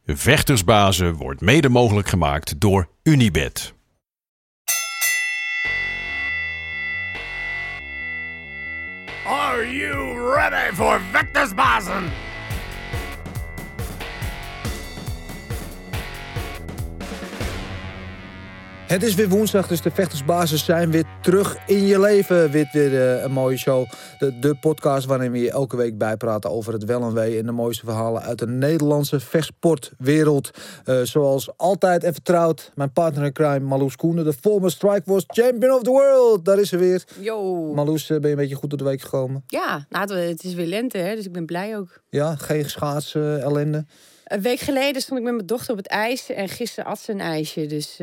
Vechtersbazen wordt mede mogelijk gemaakt door Unibet. Are you ready for Vechtersbazen? Het is weer woensdag, dus de Vechtersbazen zijn weer terug in je leven. Weer een mooie show. De podcast waarin we je elke week bijpraten over het wel en wee en de mooiste verhalen uit de Nederlandse vechtsportwereld. Zoals altijd en vertrouwd, mijn partner in crime, Marloes Koenen, de former Strikeforce Champion of the World. Daar is ze weer. Yo. Marloes, ben je een beetje goed door de week gekomen? Ja, nou, het is weer lente, hè, dus ik ben blij ook. Ja, geen schaatsen, ellende? Een week geleden stond ik met mijn dochter op het ijs en gisteren at ze een ijsje, dus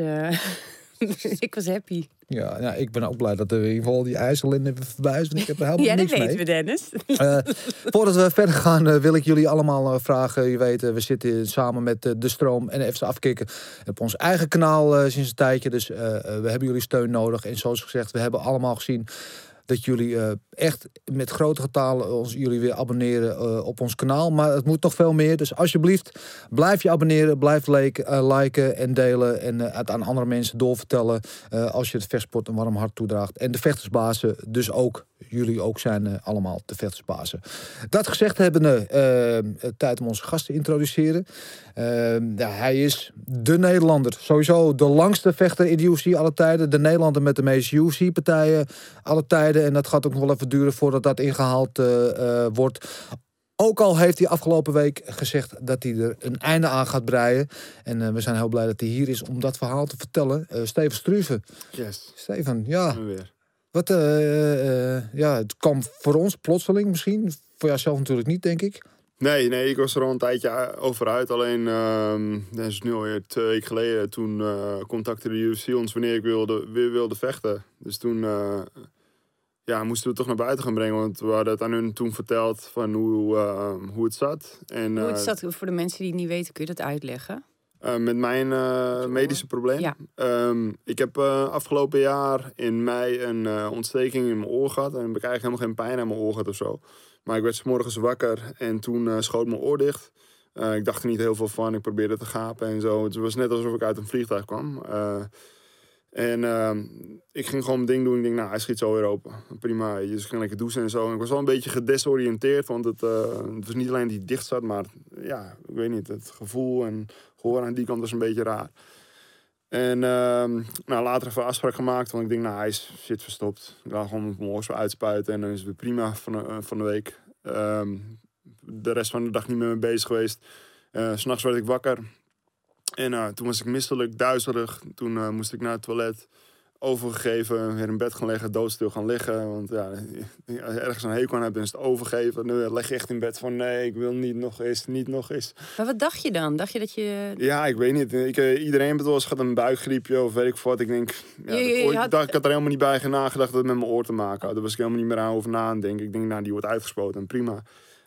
ik was happy. Ja, ik ben ook blij dat er in ieder geval die ijsellende even voorbij is, want ik heb er helemaal Ja, dat niks mee. weten we, Dennis. Voordat we verder gaan wil ik jullie allemaal vragen. Je weet, we zitten samen met De Stroom en FC Afkikken op ons eigen kanaal sinds een tijdje. Dus we hebben jullie steun nodig. En zoals gezegd, we hebben allemaal gezien dat jullie echt met grote getalen jullie weer abonneren op ons kanaal. Maar het moet nog veel meer. Dus alsjeblieft, blijf je abonneren. Blijf liken en delen. En het aan andere mensen doorvertellen. Als je het vechtsport een warm hart toedraagt. En de vechtersbazen dus ook. Jullie ook zijn allemaal de vechtersbazen. Dat gezegd hebbende, tijd om onze gast te introduceren. Hij is de Nederlander. Sowieso de langste vechter in de UFC alle tijden. De Nederlander met de meeste UFC-partijen alle tijden. En dat gaat ook nog wel even duren voordat dat ingehaald wordt. Ook al heeft hij afgelopen week gezegd dat hij er een einde aan gaat breien. En we zijn heel blij dat hij hier is om dat verhaal te vertellen. Steven Struve. Yes. Steven, ja. Weer. Wat, het kwam voor ons plotseling misschien. Voor jouzelf natuurlijk niet, denk ik. Nee, ik was er al een tijdje over uit. Alleen, dat is nu alweer 2 weken geleden. Toen contacte de UFC ons wanneer ik weer wilde vechten. Dus toen moesten we het toch naar buiten gaan brengen. Want we hadden het aan hun toen verteld van hoe het zat. En, Hoe het zat, voor de mensen die het niet weten, kun je dat uitleggen? Met mijn medische probleem. Ja. Ik heb afgelopen jaar in mei een ontsteking in mijn oor gehad. En heb ik eigenlijk helemaal geen pijn aan mijn oor gehad of zo. Maar ik werd 's morgens wakker en toen schoot mijn oor dicht. Ik dacht er niet heel veel van. Ik probeerde te gapen en zo. Het was net alsof ik uit een vliegtuig kwam. Ik ging gewoon mijn ding doen. Ik denk, hij schiet zo weer open. Prima. Dus ik ging lekker douchen en zo. En ik was wel een beetje gedesoriënteerd. Want het was niet alleen die dicht zat. Maar ja, ik weet niet. Het gevoel en gehoor aan die kant was een beetje raar. En later even een afspraak gemaakt. Want ik denk, hij is shit verstopt. Ik ga gewoon mijn oor zo uitspuiten. En dan is het weer prima van de week. De rest van de dag niet meer mee bezig geweest. 's Nachts werd ik wakker. En toen was ik misselijk, duizelig. Toen moest ik naar het toilet. Overgegeven, weer in bed gaan liggen, doodstil gaan liggen. Want ergens een hekel aan heb, dan is het overgeven. Nu leg je echt in bed van, nee, ik wil niet nog eens. Maar wat dacht je dan? Dacht je dat je... Ja, ik weet niet. Iedereen heeft het wel eens gehad, een buikgriepje of weet ik wat. Ik denk, ik had er helemaal niet bij nagedacht dat het met mijn oor te maken had. Daar was ik helemaal niet meer over na aan denken. Ik denk, die wordt uitgespoten en prima.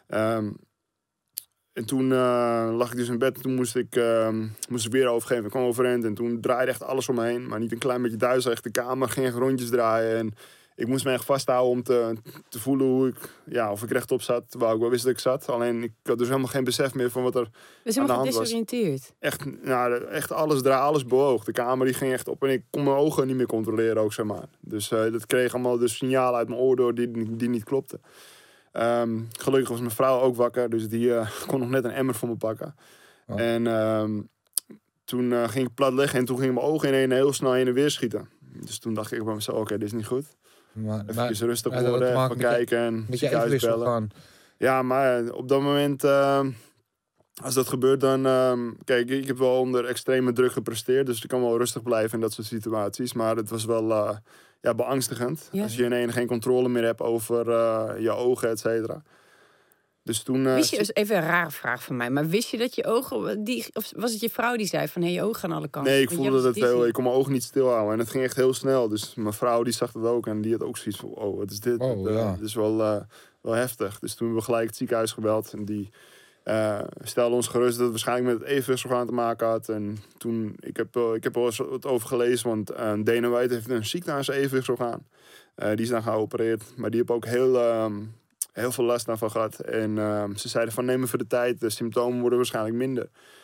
En toen lag ik dus in bed en toen moest ik weer overgeven. Ik kwam overeind en toen draaide echt alles om me heen. Maar niet een klein beetje duizelig. Echt de kamer ging echt rondjes draaien. En ik moest me echt vasthouden om te voelen hoe of ik rechtop zat. Terwijl ik wel wist dat ik zat. Alleen ik had dus helemaal geen besef meer van wat er Dus aan de hand was. gedesoriënteerd? Echt alles bewoog. De kamer die ging echt op en ik kon mijn ogen niet meer controleren ook, zeg maar. Dus dat kreeg allemaal de signalen uit mijn oor door die niet klopten. Gelukkig was mijn vrouw ook wakker, dus die kon nog net een emmer voor me pakken. Oh. En toen ging ik plat liggen en toen gingen mijn ogen heel snel heen en weer schieten. Dus toen dacht ik bij mezelf, oké, dit is niet goed. Even rustig worden, even kijken en ziekenhuis bellen. Ja, maar op dat moment, als dat gebeurt, dan... kijk, ik heb wel onder extreme druk gepresteerd, dus ik kan wel rustig blijven in dat soort situaties. Maar het was wel... beangstigend. Ja. Als je ineens geen controle meer hebt over je ogen, et cetera. Dus toen... Wist je, even een rare vraag van mij, maar wist je dat je ogen... of was het je vrouw die zei van, je ogen gaan alle kanten? Nee, ik voelde dat wel. Ik kon mijn ogen niet stilhouden. En het ging echt heel snel. Dus mijn vrouw die zag dat ook. En die had ook zoiets van, wat is dit? Dat is wel heftig. Dus toen hebben we gelijk het ziekenhuis gebeld. En die stelde ons gerust dat het waarschijnlijk met het evenwichtsorgaan te maken had. En toen, ik heb er eens wat over gelezen. Want Dana White heeft een ziekte aan zijn evenwichtsorgaan. Die is dan geopereerd. Maar die heeft ook heel veel last daarvan gehad. En ze zeiden van neem even de tijd. De symptomen worden waarschijnlijk minder.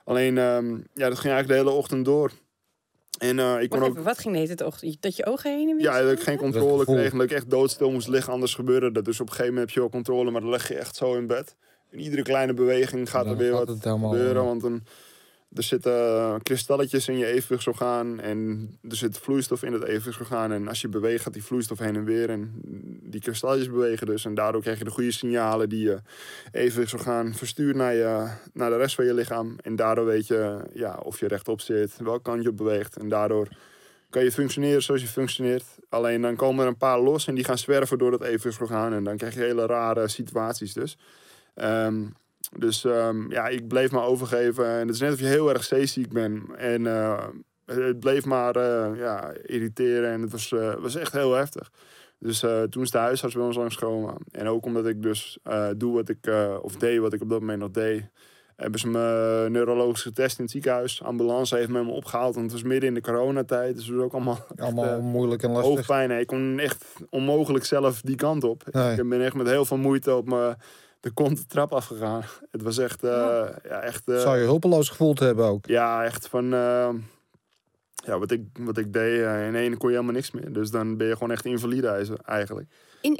Alleen, dat ging eigenlijk de hele ochtend door. En ik kon Wacht ook... even, wat ging de hele tijd? Dat je ogen heen en weer? Ja, dat ik geen controle gevoel. kreeg en dat ik echt doodstil moest liggen, anders gebeurde dat. Dus op een gegeven moment heb je wel controle, maar dan lig je echt zo in bed. En iedere kleine beweging gaat Dan er weer gaat wat het helemaal, gebeuren, want er zitten kristalletjes in je evenwichtsorgaan en er zit vloeistof in het evenwichtsorgaan. En als je beweegt, gaat die vloeistof heen en weer en die kristalletjes bewegen dus. En daardoor krijg je de goede signalen die je evenwichtsorgaan verstuurt naar de rest van je lichaam. En daardoor weet je of je rechtop zit, welke kant je op beweegt. En daardoor kan je functioneren zoals je functioneert. Alleen dan komen er een paar los en die gaan zwerven door het evenwichtsorgaan. En dan krijg je hele rare situaties dus. Ik bleef maar overgeven. En het is net of je heel erg zeeziek bent. En het bleef maar irriteren. En het was echt heel heftig. Dus toen is de huisarts bij ons langskomen. En ook omdat ik dus deed wat ik op dat moment nog deed. Hebben ze me neurologisch getest in het ziekenhuis. Ambulance heeft me opgehaald, want het was midden in de coronatijd. Dus het was ook allemaal moeilijk en lastig. hoofdpijn. Ik kon echt onmogelijk zelf die kant op. Nee. Ik ben echt met heel veel moeite op de kont trap afgegaan. Het was echt... Zou je hulpeloos gevoeld hebben ook? Ja, echt van... wat ik deed, in één kon je helemaal niks meer. Dus dan ben je gewoon echt invalide eigenlijk.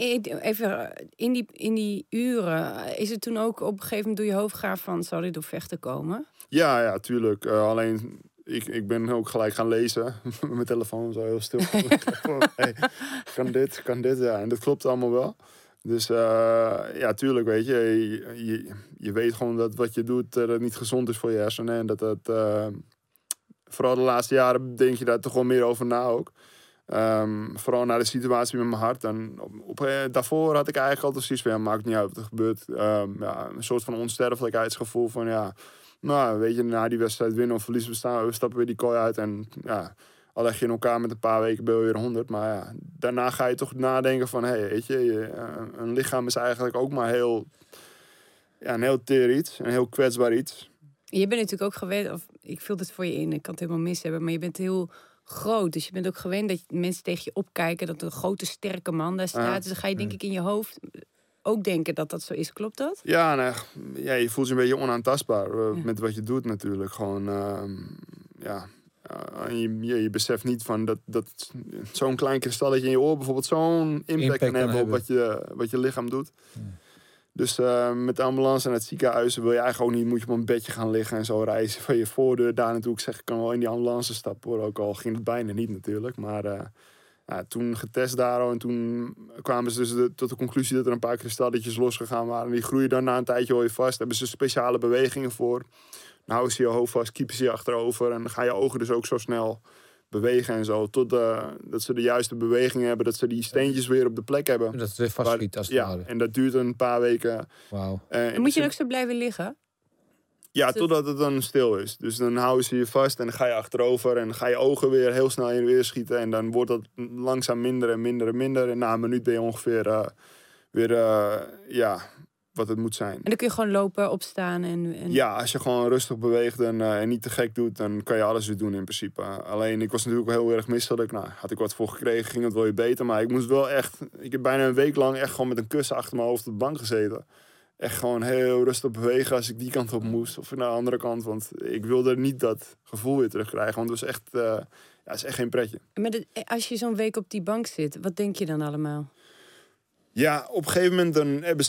In die uren, is het toen ook op een gegeven moment door je hoofd gaan van... zou dit door vechten komen? Ja, tuurlijk. Alleen, ik ben ook gelijk gaan lezen. Met mijn telefoon zo heel stil. Hey, kan dit? Ja, en dat klopt allemaal wel. Dus tuurlijk, weet je weet gewoon dat wat je doet dat niet gezond is voor je hersenen. En dat vooral de laatste jaren denk je daar toch wel meer over na ook. Vooral naar de situatie met mijn hart. En daarvoor had ik eigenlijk altijd zoiets van... maakt niet uit wat er gebeurt. Een soort van onsterfelijkheidsgevoel van... weet je, na die wedstrijd winnen of verliezen we stappen weer die kooi uit. En al leg je in elkaar met een paar weken ben je weer 100. Maar daarna ga je toch nadenken van... weet je, een lichaam is eigenlijk ook maar een heel teer iets. Een heel kwetsbaar iets. Je bent natuurlijk ook gewend... of ik vul dit voor je in, ik kan het helemaal mis hebben... maar je bent heel groot. Dus je bent ook gewend dat mensen tegen je opkijken... dat een grote, sterke man daar staat. Dus dan ga je denk ik in je hoofd ook denken dat dat zo is. Klopt dat? Ja, je voelt je een beetje onaantastbaar met wat je doet natuurlijk. Gewoon, je beseft niet van dat zo'n klein kristalletje in je oor... bijvoorbeeld zo'n impact kan hebben op wat je lichaam doet. Ja. Dus met de ambulance en het ziekenhuis wil je eigenlijk ook niet... moet je op een bedje gaan liggen en zo reizen van je voordeur daar naartoe. Ik zeg, ik kan wel in die ambulance stappen hoor. Ook al ging het bijna niet natuurlijk. Maar toen getest daar en toen kwamen ze dus tot de conclusie... dat er een paar kristalletjes losgegaan waren. En die groeien dan na een tijdje wel weer vast. Daar hebben ze speciale bewegingen voor. Dan houden ze je hoofd vast, kiepen ze je achterover. En dan gaan je ogen dus ook zo snel bewegen en zo. Tot dat ze de juiste bewegingen hebben. Dat ze die steentjes weer op de plek hebben. Dat het weer vastschiet als het ware. En dat duurt een paar weken. Wauw. En moet je ook zo blijven liggen? Ja, totdat het dan stil is. Dus dan houden ze je vast en dan ga je achterover. En dan ga je ogen weer heel snel in weer schieten. En dan wordt dat langzaam minder en minder en minder. En na een minuut ben je ongeveer wat het moet zijn. En dan kun je gewoon lopen, opstaan en... Ja, als je gewoon rustig beweegt en niet te gek doet... dan kan je alles weer doen in principe. Alleen, ik was natuurlijk wel heel erg misselijk. Had ik wat voor gekregen, ging het wel weer beter. Maar ik moest wel echt... Ik heb bijna een week lang echt gewoon met een kussen achter mijn hoofd op de bank gezeten. Echt gewoon heel rustig bewegen als ik die kant op moest. Of naar de andere kant. Want ik wilde niet dat gevoel weer terugkrijgen. Want het was echt... het is echt geen pretje. Als je zo'n week op die bank zit, wat denk je dan allemaal? Ja, op een gegeven moment dan hebben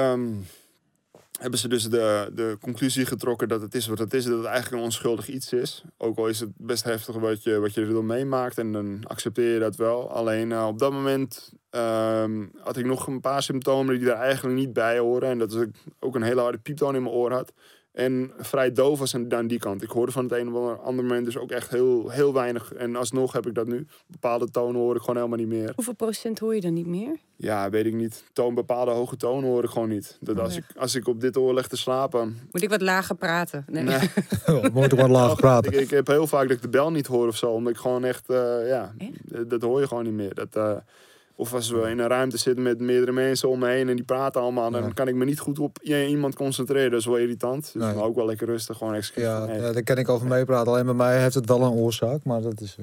ze dus de conclusie getrokken dat het is wat het is. Dat het eigenlijk een onschuldig iets is. Ook al is het best heftig wat je er dan meemaakt. En dan accepteer je dat wel. Alleen op dat moment had ik nog een paar symptomen die daar eigenlijk niet bij horen. En dat ik ook een hele harde pieptoon in mijn oor had. En vrij doof was aan die kant. Ik hoorde van het een of andere moment dus ook echt heel, heel weinig. En alsnog heb ik dat nu. Bepaalde tonen hoor ik gewoon helemaal niet meer. Hoeveel procent hoor je dan niet meer? Ja, weet ik niet. Bepaalde hoge tonen hoor ik gewoon niet. Dat als ik op dit oor leg te slapen... Moet ik wat lager praten? Nee. Moet ik wat lager praten? Ik heb heel vaak dat ik de bel niet hoor of zo. Omdat ik gewoon echt... dat hoor je gewoon niet meer. Of als we in een ruimte zitten met meerdere mensen om me heen en die praten allemaal, dan kan ik me niet goed op iemand concentreren. Dat is wel irritant. Dus maar ook wel lekker rustig, gewoon daar kan ik over meepraten. Alleen bij mij heeft het wel een oorzaak, maar dat is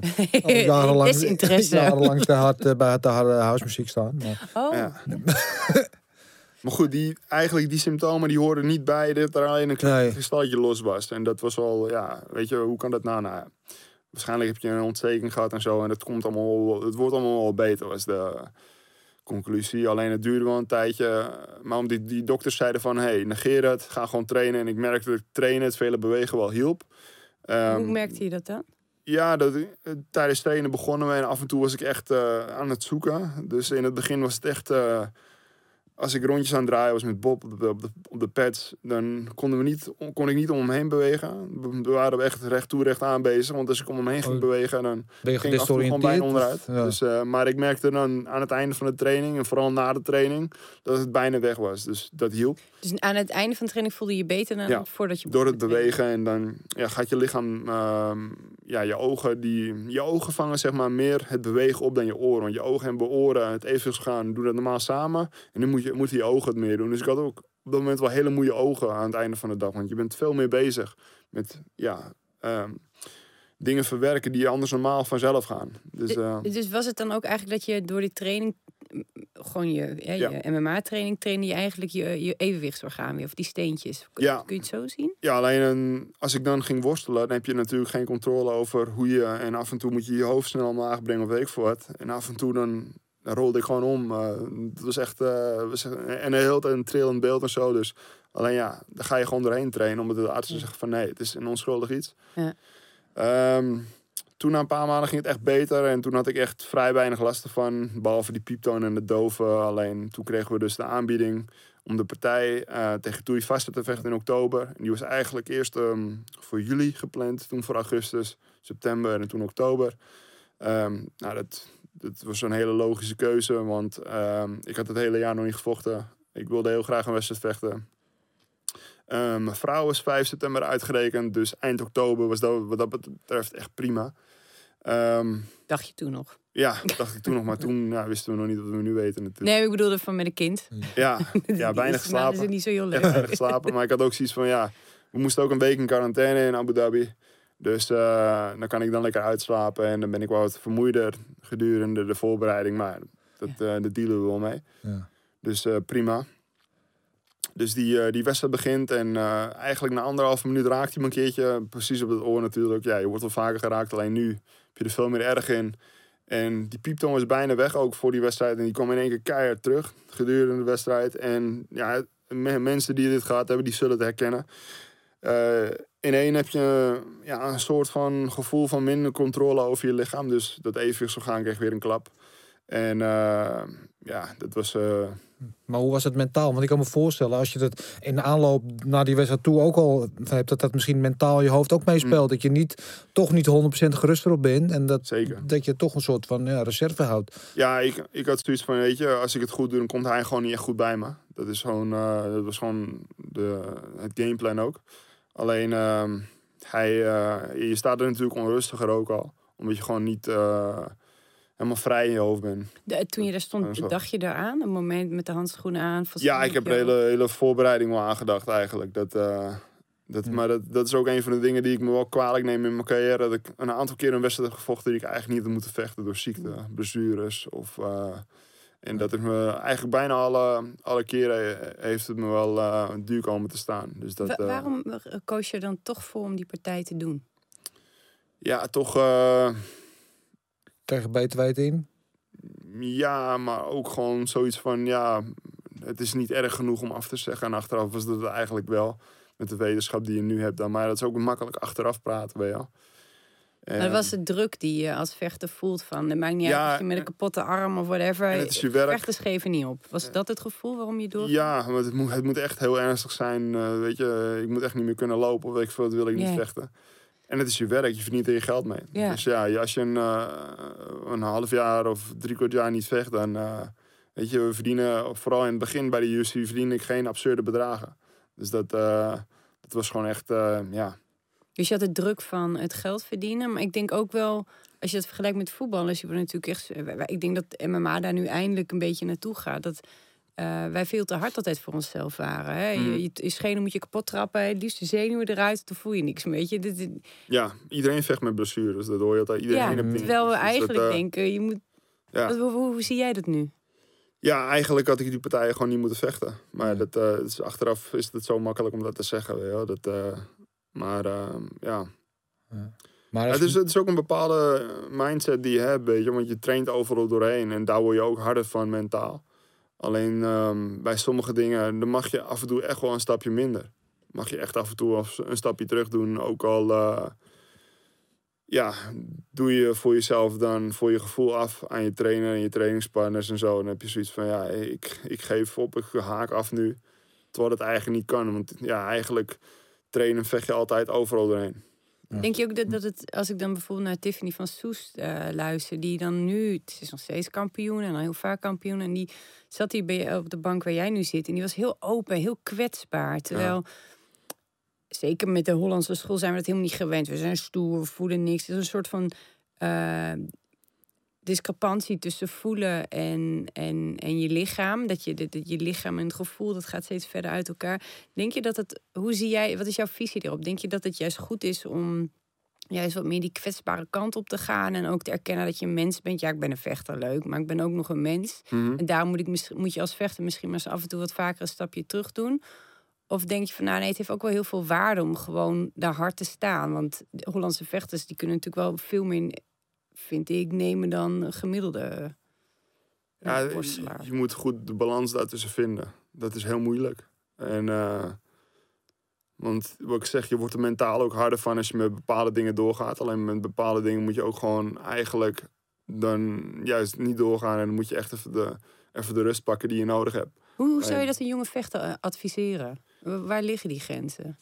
desinteresse. Jarenlang te hard bij de harde housemuziek staan. Maar. Oh. Ja. Maar goed, die symptomen die hoorden niet bij dat er alleen een klein kristalletje los was. En dat was al, weet je, hoe kan dat nou? Nou, waarschijnlijk heb je een ontsteking gehad en zo. En het wordt allemaal wel beter, was de conclusie. Alleen het duurde wel een tijdje. Maar omdat die dokters zeiden van, negeer het, ga gewoon trainen. En ik merkte dat trainen, het vele bewegen wel hielp. Hoe merkte je dat dan? Ja, tijdens trainen begonnen we en af en toe was ik echt aan het zoeken. Dus in het begin was het echt... als ik rondjes aan het draaien was met Bob op de pads, dan kon ik niet om hem heen bewegen. We waren echt recht toe, recht aan bezig. Want als ik om hem heen ging bewegen, dan ging ik af en toe gewoon bijna onderuit. Ja. Dus, maar ik merkte dan aan het einde van de training, en vooral na de training, dat het bijna weg was. Dus dat hielp. Dus aan het einde van de training voelde je je beter dan voordat je... Door het bewegen en dan gaat je lichaam... je ogen vangen zeg maar meer het bewegen op dan je oren. Want je ogen en oren, het evenwichtsorgaan, doen dat normaal samen. En nu moeten je ogen het meer doen. Dus ik had ook op dat moment wel hele moeie ogen aan het einde van de dag. Want je bent veel meer bezig met dingen verwerken die anders normaal vanzelf gaan. Dus was het dan ook eigenlijk dat je door die training, gewoon je MMA-training, trainde je eigenlijk je evenwichtsorgaan weer, of die steentjes? Kun je het zo zien? Ja, alleen als ik dan ging worstelen, dan heb je natuurlijk geen controle over hoe je... En af en toe moet je je hoofd snel omlaag brengen of weet ik veel wat. En af en toe dan rolde ik gewoon om. Het was echt... en een heel tijd een trillend beeld en zo. Dus alleen dan ga je gewoon doorheen trainen. Omdat de artsen zeggen van nee, het is een onschuldig iets. Ja. Toen na een paar maanden ging het echt beter. En toen had ik echt vrij weinig last ervan. Behalve die pieptoon en de doven. Alleen toen kregen we dus de aanbieding om de partij tegen Toei Vaste te vechten in oktober. En die was eigenlijk eerst voor juli gepland. Toen voor augustus, september en toen oktober. Dat was een hele logische keuze. Want ik had het hele jaar nog niet gevochten. Ik wilde heel graag een wedstrijd vechten. Mijn vrouw was 5 september uitgerekend. Dus eind oktober was dat wat dat betreft echt prima. Dacht je toen nog? Ja, dacht ik toen nog. Maar toen wisten we nog niet wat we nu weten natuurlijk. Nee, ik bedoelde van met een kind. Ja, bijna geslapen. Dat is niet zo heel leuk. Weinig geslapen. Maar ik had ook zoiets van, we moesten ook een week in quarantaine in Abu Dhabi. Dus dan kan ik dan lekker uitslapen. En dan ben ik wel wat vermoeider gedurende de voorbereiding. Maar dat dealen we wel mee. Ja. Dus prima. Dus die wedstrijd begint en eigenlijk na 1,5 minuut raakt hij me een keertje. Precies op het oor natuurlijk. Ja, je wordt wel vaker geraakt, alleen nu heb je er veel meer erg in. En die pieptoon was bijna weg ook voor die wedstrijd. En die kwam in één keer keihard terug gedurende de wedstrijd. En mensen die dit gehad hebben, die zullen het herkennen. In één heb je een soort van gevoel van minder controle over je lichaam. Dus dat evenwichtsorgaan kreeg weer een klap. En dat was... Maar hoe was het mentaal? Want ik kan me voorstellen, als je dat in de aanloop naar die wedstrijd toe ook al hebt, dat misschien mentaal je hoofd ook meespeelt. Dat je toch niet 100% gerust erop bent. En dat je toch een soort van reserve houdt. Ja, ik had zoiets van, weet je, als ik het goed doe, dan komt hij gewoon niet echt goed bij me. Dat was gewoon het gameplan ook. Alleen, je staat er natuurlijk onrustiger ook al. Omdat je gewoon niet... helemaal vrij in je hoofd ben. Toen je daar stond, dacht je daaraan? Een moment met de handschoenen aan? Ja, ik heb de hele voorbereiding wel aangedacht eigenlijk. Maar dat is ook een van de dingen die ik me wel kwalijk neem in mijn carrière. Dat ik een aantal keer een wedstrijd heb gevochten die ik eigenlijk niet had moeten vechten door ziekte, blessures. En dat is me eigenlijk bijna alle keren heeft het me wel duur komen te staan. Dus waarom koos je dan toch voor om die partij te doen? Ja, toch... Tegen beter weten in? Ja, maar ook gewoon zoiets van... het is niet erg genoeg om af te zeggen. En achteraf was dat het eigenlijk wel. Met de wetenschap die je nu hebt dan. Maar dat is ook makkelijk achteraf praten bij jou. Maar was de druk die je als vechter voelt van... Het maakt niet uit of je met een kapotte arm of whatever... Het is je werk. Vechters geven niet op. Was dat het gevoel waarom je doorgaat? Ja, maar het moet echt heel ernstig zijn. Weet je, ik moet echt niet meer kunnen lopen. Of weet ik veel, dat wil ik niet vechten. En het is je werk, je verdient er je geld mee. Ja. Dus als je een half jaar of 3/4 jaar niet vecht... dan weet je, we verdienen, vooral in het begin bij de UFC... verdien ik geen absurde bedragen. Dus dat was gewoon echt, Dus je had de druk van het geld verdienen. Maar ik denk ook wel, als je het vergelijkt met voetballers... je wordt natuurlijk echt... Ik denk dat MMA daar nu eindelijk een beetje naartoe gaat. Dat... wij veel te hard altijd voor onszelf waren. Hè? Je schenen moet je kapot trappen. Het liefst de zenuwen eruit, dan voel je niks. Weet je? Ja, iedereen vecht met blessures. Dat hoor je altijd. Iedereen terwijl we eigenlijk denken, je moet... Hoe zie jij dat nu? Ja, eigenlijk had ik die partijen gewoon niet moeten vechten. Maar dus achteraf is het zo makkelijk om dat te zeggen. Weet je wel. Ja. Maar Het is ook een bepaalde mindset die je hebt, weet je. Want je traint overal doorheen. En daar word je ook harder van mentaal. Alleen bij sommige dingen, dan mag je af en toe echt wel een stapje minder. Mag je echt af en toe een stapje terug doen. Ook al doe je voor jezelf dan voor je gevoel af aan je trainer en je trainingspartners en zo. En dan heb je zoiets van, ja, ik geef op, ik haak af nu. Terwijl het eigenlijk niet kan. Want ja, eigenlijk trainen vecht je altijd overal doorheen. Ja. Denk je ook dat het, als ik dan bijvoorbeeld naar Tiffany van Soest luister, die dan nu, het is nog steeds kampioen en al heel vaak kampioen. En die zat hier op de bank waar jij nu zit. En die was heel open, heel kwetsbaar. Terwijl, zeker met de Hollandse school zijn we dat helemaal niet gewend. We zijn stoer, we voelen niks. Het is een soort van discrepantie tussen voelen en je lichaam. Dat je lichaam en het gevoel, dat gaat steeds verder uit elkaar. Denk je dat het, wat is jouw visie erop? Denk je dat het juist goed is om juist wat meer die kwetsbare kant op te gaan en ook te erkennen dat je een mens bent? Ja, ik ben een vechter, leuk, maar ik ben ook nog een mens. Mm-hmm. En daar moet je als vechter misschien maar eens af en toe wat vaker een stapje terug doen. Of denk je van, nee, het heeft ook wel heel veel waarde om gewoon daar hard te staan. Want de Hollandse vechters, die kunnen natuurlijk wel veel meer, vind ik, nemen dan gemiddelde worstelaar. Je moet goed de balans daartussen vinden. Dat is heel moeilijk. En want wat ik zeg, je wordt er mentaal ook harder van als je met bepaalde dingen doorgaat. Alleen met bepaalde dingen moet je ook gewoon eigenlijk dan juist niet doorgaan. En dan moet je echt even de rust pakken die je nodig hebt. Hoe zou je dat een jonge vechter adviseren? Waar liggen die grenzen?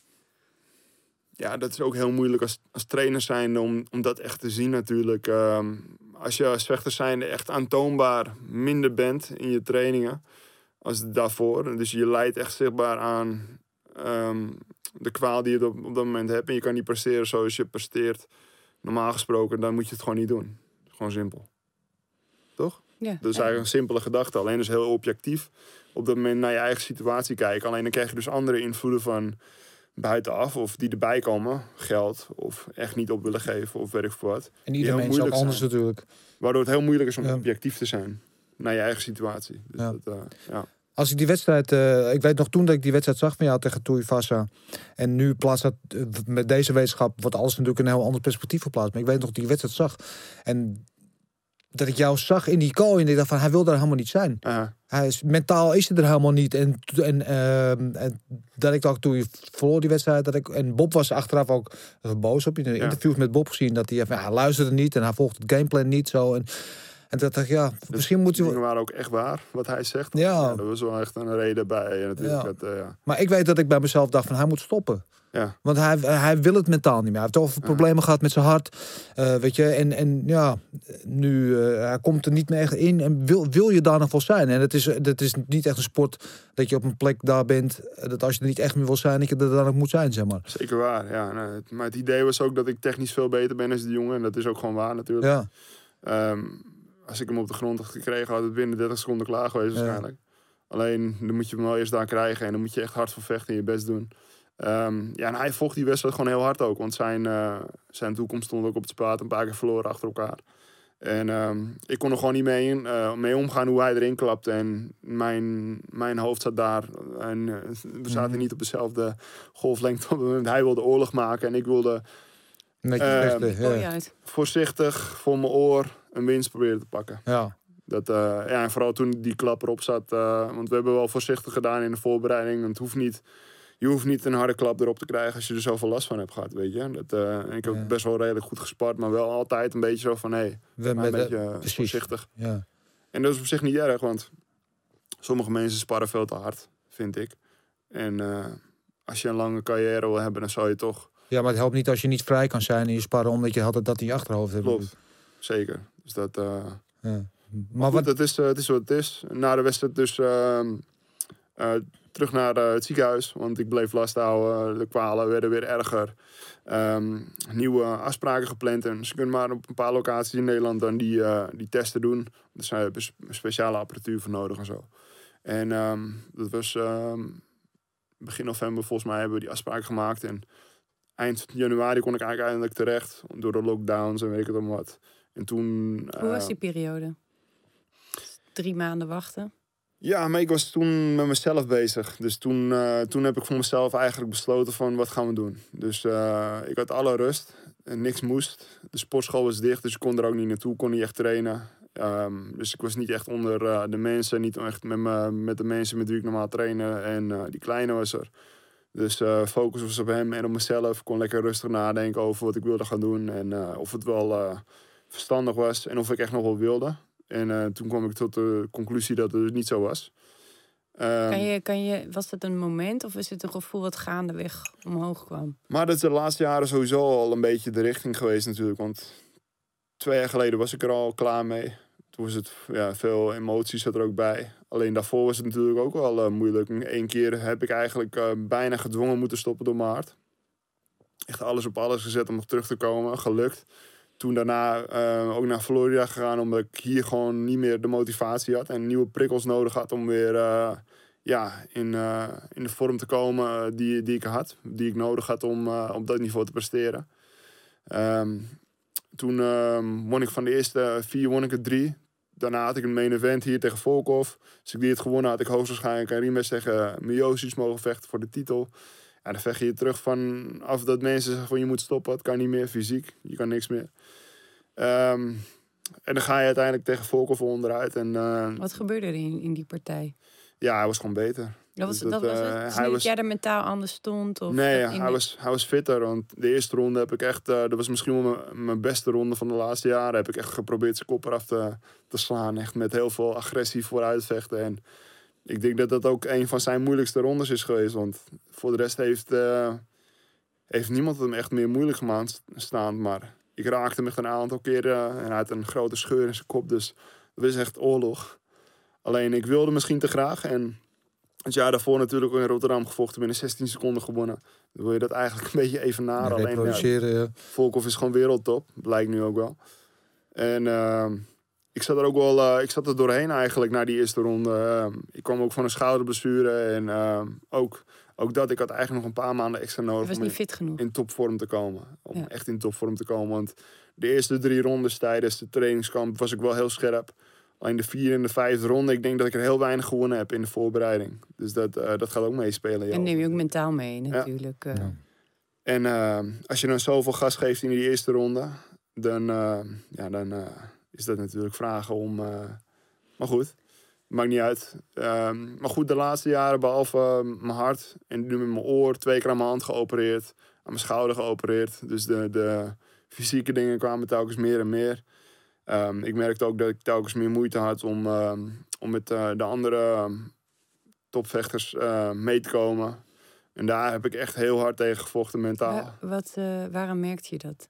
Ja, dat is ook heel moeilijk als trainer zijnde om dat echt te zien natuurlijk. Als je als vechter zijnde echt aantoonbaar minder bent in je trainingen als daarvoor. Dus je lijdt echt zichtbaar aan de kwaal die je op dat moment hebt. En je kan niet presteren zoals je presteert. Normaal gesproken, dan moet je het gewoon niet doen. Gewoon simpel. Toch? Ja. Dat is eigenlijk een simpele gedachte. Alleen is heel objectief op dat moment naar je eigen situatie kijken. Alleen dan krijg je dus andere invloeden van buitenaf of die erbij komen, geld of echt niet op willen geven of weet ik veel wat. En ieder mens ook anders natuurlijk. Waardoor het heel moeilijk is om objectief te zijn naar je eigen situatie. Dus Als ik die wedstrijd, ik weet nog toen dat ik die wedstrijd zag van jou tegen Tuivasa. En nu plaatst dat met deze wetenschap wordt alles natuurlijk een heel ander perspectief geplaatst. Maar ik weet nog dat ik die wedstrijd zag en dat ik jou zag in die call en ik dacht van, hij wil daar helemaal niet zijn. Hij is mentaal is hij er helemaal niet. En dat ik dacht toen je verloor die wedstrijd, en Bob was achteraf ook boos op je. In interviews met Bob gezien dat hij luisterde niet en hij volgde het gameplan niet zo. En dat dacht ik, misschien moet je. Die dingen waren ook echt waar wat hij zegt. Ja, dat was wel echt een reden bij. Natuurlijk Maar ik weet dat ik bij mezelf dacht van, hij moet stoppen. Ja. Want hij wil het mentaal niet meer. Hij heeft toch problemen gehad met zijn hart. Weet je, en nu hij komt er niet meer echt in. En wil je daar nog wel zijn? En het is niet echt een sport dat je op een plek daar bent. Dat als je er niet echt meer wil zijn, dat je er dan ook moet zijn, zeg maar. Zeker waar, ja. Maar het idee was ook dat ik technisch veel beter ben dan die jongen. En dat is ook gewoon waar natuurlijk. Ja. Als ik hem op de grond had gekregen, had het binnen 30 seconden klaar geweest waarschijnlijk. Alleen, dan moet je hem wel eerst daar krijgen. En dan moet je echt hard voor vechten en je best doen. En hij vocht die wedstrijd gewoon heel hard ook. Want zijn toekomst stond ook op het spaat. Een paar keer verloren achter elkaar. En ik kon er gewoon niet mee omgaan hoe hij erin klapte. En mijn hoofd zat daar. En we zaten niet op dezelfde golflengte. Hij wilde oorlog maken en ik wilde voorzichtig voor mijn oor een winst proberen te pakken. Ja. En vooral toen die klap erop zat. Want we hebben wel voorzichtig gedaan in de voorbereiding. Het hoeft niet. Je hoeft niet een harde klap erop te krijgen als je er zoveel last van hebt gehad, weet je. Ik heb best wel redelijk goed gespart, maar wel altijd een beetje zo van, een beetje voorzichtig. Ja. En dat is op zich niet erg, want sommige mensen sparren veel te hard, vind ik. En als je een lange carrière wil hebben, dan zou je toch. Ja, maar het helpt niet als je niet vrij kan zijn in je sparren, omdat je altijd dat in je achterhoofd hebt. Klopt, zeker. Dus dat. Maar goed, het is wat het is. Na de wedstrijd dus. Terug naar het ziekenhuis, want ik bleef last houden. De kwalen werden weer erger. Nieuwe afspraken gepland. En ze kunnen maar op een paar locaties in Nederland dan die testen doen. Dus daar hebben ze speciale apparatuur voor nodig en zo. En dat was begin november volgens mij hebben we die afspraken gemaakt. En eind januari kon ik eigenlijk eindelijk terecht. Door de lockdowns en weet ik het om wat. En toen... Hoe was die periode? 3 maanden wachten? Ja, maar ik was toen met mezelf bezig. Dus toen heb ik voor mezelf eigenlijk besloten van wat gaan we doen. Dus ik had alle rust en niks moest. De sportschool was dicht, dus ik kon er ook niet naartoe. Kon niet echt trainen. Dus ik was niet echt onder de mensen. Niet echt met de mensen met wie ik normaal trainen. En die kleine was er. Dus focus was op hem en op mezelf. Ik kon lekker rustig nadenken over wat ik wilde gaan doen. En of het wel verstandig was en of ik echt nog wel wilde. En toen kwam ik tot de conclusie dat het niet zo was. Was dat een moment of is het een gevoel wat gaandeweg omhoog kwam? Maar dat is de laatste jaren sowieso al een beetje de richting geweest natuurlijk. Want 2 jaar geleden was ik er al klaar mee. Toen was het veel emoties zat er ook bij. Alleen daarvoor was het natuurlijk ook wel moeilijk. 1 keer heb ik eigenlijk bijna gedwongen moeten stoppen door mijn hart. Echt alles op alles gezet om nog terug te komen. Gelukt. Toen daarna ook naar Florida gegaan, omdat ik hier gewoon niet meer de motivatie had. En nieuwe prikkels nodig had om weer in de vorm te komen die ik had. Die ik nodig had om op dat niveau te presteren. Toen won ik van de eerste 4 won ik er 3. Daarna had ik een main event hier tegen Volkov. Als ik die had gewonnen had ik hoogstwaarschijnlijk een rematch tegen Miocic mogen vechten voor de titel. Ja, dan vecht je terug vanaf dat mensen zeggen van je moet stoppen. Het kan niet meer, fysiek. Je kan niks meer. En dan ga je uiteindelijk tegen Volkov onderuit. En, Wat gebeurde er in die partij? Ja, hij was gewoon beter. Dat was het? Dat jij er mentaal anders stond? Of nee, hij was fitter. Want de eerste ronde heb ik echt... dat was misschien wel mijn beste ronde van de laatste jaren. Heb ik echt geprobeerd zijn kop eraf te slaan. Echt met heel veel agressie vooruit vechten. En ik denk dat dat ook een van zijn moeilijkste rondes is geweest. Want voor de rest heeft niemand hem echt meer moeilijk gemaakt staan. Maar ik raakte hem echt een aantal keren. En hij had een grote scheur in zijn kop. Dus dat is echt oorlog. Alleen ik wilde misschien te graag. En het jaar daarvoor natuurlijk in Rotterdam gevochten. Binnen 16 seconden gewonnen. Dan wil je dat eigenlijk een beetje evenaren. Alleen Volkov is gewoon wereldtop. Blijkt nu ook wel. En ik zat er ook wel ik zat er doorheen eigenlijk naar die eerste ronde. Ik kwam ook van een schouderblessure. En ook dat, ik had eigenlijk nog een paar maanden extra nodig. Je was niet fit genoeg. In topvorm te komen. Om echt in topvorm te komen. Want de eerste 3 rondes tijdens de trainingskamp was ik wel heel scherp. Alleen de 4e en de 5e ronde, ik denk dat ik er heel weinig gewonnen heb in de voorbereiding. Dus dat gaat ook meespelen. En neem je ook mentaal mee natuurlijk. Ja. En als je dan zoveel gas geeft in die eerste ronde, dan is dat natuurlijk vragen om... maar goed, maakt niet uit. Maar goed, de laatste jaren, behalve mijn hart en nu met mijn oor, 2 keer aan mijn hand geopereerd, aan mijn schouder geopereerd. Dus de fysieke dingen kwamen telkens meer en meer. Ik merkte ook dat ik telkens meer moeite had om met de andere topvechters mee te komen. En daar heb ik echt heel hard tegen gevochten mentaal. Waarom merkte je dat?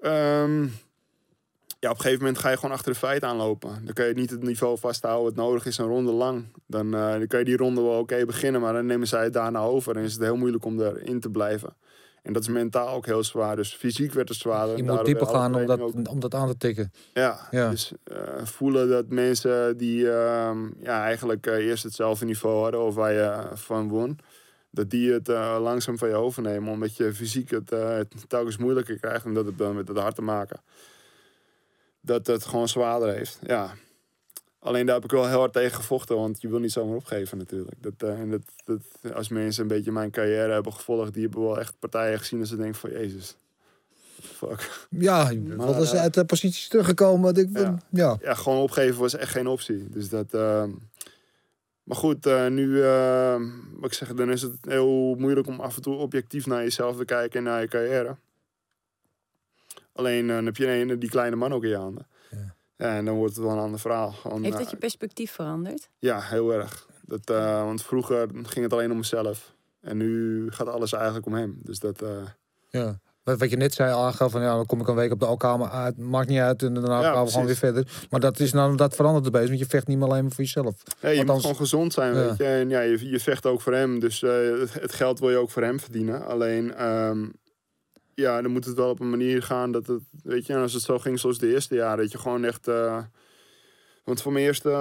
Op een gegeven moment ga je gewoon achter de feiten aanlopen. Dan kan je niet het niveau vasthouden wat nodig is een ronde lang. Dan kan je die ronde wel oké beginnen, maar dan nemen zij het daarna over. En is het heel moeilijk om erin te blijven. En dat is mentaal ook heel zwaar. Dus fysiek werd het zwaarder. Je moet dieper gaan om dat aan te tikken. Ja. Dus voelen dat mensen die eigenlijk eerst hetzelfde niveau hadden of waar je van won, dat die het langzaam van je overnemen. Omdat je fysiek het telkens moeilijker krijgt om dat met het hart te maken. Dat het gewoon zwaarder heeft. Ja. Alleen daar heb ik wel heel hard tegen gevochten, want je wil niet zomaar opgeven natuurlijk. Als mensen een beetje mijn carrière hebben gevolgd, die hebben wel echt partijen gezien en ze denken van Jezus, fuck. Ja, wat is uit de posities teruggekomen? Ja, gewoon opgeven was echt geen optie. Dus dat... Maar goed, nu, wat ik zeg, dan is het heel moeilijk om af en toe objectief naar jezelf te kijken en naar je carrière. Alleen dan heb je die kleine man ook in je handen. Ja, en dan wordt het wel een ander verhaal. Heeft dat je perspectief veranderd? Ja, heel erg. Want vroeger ging het alleen om mezelf. En nu gaat alles eigenlijk om hem. Dus dat... Ja. Wat je net zei, aangaf van dan kom ik een week op de Alkamer uit. Maakt niet uit en daarna gaan we gewoon weer verder. Maar dat verandert erbij. Want je vecht niet meer alleen maar voor jezelf. Nee, je moet gewoon gezond zijn, weet je. En je vecht ook voor hem. Dus het geld wil je ook voor hem verdienen. Alleen... dan moet het wel op een manier gaan dat het, weet je, als het zo ging zoals de eerste jaren, dat je gewoon echt, want van mijn eerste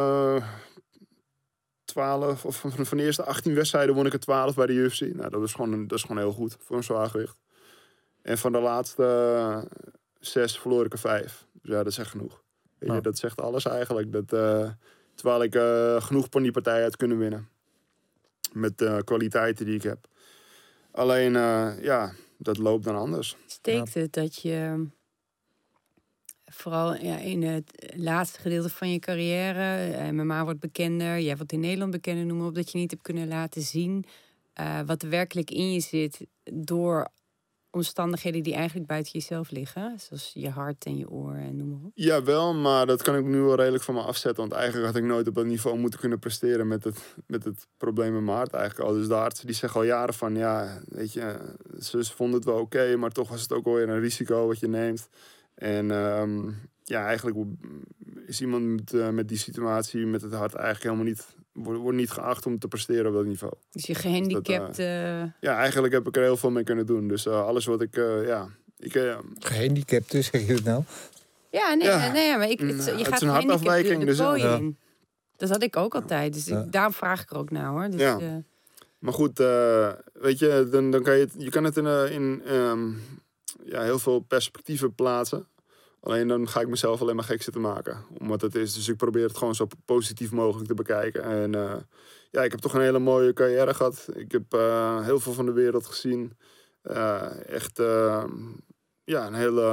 12, of van de eerste 18 wedstrijden won ik er 12 bij de UFC. Nou, dat is gewoon heel goed voor een zwaargewicht. En van de laatste 6 verloor ik er 5. Dus ja, dat is echt genoeg. Weet je, dat zegt alles eigenlijk. Terwijl ik genoeg van die partijen had kunnen winnen. Met de kwaliteiten die ik heb. Alleen, dat loopt dan anders. Steekt het dat je vooral in het laatste gedeelte van je carrière, MMA wordt bekender, jij wordt in Nederland bekender, noem maar op, dat je niet hebt kunnen laten zien wat er werkelijk in je zit door omstandigheden die eigenlijk buiten jezelf liggen, zoals je hart en je oor en noem maar op? Jawel, maar dat kan ik nu wel redelijk van me afzetten. Want eigenlijk had ik nooit op dat niveau moeten kunnen presteren met het probleem in mijn hart eigenlijk al. Dus de artsen die zeggen al jaren van, ja, weet je, ze vonden het wel oké, maar toch was het ook alweer een risico wat je neemt. En eigenlijk is iemand met die situatie met het hart eigenlijk helemaal niet, wordt niet geacht om te presteren op dat niveau. Dus je gehandicapt... Ja, eigenlijk heb ik er heel veel mee kunnen doen. Dus alles wat ik, Gehandicapt, zeg je het nou? Ja, nee, maar je het gaat is een hartafwijking. de Dus kooi in. Dat had ik ook altijd. Dus daarom vraag ik er ook naar, hoor. Dus, ja. Maar goed, weet je, dan kan je kan het in heel veel perspectieven plaatsen. Alleen dan ga ik mezelf alleen maar gek zitten maken. Om wat het is. Dus ik probeer het gewoon zo positief mogelijk te bekijken. En ik heb toch een hele mooie carrière gehad. Ik heb heel veel van de wereld gezien. Een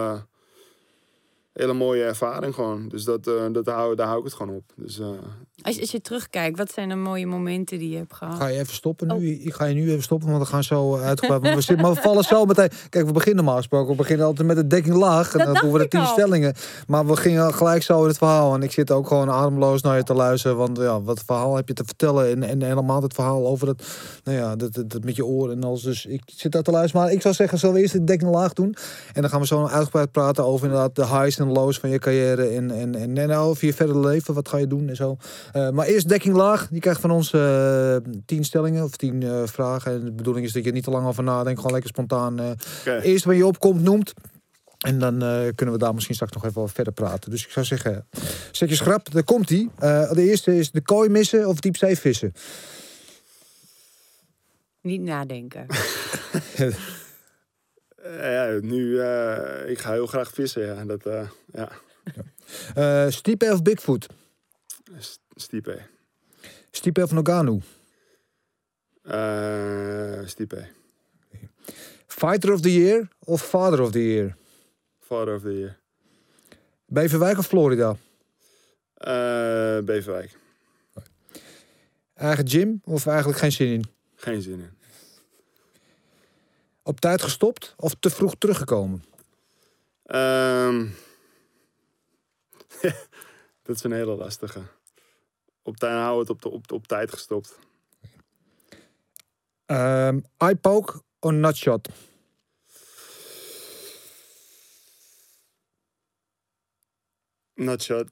hele mooie ervaring gewoon. Dus daar hou ik het gewoon op. Dus, als je terugkijkt, wat zijn de mooie momenten die je hebt gehad? Ga je even stoppen nu? Ik ga je nu even stoppen, want we gaan zo uitgebreid. Maar we vallen zo meteen. Kijk, we beginnen normaal gesproken. We beginnen altijd met de dekking laag. En dan doen we de 10 stellingen. Maar we gingen gelijk zo in het verhaal. En ik zit ook gewoon ademloos naar je te luisteren. Want ja, wat verhaal heb je te vertellen? En helemaal het verhaal over dat met je oren en alles. Dus ik zit daar te luisteren. Maar ik zou zeggen, zullen we eerst de dekking laag doen? En dan gaan we zo uitgebreid praten over inderdaad de highs en lows van je carrière. En over je verdere leven. Wat ga je doen en zo. Maar eerst dekking laag. Je krijgt van ons 10 stellingen of 10 vragen. En de bedoeling is dat je niet te lang over nadenkt. Gewoon lekker spontaan. Eerst wanneer je opkomt, noemt. En dan kunnen we daar misschien straks nog even over verder praten. Dus ik zou zeggen, zet je schrap. Daar komt ie. De eerste is de kooi missen of diepzee vissen. Niet nadenken. Ik ga heel graag vissen. Stipe of Bigfoot? Stipe. Stipe of Ngannou? Stipe. Fighter of the Year of Father of the Year? Father of the Year. Beverwijk of Florida? Beverwijk. Eigen gym of eigenlijk geen zin in? Geen zin in. Op tijd gestopt of te vroeg teruggekomen? Dat is een hele lastige. Op tijd gestopt. Eye poke of nutshot? Nutshot.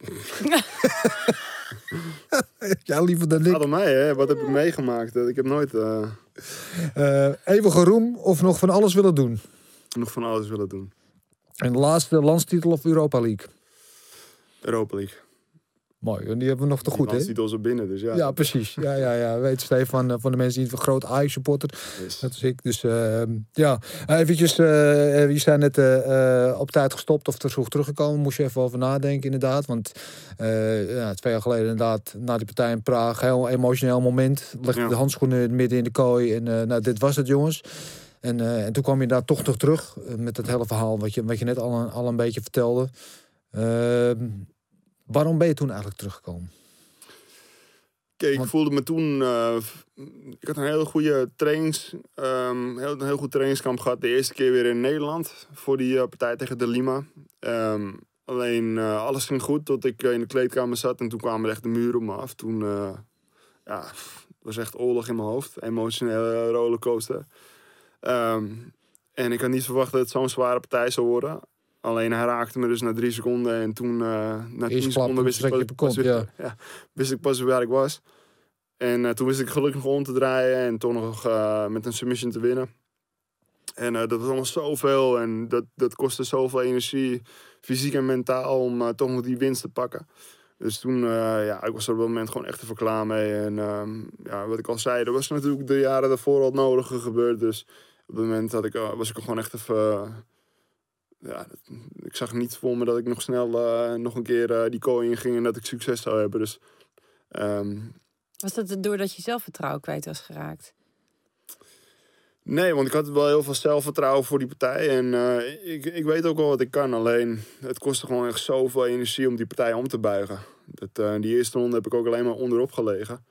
Ja, liever dan ik. Gaat om mij, hè? Wat heb ik meegemaakt? Ik heb nooit... Eeuwige roem of nog van alles willen doen? nog van alles willen doen. En de laatste landstitel of Europa League? Europa League. Mooi, en die hebben we nog te goed, hè? Die landstitel is er binnen, dus ja. Ja, precies. Ja. Weet Stefan, van de mensen die een groot Ajax-supporter. Yes. Dat is ik. Dus eventjes, je zijn net op tijd gestopt of te vroeg teruggekomen. Moest je even over nadenken, inderdaad. Want 2 jaar geleden, inderdaad, na die partij in Praag, heel emotioneel moment. Legde de handschoenen midden in de kooi. En dit was het, jongens. En toen kwam je daar toch terug met het hele verhaal wat je net al een beetje vertelde. Waarom ben je toen eigenlijk teruggekomen? Kijk, ik voelde me toen... ik had een hele goede een heel goed trainingskamp gehad. De eerste keer weer in Nederland. Voor die partij tegen de Lima. Alleen alles ging goed tot ik in de kleedkamer zat. En toen kwamen er echt de muren op me af. Toen was echt oorlog in mijn hoofd. Emotionele rollercoaster. En ik had niet verwacht dat het zo'n zware partij zou worden. Alleen hij raakte me dus na 3 seconden. En toen na 10 seconden wist ik pas waar ik was. En toen wist ik gelukkig nog om te draaien. En toch nog met een submission te winnen. En dat was allemaal zoveel. En dat kostte zoveel energie. Fysiek en mentaal. Om toch nog die winst te pakken. Dus toen, ik was er op dat moment gewoon echt even klaar mee. En wat ik al zei, er was natuurlijk de jaren daarvoor al het nodige gebeurd. Dus op dat moment was ik gewoon echt even... ik zag niet voor me dat ik nog snel nog een keer die kooi in ging en dat ik succes zou hebben. Dus Was dat doordat je zelfvertrouwen kwijt was geraakt? Nee, want ik had wel heel veel zelfvertrouwen voor die partij. En ik weet ook wel wat ik kan. Alleen, het kostte gewoon echt zoveel energie om die partij om te buigen. Die eerste ronde heb ik ook alleen maar onderop gelegen.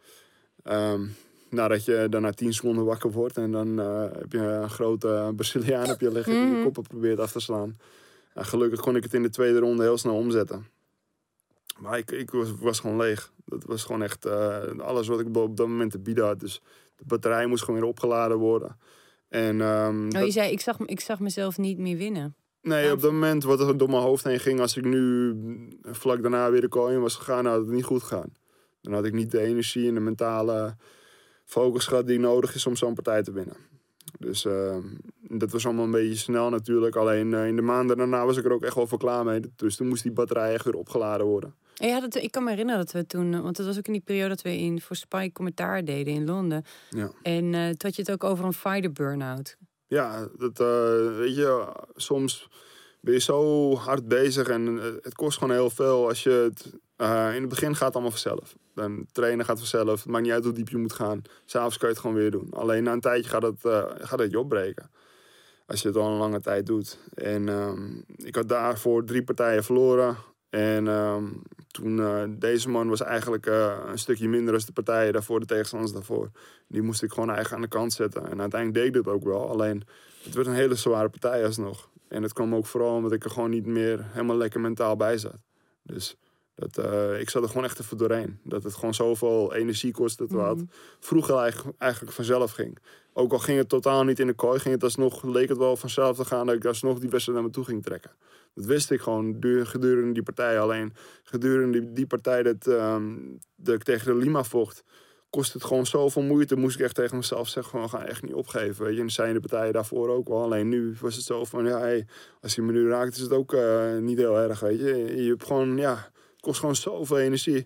Nadat je daarna 10 seconden wakker wordt. En dan heb je een grote Braziliaan op je liggen die je koppen probeert af te slaan. Gelukkig kon ik het in de tweede ronde heel snel omzetten. Maar ik was gewoon leeg. Dat was gewoon echt alles wat ik op dat moment te bieden had. Dus de batterij moest gewoon weer opgeladen worden. En, je zei, ik zag mezelf niet meer winnen. Nee, op dat moment wat er door mijn hoofd heen ging... als ik nu vlak daarna weer de kooi in was gegaan... had het niet goed gegaan. Dan had ik niet de energie en de mentale focus gehad... die nodig is om zo'n partij te winnen. Dus dat was allemaal een beetje snel natuurlijk. Alleen in de maanden daarna was ik er ook echt wel voor klaar mee. Dus toen moest die batterij echt weer opgeladen worden. Ja, ik kan me herinneren dat we toen... want dat was ook in die periode dat we voor Spike commentaar deden in Londen. Ja. En toen had je het ook over een fighter burn-out. Ja, weet je, soms ben je zo hard bezig en het kost gewoon heel veel als je het... in het begin gaat het allemaal vanzelf. Dan trainen gaat vanzelf. Het maakt niet uit hoe diep je moet gaan. 's Avonds kan je het gewoon weer doen. Alleen na een tijdje gaat het je opbreken. Als je het al een lange tijd doet. En ik had daarvoor 3 partijen verloren. En toen deze man was eigenlijk een stukje minder als de partijen daarvoor, de tegenstanders daarvoor. Die moest ik gewoon eigenlijk aan de kant zetten. En uiteindelijk deed ik dat ook wel. Alleen, het werd een hele zware partij alsnog. En het kwam ook vooral omdat ik er gewoon niet meer helemaal lekker mentaal bij zat. Dus ik zat er gewoon echt even doorheen. Dat het gewoon zoveel energie kostte. Terwijl het vroeger eigenlijk vanzelf ging. Ook al ging het totaal niet in de kooi, leek het wel vanzelf te gaan dat ik alsnog die wedstrijd naar me toe ging trekken. Dat wist ik gewoon gedurende die partij. Alleen gedurende die partij dat ik tegen de Lima vocht, kost het gewoon zoveel moeite. Moest ik echt tegen mezelf zeggen, gewoon ga echt niet opgeven. Weet je? En dat zijn de partijen daarvoor ook wel. Alleen nu was het zo van, als je me nu raakt, is het ook niet heel erg. Weet je? Je hebt gewoon, het kost gewoon zoveel energie.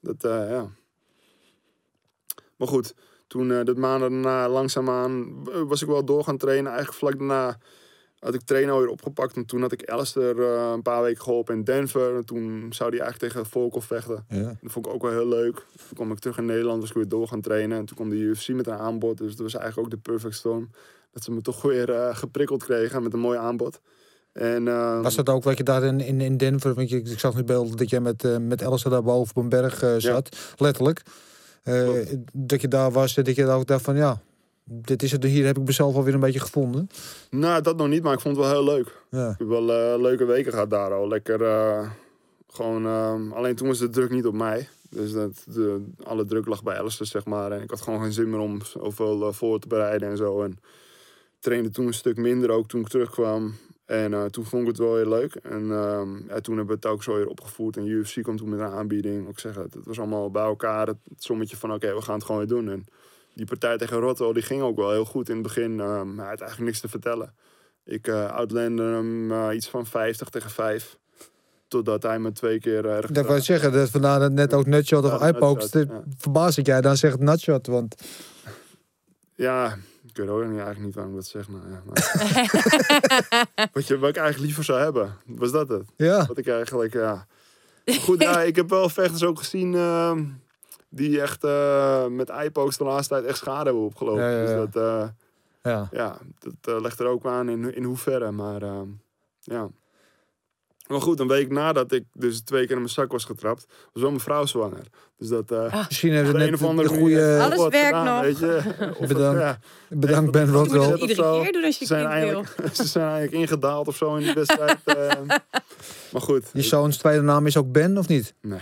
Maar goed, toen dat maanden daarna langzaamaan was ik wel door gaan trainen. Eigenlijk vlak daarna had ik trainen alweer opgepakt. En toen had ik Alistair een paar weken geholpen in Denver. En toen zou hij eigenlijk tegen Volkov vechten. Ja. Dat vond ik ook wel heel leuk. Toen kwam ik terug in Nederland, was ik weer door gaan trainen. En toen kwam de UFC met een aanbod. Dus dat was eigenlijk ook de perfect storm. Dat ze me toch weer geprikkeld kregen met een mooi aanbod. En, was dat ook wat je daar in Denver... Want ik zag nu beelden dat jij met Alistair daar boven op een berg zat. Ja. Letterlijk. Dat je daar was en dat je ook dacht van dit is het, hier heb ik mezelf alweer een beetje gevonden. Nou, dat nog niet, maar ik vond het wel heel leuk. Ja. Ik heb wel leuke weken gehad daar al. Lekker alleen toen was de druk niet op mij. Dus alle druk lag bij Alistair, zeg maar. En ik had gewoon geen zin meer om zoveel voor te bereiden en zo. En trainde toen een stuk minder ook toen ik terugkwam. En toen vond ik het wel heel leuk. En toen hebben we het ook zo weer opgevoerd. En UFC kwam toen met een aanbieding. Ik zeg het was allemaal bij elkaar. Het sommetje van oké, we gaan het gewoon weer doen. En die partij tegen Rotto, die ging ook wel heel goed in het begin. Hij had eigenlijk niks te vertellen. Ik outlandde hem iets van 50-5. Totdat hij me 2 keer erg... Dat wil zeggen, dat vandaar net ook nutshot of eyepokes. Verbaas ik jij, dan zegt nutshot, want... Ja, ik weet ook eigenlijk niet waarom ik dat zeg. Nou, ja, maar... wat ik eigenlijk liever zou hebben, was dat het? Ja. Wat ik eigenlijk, Goed, ik heb wel vechters ook gezien... die echt met eyepokes de laatste tijd echt schade hebben opgelopen. Ja. Dus dat legt er ook aan in hoeverre. Maar Maar goed, een week nadat ik dus 2 keer in mijn zak was getrapt, was wel mijn vrouw zwanger. Dus dat misschien hebben we net een of andere goede... Alles werkt gedaan, nog. Weet je. Bedankt Ben Rothwell. Dat moet je iedere keer doen als je kind wil. Ze zijn eigenlijk ingedaald of zo in die wedstrijd. Maar goed. Je zoons tweede naam is ook Ben, of niet? Nee.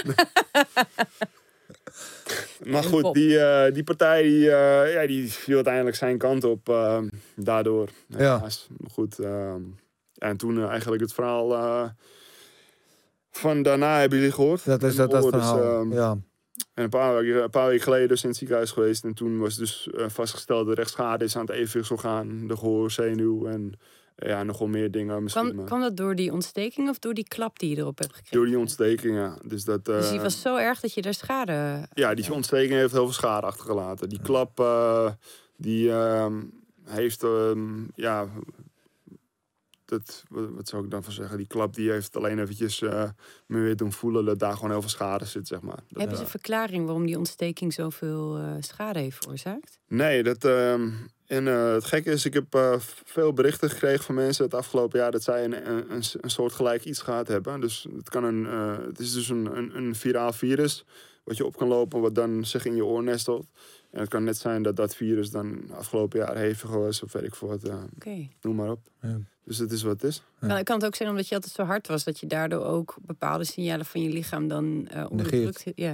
Maar goed, die partij die viel uiteindelijk zijn kant op daardoor. Helaas. Maar goed, en toen eigenlijk het verhaal van daarna hebben jullie gehoord. Dat is dat verhaal, ja. En een paar weken geleden dus in het ziekenhuis geweest. En toen was dus vastgesteld dat er echt schade is aan het evenwichtsorgaan, de gehoorzenuw en nog wel meer dingen. Kwam dat door die ontsteking of door die klap die je erop hebt gekregen? Door die ontsteking, ja. Dus die was zo erg dat je daar schade... Ja, die ontsteking heeft heel veel schade achtergelaten. Die klap, die heeft... wat zou ik dan van zeggen? Die klap die heeft alleen eventjes me weer doen voelen dat daar gewoon heel veel schade zit, zeg maar. Hebben ze een verklaring waarom die ontsteking zoveel schade heeft veroorzaakt? Nee, het gekke is, ik heb veel berichten gekregen van mensen het afgelopen jaar dat zij een soortgelijk iets gehad hebben. Dus het is dus een viraal virus wat je op kan lopen, wat dan zich in je oor nestelt. En het kan net zijn dat dat virus dan afgelopen jaar hevig was, of weet ik veel wat. Noem maar op. Ja. Dus het is wat het is. Ja. Kan het ook zijn omdat je altijd zo hard was, dat je daardoor ook bepaalde signalen van je lichaam dan onderdrukt? Ja,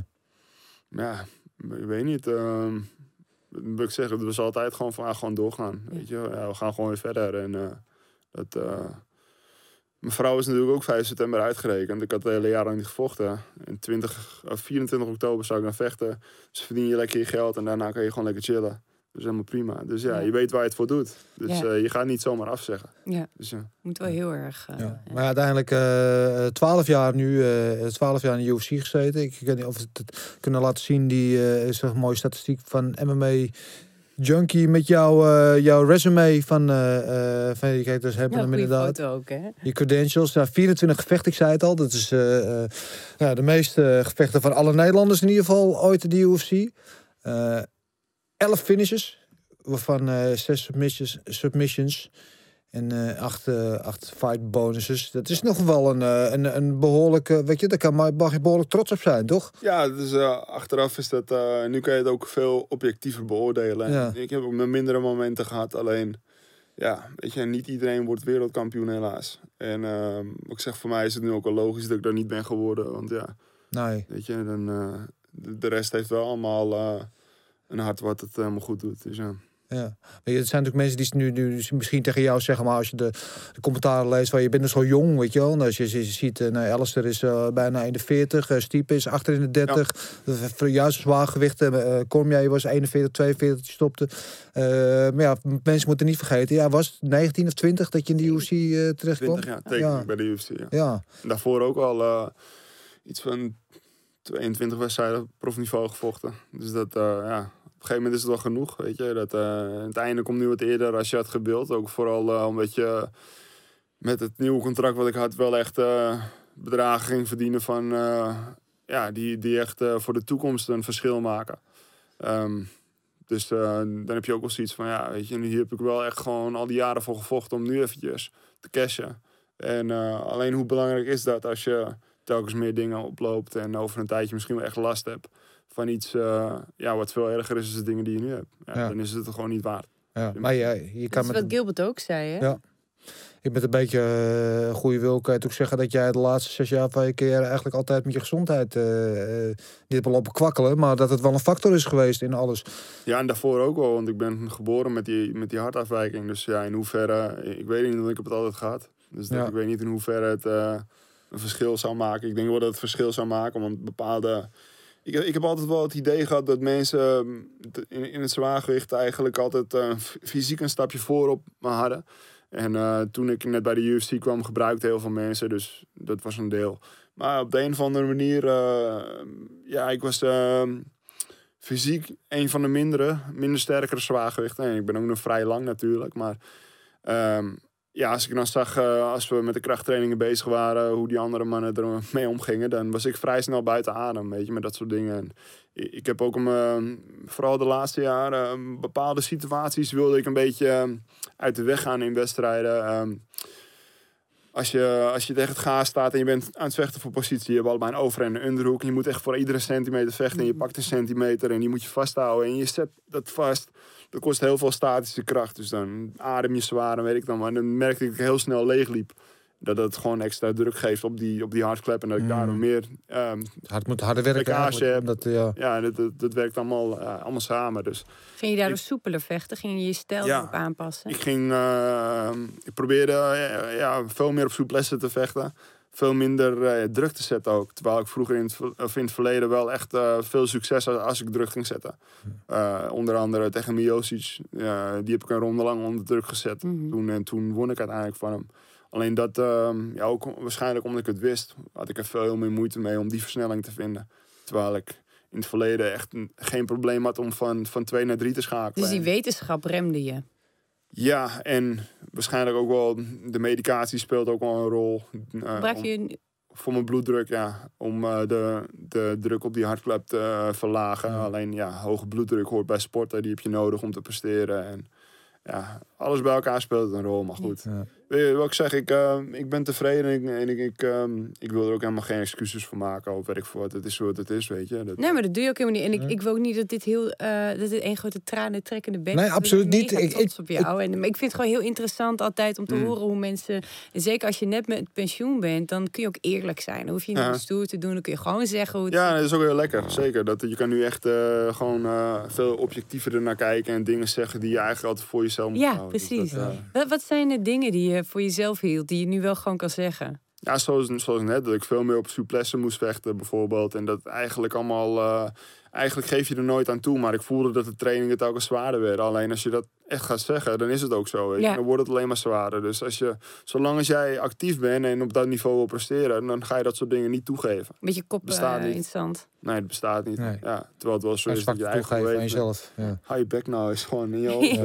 ik weet niet. Moet ik zeggen, het was altijd gewoon doorgaan. Ja. Weet je? Ja, we gaan gewoon weer verder. En mijn vrouw is natuurlijk ook 5 september uitgerekend. Ik had het hele jaar lang niet gevochten. En 24 oktober zou ik dan vechten. Dus verdien je lekker je geld en daarna kan je gewoon lekker chillen. Dus helemaal prima. Dus je weet waar je het voor doet. Dus je gaat niet zomaar afzeggen. Ja, dus, moet wel heel erg... Maar uiteindelijk 12 jaar nu, 12 jaar in de UFC gezeten. Ik weet niet of we het kunnen laten zien. Die is een mooie statistiek van MMA Junkie met jouw resume van kijk, dus hebben hem inderdaad. Ook, hè? Je credentials, 24 gevechten, ik zei het al. Dat is de meeste gevechten van alle Nederlanders in ieder geval ooit in de UFC. 11 finishes, waarvan 6 submissions en 8 fight bonuses. Dat is nog wel een behoorlijke, weet je, daar mag je behoorlijk trots op zijn, toch? Ja, dus achteraf is dat, nu kan je het ook veel objectiever beoordelen. Ja. Ik heb ook mijn mindere momenten gehad, alleen, ja, weet je, niet iedereen wordt wereldkampioen helaas. En ik zeg, voor mij is het nu ook wel logisch dat ik daar niet ben geworden, want ja, nee. Weet je, dan, de rest heeft wel allemaal een hart wat het helemaal goed doet, dus ja. Ja, het zijn natuurlijk mensen die nu misschien tegen jou zeggen, maar als je de commentaren leest van je bent nog zo jong, weet je wel. En als je ziet, Alistair is bijna in de 40, Stipe is achter in de 30, juist zwaargewichten. Cormier was 41, 42, die stopte. Maar ja, mensen moeten niet vergeten, ja, was 19 of 20 dat je in de UFC terecht kwam? 20 jaar, teken bij de UFC, ja. En daarvoor ook al iets van 22 wedstrijden op profniveau gevochten. Dus dat, op een gegeven moment is het wel genoeg, weet je. Dat, het einde komt nu wat eerder als je had gebeeld. Ook vooral omdat je met het nieuwe contract wat ik had wel echt bedragen ging verdienen van... die echt voor de toekomst een verschil maken. Dus dan heb je ook wel zoiets van, ja, weet je, hier heb ik wel echt gewoon al die jaren voor gevochten om nu eventjes te cashen. En alleen hoe belangrijk is dat als je telkens meer dingen oploopt en over een tijdje misschien wel echt last hebt van iets wat veel erger is dan de dingen die je nu hebt. Ja. Dan is het er gewoon niet waard. Ja, maar je kan dat is wat Gilbert ook zei, hè? Ja. Je bent een beetje goede wil, kan je ook zeggen dat jij de laatste 6 jaar van je keer eigenlijk altijd met je gezondheid niet hebt lopen kwakkelen, maar dat het wel een factor is geweest in alles. Ja, en daarvoor ook wel, want ik ben geboren met die hartafwijking. Dus ja, in hoeverre, ik weet niet, want ik heb het altijd gehad. Dus ik weet niet in hoeverre het een verschil zou maken. Ik denk wel dat het verschil zou maken, want bepaalde... Ik heb altijd wel het idee gehad dat mensen in het zwaargewicht eigenlijk altijd fysiek een stapje voorop me hadden. En toen ik net bij de UFC kwam, gebruikte heel veel mensen. Dus dat was een deel. Maar op de een of andere manier... ik was fysiek een van de minder sterkere zwaargewichten. En ik ben ook nog vrij lang natuurlijk. Maar als ik dan zag, als we met de krachttrainingen bezig waren, hoe die andere mannen ermee omgingen, dan was ik vrij snel buiten adem, weet je, met dat soort dingen. En ik heb ook vooral de laatste jaren, bepaalde situaties wilde ik een beetje uit de weg gaan in wedstrijden. Als je tegen het gaas staat en je bent aan het vechten voor positie, je hebt allebei een over- en een underhoek. En je moet echt voor iedere centimeter vechten. En je pakt een centimeter en die moet je vasthouden. En je zet dat vast. Dat kost heel veel statische kracht. Dus dan adem je zwaar en weet ik dan. Maar dan merkte ik dat ik heel snel leegliep. Dat het gewoon extra druk geeft op die hardklep. En dat ik daardoor meer het moet harder werken heb. Dat werkt allemaal samen. Dus ging je daardoor soepeler vechten? Ging je je stijl erop aanpassen? Ik probeerde veel meer op souplesse te vechten. Veel minder druk te zetten ook. Terwijl ik vroeger in het verleden wel echt veel succes had als ik druk ging zetten. Onder andere tegen Miocic. Die heb ik een ronde lang onder druk gezet. Toen won ik uiteindelijk van hem. Alleen dat, ook waarschijnlijk omdat ik het wist, had ik er veel meer moeite mee om die versnelling te vinden. Terwijl ik in het verleden echt geen probleem had om van 2 naar 3 te schakelen. Dus die wetenschap remde je? Ja, en waarschijnlijk ook wel de medicatie speelt ook wel een rol. Gebruik je... Voor mijn bloeddruk, ja. Om de druk op die hartklep te verlagen. Ja. Alleen, ja, hoge bloeddruk hoort bij sporten. Die heb je nodig om te presteren. En ja, alles bij elkaar speelt een rol. Maar goed. Ja. Weet je wat ik zeg? Ik ben tevreden. Ik wil er ook helemaal geen excuses voor maken. Of weet ik voor wat. Het is wat het is, weet je. Nee, maar dat doe je ook helemaal niet. En ik wil ook niet dat dit dat dit één grote tranentrekkende bek is. Nee, absoluut niet. Ik trots op jou. Maar ik vind het gewoon heel interessant altijd om te horen hoe mensen... En zeker als je net met pensioen bent, dan kun je ook eerlijk zijn. Dan hoef je niet stoer te doen. Dan kun je gewoon zeggen hoe het... Ja, dat is ook heel lekker. Zeker. Je kan nu echt gewoon veel objectiever naar kijken. En dingen zeggen die je eigenlijk altijd voor jezelf moet houden. Precies. Dus Wat zijn de dingen die je voor jezelf hield, die je nu wel gewoon kan zeggen? ja, zoals net, dat ik veel meer op souplesse moest vechten bijvoorbeeld. En dat eigenlijk allemaal... eigenlijk geef je er nooit aan toe. Maar ik voelde dat de trainingen telkens zwaarder werden. Alleen als je dat echt gaat zeggen, dan is het ook zo. Weet je? Dan wordt het alleen maar zwaarder. Dus zolang als jij actief bent en op dat niveau wil presteren... dan ga je dat soort dingen niet toegeven. Met je kop in het zand. Nee, het bestaat niet. Nee. Ja, terwijl het wel zo is dat je eigen toegeven aan weet. jezelf. Ja. Hou je bek nou is gewoon in je hoofd.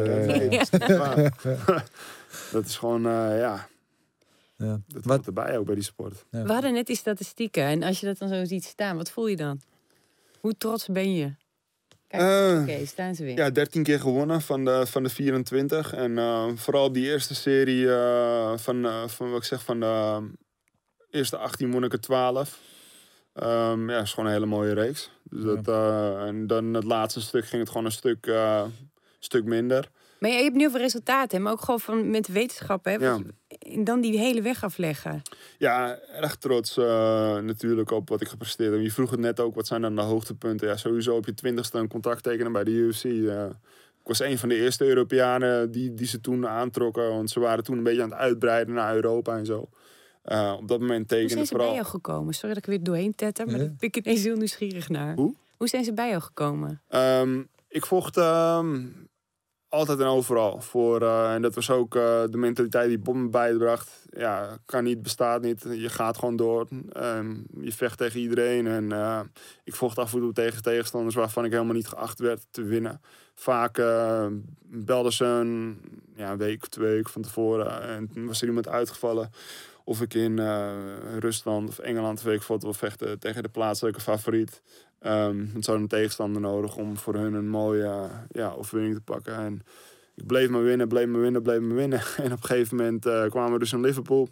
Dat is gewoon, Ja. dat hoort erbij ook bij die sport. Ja. We hadden net die statistieken. En als je dat dan zo ziet staan, wat voel je dan? Hoe trots ben je? Kijk, oké, staan ze weer. Ja, 13 keer gewonnen van de 24. En vooral die eerste serie van wat ik zeg, van de eerste 18 won ik er 12. Ja, is gewoon een hele mooie reeks. Dus en dan het laatste stuk ging het gewoon een stuk minder. Maar je hebt nu veel resultaten, hè? Maar ook gewoon met wetenschap, hè? Ja. En dan die hele weg afleggen. Ja, erg trots natuurlijk op wat ik gepresteerd heb. Je vroeg het net ook, wat zijn dan de hoogtepunten? Ja, sowieso op je 20ste een contract tekenen bij de UFC. Ik was een van de eerste Europeanen die ze toen aantrokken. Want ze waren toen een beetje aan het uitbreiden naar Europa en zo. Op dat moment tekende Hoe zijn ze vooral... bij jou gekomen? Sorry dat ik weer doorheen tetter, maar daar ben ik ineens heel nieuwsgierig naar. Hoe zijn ze bij jou gekomen? Ik vocht altijd en overal voor. En dat was ook de mentaliteit die Bob me bijbracht. Ja, kan niet, bestaat niet. Je gaat gewoon door. Je vecht tegen iedereen. En ik vocht af en toe tegen tegenstanders waarvan ik helemaal niet geacht werd te winnen. Vaak belden ze een week of 2 weken van tevoren. En toen was er iemand uitgevallen. Of ik in Rusland of Engeland wil vechten tegen de plaatselijke favoriet. Het zou een tegenstander nodig om voor hun een mooie overwinning te pakken. En ik bleef maar winnen. En op een gegeven moment kwamen we dus in Liverpool.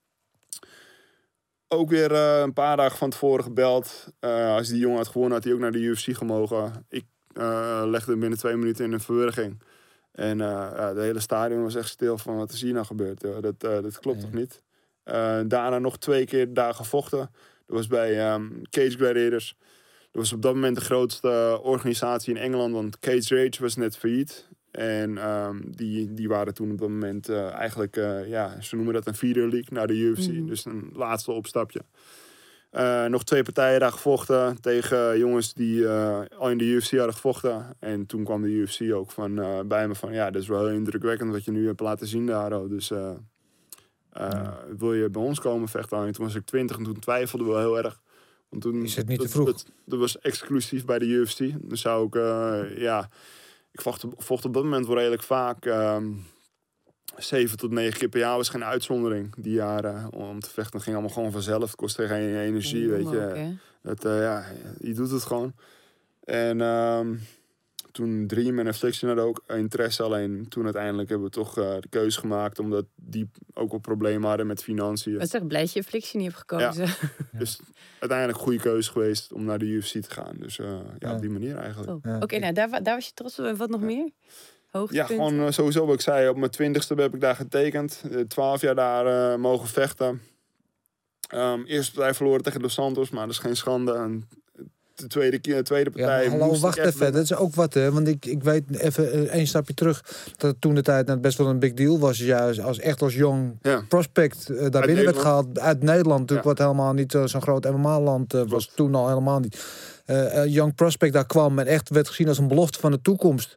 Ook weer een paar dagen van tevoren gebeld. Als die jongen had gewonnen, had hij ook naar de UFC gemogen. Ik legde hem binnen 2 minuten in een verwurging. En de hele stadion was echt stil van wat is hier nou gebeurd. Dat klopt toch niet? Daarna nog 2 keer daar gevochten. Dat was bij Cage Gladiators. Dat was op dat moment de grootste organisatie in Engeland, want Cage Rage was net failliet. En die waren toen op dat moment ze noemen dat een feeder league naar de UFC. Dus een laatste opstapje. Nog 2 partijen daar gevochten tegen jongens die al in de UFC hadden gevochten. En toen kwam de UFC ook bij me van, ja, dat is wel heel indrukwekkend wat je nu hebt laten zien daar. Dus wil je bij ons komen vechten? En toen was ik 20 en toen twijfelde we wel heel erg. Want toen, is het niet te vroeg? Dat was exclusief bij de UFC. Dan zou ik, ik vocht op dat moment wel redelijk vaak. 7 tot 9 keer per jaar was geen uitzondering die jaren om te vechten. Dat ging allemaal gewoon vanzelf. Het kostte geen energie, weet je. Je doet het gewoon. En toen Dream en Affliction hadden ook interesse. Alleen toen uiteindelijk hebben we toch de keuze gemaakt. Omdat die ook wel problemen hadden met financiën. Wat zeg, blij dat je Affliction niet hebt gekozen. Ja. Dus uiteindelijk een goede keuze geweest om naar de UFC te gaan. Dus op die manier eigenlijk. Oh. Oké, nou daar was je trots op. En wat nog meer? Hoogtepunten? Ja, gewoon sowieso wat ik zei. Op mijn 20ste heb ik daar getekend. 12 jaar daar mogen vechten. Eerste partij verloren tegen Dos Santos, maar dat is geen schande. En de tweede partij... Ja, hallo, wacht even. Dat is ook wat, hè. Want ik weet even 1 stapje terug. Dat het toen de tijd best wel een big deal was. Juist als jong prospect daar binnen werd gehaald. Uit Nederland natuurlijk, wat helemaal niet zo'n groot MMA-land was. Toen al helemaal niet. Young prospect daar kwam en echt werd gezien als een belofte van de toekomst.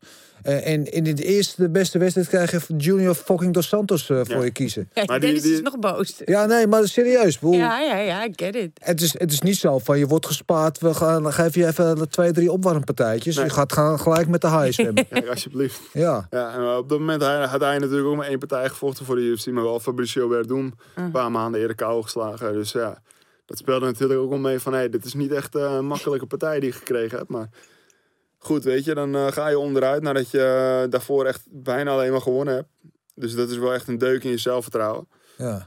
En in de eerste beste wedstrijd krijg je Junior fucking Dos Santos voor je kiezen. Ja, Maar Dennis die- is nog boos. Ja, nee, maar serieus. Bedoel, Ja, I get it. Het is niet zo van je wordt gespaard, dan geef je even 2-3 opwarmpartijtjes. Nee. Je gaat gelijk met de high zwemmen. Ja, alsjeblieft. Ja. Ja, en op dat moment had hij natuurlijk ook maar 1 partij gevochten voor de UFC. Maar wel Fabricio Werdum. Een paar maanden eerder KO geslagen. Dus ja, dat speelde natuurlijk ook wel mee van... Hey, dit is niet echt een makkelijke partij die je gekregen hebt. Maar goed, weet je, dan ga je onderuit nadat je daarvoor echt bijna alleen maar gewonnen hebt. Dus dat is wel echt een deuk in je zelfvertrouwen. Ja.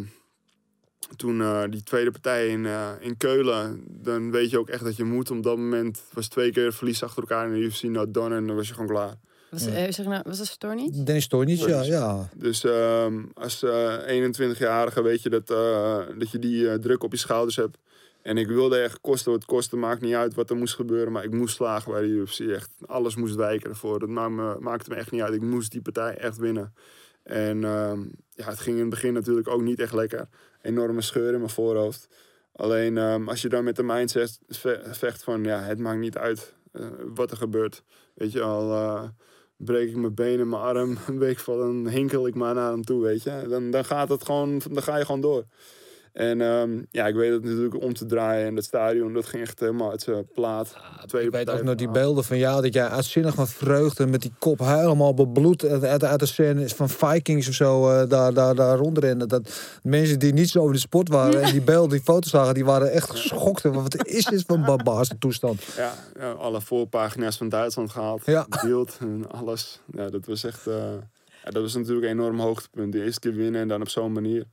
Toen die tweede partij in Keulen, dan weet je ook echt dat je moet. Op dat moment was 2 keer verlies achter elkaar in de UFC not done en dan was je gewoon klaar. Was dat Stornic? Dennis Stornic, ja. Dus als 21-jarige weet je dat je die druk op je schouders hebt. En ik wilde echt kosten wat kosten, maakt niet uit wat er moest gebeuren. Maar ik moest slagen bij de UFC, echt. Alles moest wijken ervoor, dat maakte me echt niet uit. Ik moest die partij echt winnen. En ja, het ging in het begin natuurlijk ook niet echt lekker. Enorme scheur in mijn voorhoofd. Alleen als je dan met de mindset vecht van... ja, het maakt niet uit wat er gebeurt. Weet je al, breek ik mijn benen, mijn arm... een week van, dan hinkel ik maar naar hem toe, weet je. Dan gaat het gewoon, dan ga je gewoon door. En ja, ik weet het natuurlijk om te draaien. En dat stadion, dat ging echt helemaal uit zijn plaat. Ik weet ook nog die beelden van jou, dat jij uitzinnig van vreugde met die kop helemaal bebloed uit de scène van Vikings of zo daar rondrennen. Dat mensen die niet zo over de sport waren en die beelden, die foto's zagen, die waren echt geschokt. Wat is dit voor een barbaarse toestand? Ja, alle voorpagina's van Duitsland gehaald. Ja. Beeld en alles. Ja, dat was echt... ja, dat was natuurlijk een enorm hoogtepunt. De eerste keer winnen en dan op zo'n manier.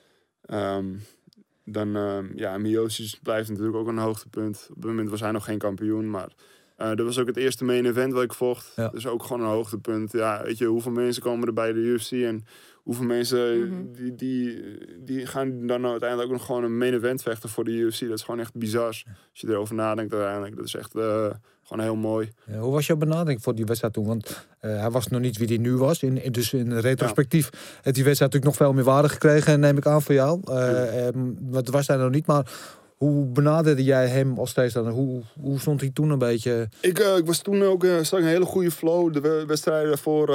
Ja, Miocic blijft natuurlijk ook een hoogtepunt. Op het moment was hij nog geen kampioen, maar dat was ook het eerste main event wat ik vocht. Ja. Dus ook gewoon een hoogtepunt. Ja, weet je, hoeveel mensen komen er bij de UFC en hoeveel mensen die gaan dan uiteindelijk ook nog gewoon een main event vechten voor de UFC. Dat is gewoon echt bizar. Als je erover nadenkt uiteindelijk. Dat is echt gewoon heel mooi. Ja, hoe was jouw benadering voor die wedstrijd toen? Want hij was nog niet wie hij nu was. Dus in retrospectief heeft die wedstrijd natuurlijk nog veel meer waarde gekregen, neem ik aan voor jou. Wat was hij nog niet, maar hoe benaderde jij hem als tegenstander? Hoe stond hij toen een beetje? Ik was toen ook zag een hele goede flow. De wedstrijden daarvoor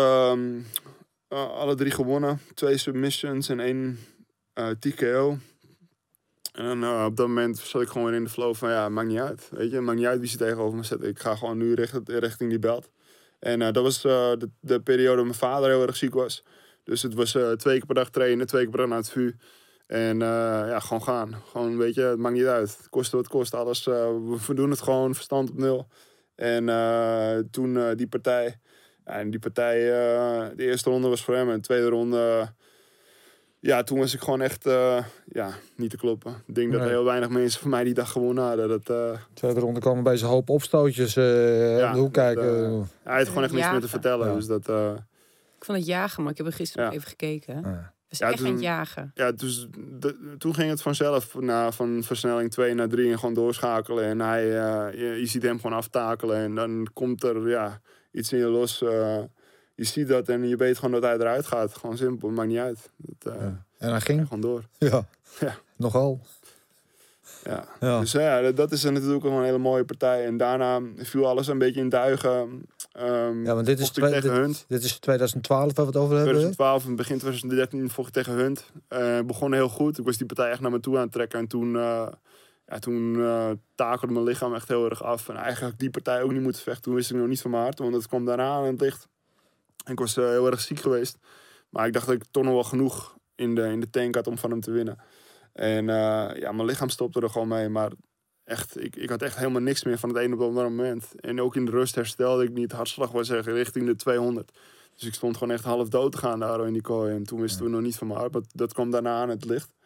alle 3 gewonnen. 2 submissions en 1 TKO. En dan op dat moment zat ik gewoon weer in de flow van ja, maakt niet uit. Weet je, maakt niet uit wie ze tegenover me zet. Ik ga gewoon nu richting die belt. En dat was de periode dat mijn vader heel erg ziek was. Dus het was 2 keer per dag trainen, 2 keer per dag naar het VU. En ja, gewoon gaan. Gewoon, weet je, het maakt niet uit. Het kost wat het kost, alles. We doen het gewoon, verstand op 0. En toen die partij... Ja, en die partij, de eerste ronde was voor hem. En de tweede ronde... ja, toen was ik gewoon echt niet te kloppen. Ik denk dat heel weinig mensen van mij die dag gewonnen hadden. Tweede ronde kwamen bij zijn hoop opstootjes om de hoek kijken. Hij had gewoon echt niks meer te vertellen. Ja. Dus dat... Ik vond het jagen, maar ik heb er gisteren nog even gekeken. Het was echt toen, aan het jagen. Ja, dus toen ging het vanzelf van versnelling 2 naar 3 en gewoon doorschakelen. En hij, je ziet hem gewoon aftakelen. En dan komt er iets in je los. Je ziet dat en je weet gewoon dat hij eruit gaat. Gewoon simpel, maakt niet uit. En hij ging. Gewoon door. Ja, Ja. nogal. Ja. Ja. Dus dat is natuurlijk wel een hele mooie partij. En daarna viel alles een beetje in duigen. Ja, want dit is, vocht ik tegen Hunt. dit is 2012 waar we het over hebben. 2012 en begin 2013 vocht ik tegen Hunt. Begon heel goed. Ik was die partij echt naar me toe aan het trekken. En toen takelde mijn lichaam echt heel erg af. En eigenlijk die partij ook niet moeten vechten. Toen wist ik nog niet van mijn hart. Want het kwam daarna aan het licht. En ik was heel erg ziek geweest. Maar ik dacht dat ik toch nog wel genoeg in de tank had om van hem te winnen. En mijn lichaam stopte er gewoon mee. Maar echt, ik had echt helemaal niks meer van het een op het andere moment. En ook in de rust herstelde ik niet. Hartslag was echt richting de 200. Dus ik stond gewoon echt half dood te gaan daar in die kooi. En toen wisten we nog niet van mijn hart. Maar dat kwam daarna aan het licht.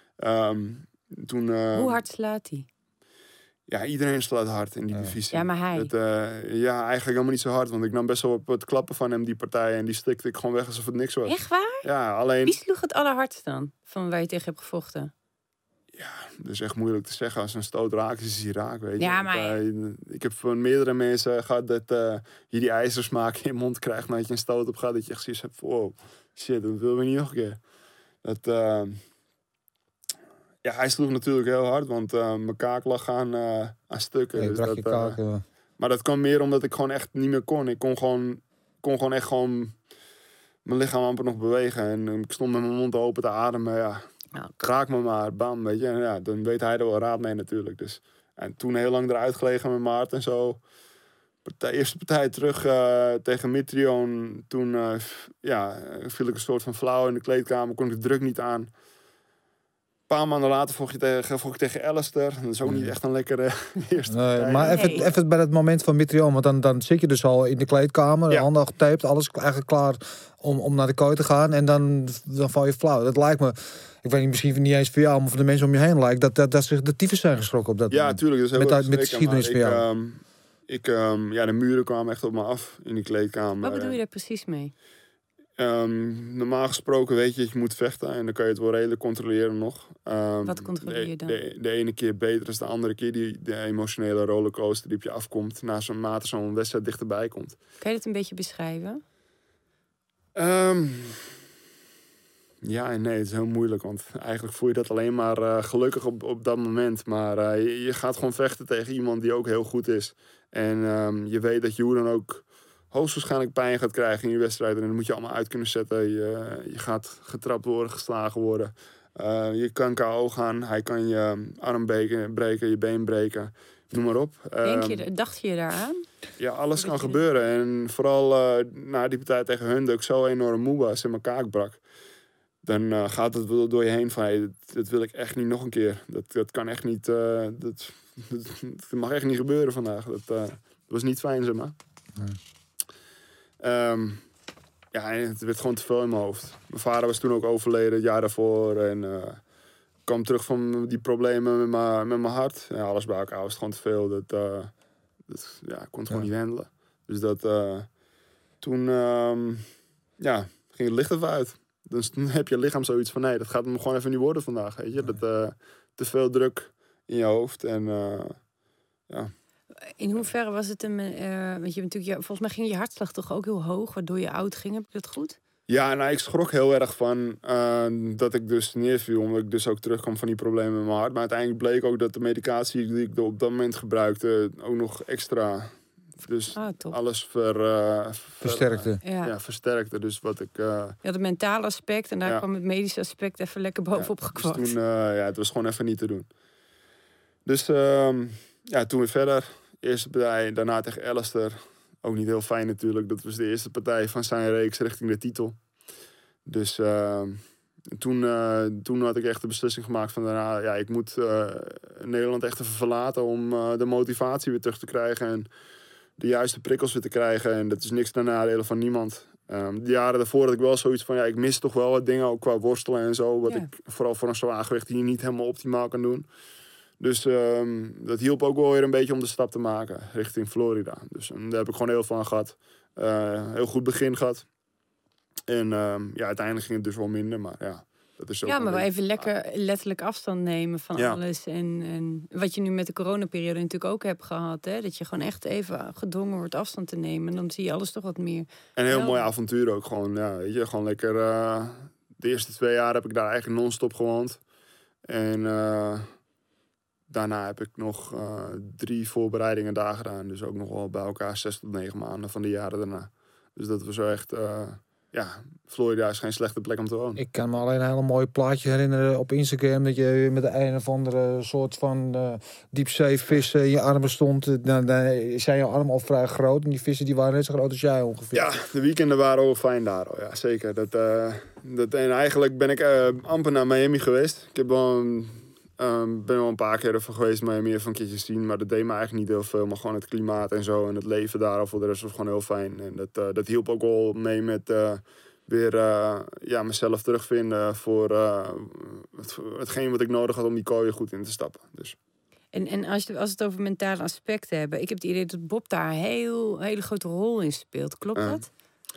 Hoe hard slaat hij? Ja, iedereen slaat hard in die divisie. Ja, maar hij? Eigenlijk helemaal niet zo hard. Want ik nam best wel op het klappen van hem, die partij. En die stikte ik gewoon weg alsof het niks was. Echt waar? Ja, alleen... Wie sloeg het allerhardst dan? Van waar je tegen hebt gevochten? Ja, dat is echt moeilijk te zeggen. Als een stoot raakt, is hij raak, weet je. Ja, maar... Ik heb van meerdere mensen gehad dat je die ijzersmaak in je mond krijgt nadat je een stoot op gaat. Dat je echt zoiets hebt van, wow, shit, dat willen we niet nog een keer. Ja, hij sloeg natuurlijk heel hard, want mijn kaak lag aan stukken. Ja, Dus brak je kaak, maar dat kwam meer omdat ik gewoon echt niet meer kon. Ik kon gewoon kon gewoon echt gewoon mijn lichaam amper nog bewegen. En ik stond met mijn mond open te ademen. Ja, raak me maar, bam, weet je. En ja, dan weet hij er wel raad mee natuurlijk. Dus, en toen heel lang eruit gelegen met mijn hart en zo. Eerste partij terug tegen Mitrione. Toen viel ik een soort van flauw in de kleedkamer. Kon ik de druk niet aan. Een paar maanden later vocht ik tegen Alistair. Dat is ook niet echt een lekkere eerste partij. Maar even bij het moment van Mitrione. Want dan zit je dus al in de kleedkamer. De handen al getaped. Alles eigenlijk klaar om naar de kooi te gaan. En dan val je flauw. Dat lijkt me... Ik weet niet, misschien niet eens voor jou, maar voor de mensen om je heen lijkt dat ze de tyfus zijn geschrokken op dat moment. Ja, tuurlijk. Met de geschiedenis van jou. De muren kwamen echt op me af in die kleedkamer. Wat bedoel je daar precies mee? Normaal gesproken weet je dat je moet vechten. En dan kan je het wel redelijk controleren nog. Wat controleer je dan? De ene keer beter dan de andere keer. De emotionele rollercoaster die op je afkomt. Naarmate zo'n wedstrijd dichterbij komt. Kan je dat een beetje beschrijven? Ja en nee, het is heel moeilijk. Want eigenlijk voel je dat alleen maar gelukkig op dat moment. Maar je gaat gewoon vechten tegen iemand die ook heel goed is. En je weet dat je hoe dan ook hoogstwaarschijnlijk pijn gaat krijgen in je wedstrijd. En dat moet je allemaal uit kunnen zetten. Je gaat getrapt worden, geslagen worden. Je kan KO gaan. Hij kan je arm breken, je been breken. Noem maar op. Dacht je daaraan? Ja, alles kan gebeuren. En vooral na die partij tegen hun, dat ik zo enorm moe was en mijn kaak brak. Dan gaat het wel door je heen van, hey, dat wil ik echt niet nog een keer. Dat kan echt niet, dat mag echt niet gebeuren vandaag. Dat was niet fijn, zeg maar. Het werd gewoon te veel in mijn hoofd. Mijn vader was toen ook overleden, het jaar daarvoor. En ik kwam terug van die problemen met mijn hart. Ja, alles bij elkaar was gewoon te veel. Ik kon het gewoon niet handelen. Dus toen ging het licht even uit. Dus dan heb je lichaam zoiets van, nee, dat gaat hem gewoon even niet worden vandaag. Weet je? Te veel druk in je hoofd. En In hoeverre was het want je natuurlijk, volgens mij ging je hartslag toch ook heel hoog, waardoor je oud ging. Heb ik dat goed? Ja, nou, ik schrok heel erg van dat ik dus neerviel. Omdat ik dus ook terugkwam van die problemen met mijn hart. Maar uiteindelijk bleek ook dat de medicatie die ik op dat moment gebruikte ook nog extra... Dus alles versterkte. Versterkte. Dus wat ik... Je had het mentale aspect en daar kwam het medische aspect even lekker bovenop gekwakt. Dus toen, het was gewoon even niet te doen. Dus toen weer verder. Eerste partij, daarna tegen Alistair. Ook niet heel fijn natuurlijk. Dat was de eerste partij van zijn reeks richting de titel. Dus toen had ik echt de beslissing gemaakt van daarna... ik moet Nederland echt even verlaten om de motivatie weer terug te krijgen... En de juiste prikkels weer te krijgen. En dat is niks ten nadele van niemand. De jaren daarvoor had ik wel zoiets van... ik mis toch wel wat dingen, ook qua worstelen en zo. Wat ik vooral voor een zwaargewicht hier niet helemaal optimaal kan doen. Dus dat hielp ook wel weer een beetje om de stap te maken richting Florida. Dus daar heb ik gewoon heel veel aan gehad. Heel goed begin gehad. En uiteindelijk ging het dus wel minder, maar ja... Dat is ook maar wel even lekker letterlijk afstand nemen van alles. En wat je nu met de coronaperiode natuurlijk ook hebt gehad. Hè? Dat je gewoon echt even gedwongen wordt afstand te nemen. En dan zie je alles toch wat meer. En een heel mooi avontuur ook gewoon. Ja, weet je, gewoon lekker... de eerste 2 jaar heb ik daar eigenlijk non-stop gewoond. En daarna heb ik nog 3 voorbereidingen daar gedaan. Dus ook nog wel bij elkaar 6 tot 9 maanden van de jaren daarna. Dus dat was wel echt... Florida is geen slechte plek om te wonen. Ik kan me alleen een hele mooi plaatje herinneren op Instagram... dat je met de een of andere soort van diepzeevissen in je armen stond. Dan zijn je armen al vrij groot. En die vissen die waren net zo groot als jij ongeveer. Ja, de weekenden waren ook fijn daar al. Ja, zeker. En eigenlijk ben ik amper naar Miami geweest. Ik heb ben wel een paar keer even geweest, Miami even een keertje zien. Maar dat deed me eigenlijk niet heel veel. Maar gewoon het klimaat en zo. En het leven daar al voor de rest was gewoon heel fijn. En dat hielp ook wel mee met weer mezelf terugvinden voor hetgeen wat ik nodig had om die kooi goed in te stappen. Dus. En als we het over mentale aspecten hebben... Ik heb het idee dat Bob daar een hele grote rol in speelt. Klopt dat?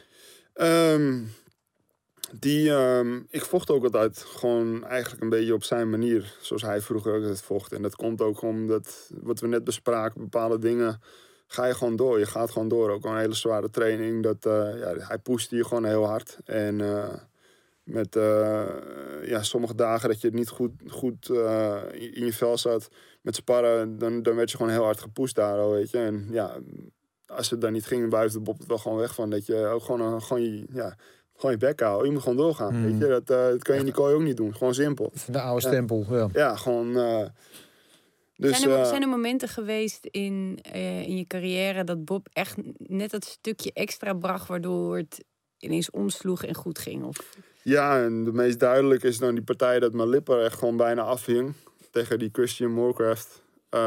Ik vocht ook altijd gewoon eigenlijk een beetje op zijn manier. Zoals hij vroeger ook het vocht. En dat komt ook omdat, wat we net bespraken, bepaalde dingen ga je gewoon door. Je gaat gewoon door. Ook een hele zware training. Hij pushte je gewoon heel hard. En met sommige dagen dat je het niet goed in je vel zat met sparren, dan werd je gewoon heel hard gepusht daar al, weet je. En ja, als het dan niet ging, wuifde Bob het wel gewoon weg van. Dat je ook gewoon je bek houden. Je moet gewoon doorgaan. Weet je? Dat kan je in die kooi ook niet doen. Gewoon simpel. De oude stempel, ja. Ja, gewoon... Dus, zijn er momenten geweest in je carrière dat Bob echt net dat stukje extra bracht, waardoor het ineens omsloeg en goed ging? Of? Ja, en de meest duidelijk is dan die partij dat mijn lip er echt gewoon bijna afhing. Tegen die Christian Moorcraft.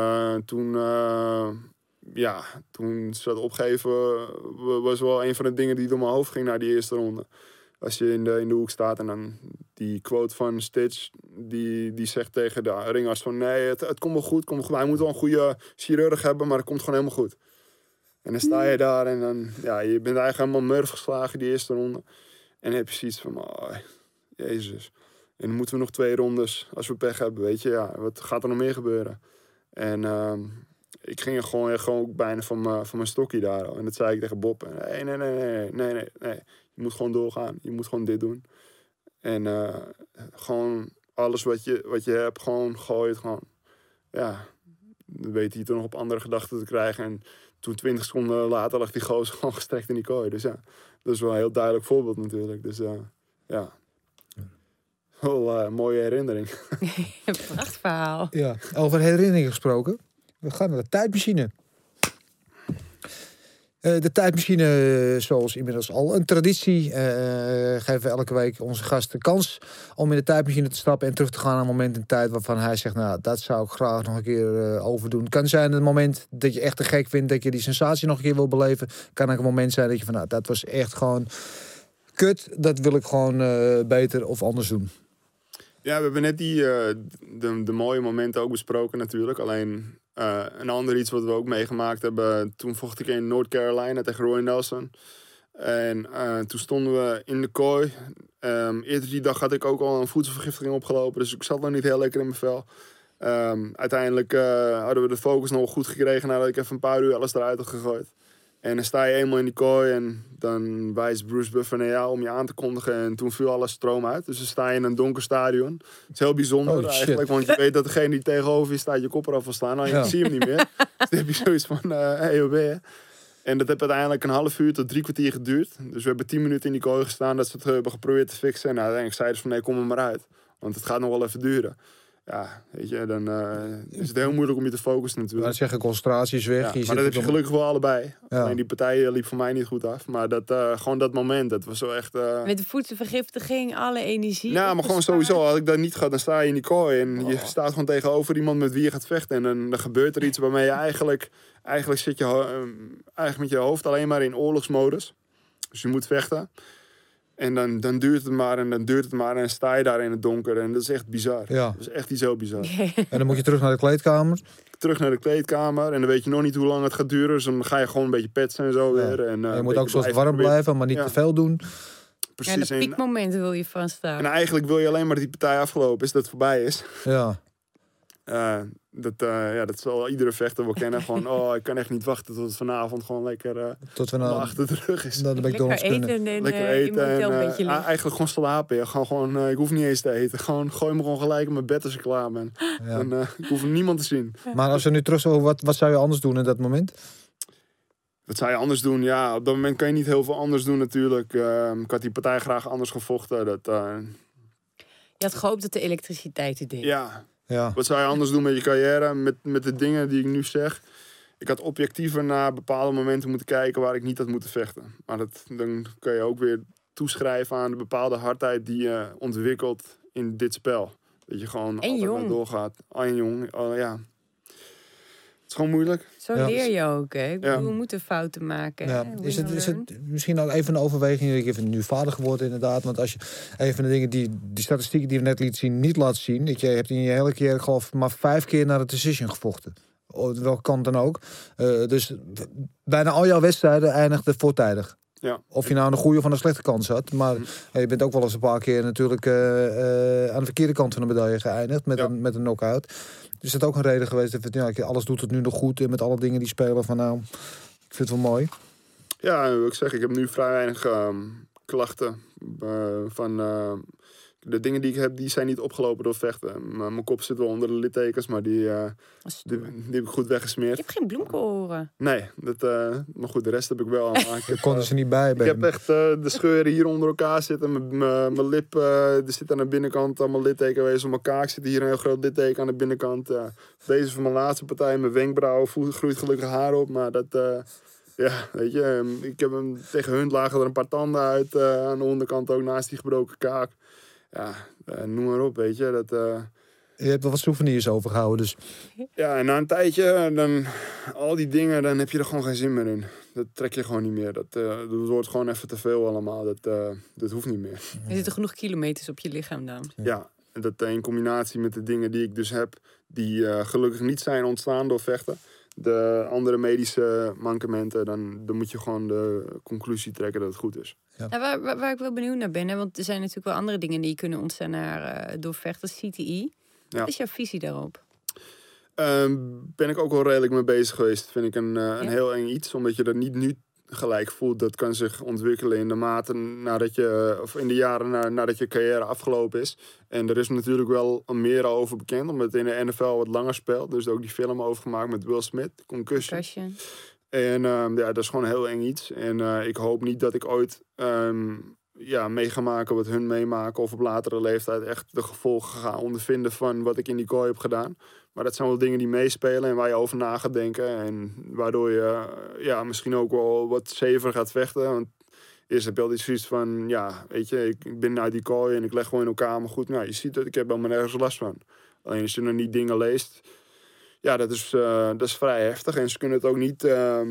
Toen ze dat opgeven was wel een van de dingen die door mijn hoofd ging naar die eerste ronde. Als je in de hoek staat en dan die quote van Stitch, die zegt tegen de ringarts van nee, het komt wel goed, Hij moet wel een goede chirurg hebben, maar het komt gewoon helemaal goed. En dan sta je daar en dan, je bent eigenlijk helemaal murf geslagen die eerste ronde. En dan heb je zoiets van, jezus. En dan moeten we nog 2 rondes als we pech hebben, weet je. Ja, wat gaat er nog meer gebeuren? En ik ging er gewoon ook bijna van mijn stokje daar. En dat zei ik tegen Bob. Nee. Je moet gewoon doorgaan. Je moet gewoon dit doen. En gewoon alles wat je hebt, gewoon gooi het gewoon. Ja, dan weet hij toch nog op andere gedachten te krijgen. En toen 20 seconden later lag die gozer gewoon gestrekt in die kooi. Dus ja, dat is wel een heel duidelijk voorbeeld natuurlijk. Dus ja... Wel mooie herinnering. Prachtverhaal. Ja, over herinneringen gesproken. We gaan naar de tijdmachine. De tijdmachine, zoals inmiddels al een traditie, geven we elke week onze gast de kans om in de tijdmachine te stappen en terug te gaan naar een moment in tijd waarvan hij zegt, nou, dat zou ik graag nog een keer overdoen. Het kan zijn het moment dat je echt te gek vindt, dat je die sensatie nog een keer wil beleven. Kan ook een moment zijn dat je van, nou, dat was echt gewoon kut, dat wil ik gewoon beter of anders doen. Ja, we hebben net de mooie momenten ook besproken natuurlijk. Alleen een ander iets wat we ook meegemaakt hebben. Toen vocht ik in North Carolina tegen Roy Nelson. En toen stonden we in de kooi. Eerder die dag had ik ook al een voedselvergiftiging opgelopen. Dus ik zat nog niet heel lekker in mijn vel. Uiteindelijk hadden we de focus nog wel goed gekregen nadat ik even een paar uur alles eruit had gegooid. En dan sta je eenmaal in die kooi en dan wijst Bruce Buffer naar jou om je aan te kondigen. En toen viel alles stroom uit. Dus dan sta je in een donker stadion. Het is heel bijzonder eigenlijk, want je weet dat degene die tegenover je staat je kop eraf wil slaan. Nou, je ziet hem niet meer. Dus dan heb je zoiets van, hey, hoe ben je? En dat heeft uiteindelijk een half uur tot 3 kwartier geduurd. Dus we hebben 10 minuten in die kooi gestaan dat ze het hebben geprobeerd te fixen. En uiteindelijk zeiden ze van, nee, kom er maar uit. Want het gaat nog wel even duren. Ja, weet je, dan is het heel moeilijk om je te focussen natuurlijk. Maar zeggen, concentratie is weg. Ja, maar dat heb je gelukkig wel allebei. Ja. Alleen die partij liep voor mij niet goed af. Maar gewoon dat moment, dat was zo echt... Met de voedselvergiftiging, alle energie. Ja, maar gewoon sowieso, had ik dat niet gehad, dan sta je in die kooi. En je staat gewoon tegenover iemand met wie je gaat vechten. En dan gebeurt er iets waarmee je eigenlijk zit je eigenlijk met je hoofd alleen maar in oorlogsmodus. Dus je moet vechten. En dan duurt het maar en dan duurt het maar en dan sta je daar in het donker. En dat is echt bizar. Ja. Dat is echt iets heel bizar. En dan moet je terug naar de kleedkamer. Terug naar de kleedkamer. En dan weet je nog niet hoe lang het gaat duren. Dus dan ga je gewoon een beetje petsen en zo weer. En, je moet ook zo warm blijven, maar niet te veel doen. Precies. Ja, de piekmomenten wil je van staan. En eigenlijk wil je alleen maar dat die partij afgelopen is, dat het voorbij is. Ja. Dat zal iedere vechter wel kennen. Gewoon, ik kan echt niet wachten tot het vanavond gewoon lekker tot we achter de rug is. Dat lekker eten en lekker eten en eigenlijk gewoon slapen. Ja. Gewoon, ik hoef niet eens te eten. Gooi me gewoon gelijk in mijn bed als ik klaar ben. Ja. En, ik hoef niemand te zien. Maar als we nu terug zo, wat zou je anders doen in dat moment? Wat zou je anders doen? Ja, op dat moment kan je niet heel veel anders doen natuurlijk. Ik had die partij graag anders gevochten. Je had gehoopt dat de elektriciteit het deed. Ja. Wat zou je anders doen met je carrière? Met de dingen die ik nu zeg. Ik had objectiever naar bepaalde momenten moeten kijken waar ik niet had moeten vechten. Maar dan kan je ook weer toeschrijven aan de bepaalde hardheid die je ontwikkelt in dit spel. Dat je gewoon altijd doorgaat. En jong, ja. Het is gewoon moeilijk. Zo leer je ook, hè? Ik bedoel, we moeten fouten maken. Ja. Is het misschien ook even een overweging? Ik ben nu vader geworden inderdaad. Want als je een van de dingen die statistieken die we net liet zien, niet laat zien. Dat je hebt in je hele keer, geloof maar 5 keer naar de decision gevochten. Welke kant dan ook. Dus bijna al jouw wedstrijden eindigden voortijdig. Ja. Of je nou een goede of een slechte kans had. Maar je bent ook wel eens een paar keer natuurlijk aan de verkeerde kant van de medaille geëindigd. Met een knock-out. Is dat ook een reden geweest dat alles doet het nu nog goed. En met alle dingen die spelen van nou, ik vind het wel mooi. Ja, wil ik zeg, ik heb nu vrij weinig klachten. Ik De dingen die ik heb, die zijn niet opgelopen door vechten. Mijn kop zit wel onder de littekens, maar die heb ik goed weggesmeerd. Je hebt geen bloemkoolhoren. Nee, maar goed, de rest heb ik wel. Ik kon er ze niet bij. Ik heb echt de scheuren hier onder elkaar zitten. Mijn lip, er zit aan de binnenkant allemaal litteken geweest op mijn kaak. Zit hier een heel groot litteken aan de binnenkant. Deze van mijn laatste partij, mijn wenkbrauwen, groeit gelukkig haar op. Maar dat, ja, weet je, ik heb hem tegen hun lagen er een paar tanden uit. Aan de onderkant ook naast die gebroken kaak. Ja, noem maar op, weet je. Je hebt wel wat souvenirs overgehouden, dus... Ja, en na een tijdje, dan al die dingen, dan heb je er gewoon geen zin meer in. Dat trek je gewoon niet meer. Dat wordt gewoon even te veel allemaal. Dat hoeft niet meer. Er zitten genoeg kilometers op je lichaam dan. Ja, en dat in combinatie met de dingen die ik dus heb, die gelukkig niet zijn ontstaan door vechten. De andere medische mankementen, dan moet je gewoon de conclusie trekken dat het goed is. Ja. Nou, waar ik wel benieuwd naar ben, hè, want er zijn natuurlijk wel andere dingen die kunnen ontstaan door vechten, CTI. Ja. Wat is jouw visie daarop? Ben ik ook wel redelijk mee bezig geweest. Vind ik een heel eng iets, omdat je dat niet nu gelijk voelt. Dat kan zich ontwikkelen in de mate in de jaren nadat je carrière afgelopen is. En er is natuurlijk wel meer over bekend, omdat het in de NFL wat langer speelt. Dus ook die film over gemaakt met Will Smith, Concussion. En dat is gewoon een heel eng iets. En ik hoop niet dat ik ooit mee ga maken wat hun meemaken, of op latere leeftijd echt de gevolgen ga ondervinden van wat ik in die kooi heb gedaan. Maar dat zijn wel dingen die meespelen en waar je over na gaat denken. En waardoor je misschien ook wel wat zever gaat vechten. Want eerst heb je altijd zoiets van, ja, weet je, ik ben uit die kooi en ik leg gewoon in elkaar. Maar goed, nou, je ziet dat ik heb helemaal nergens last van. Alleen als je dan die dingen leest, ja, dat is vrij heftig. En ze kunnen het ook niet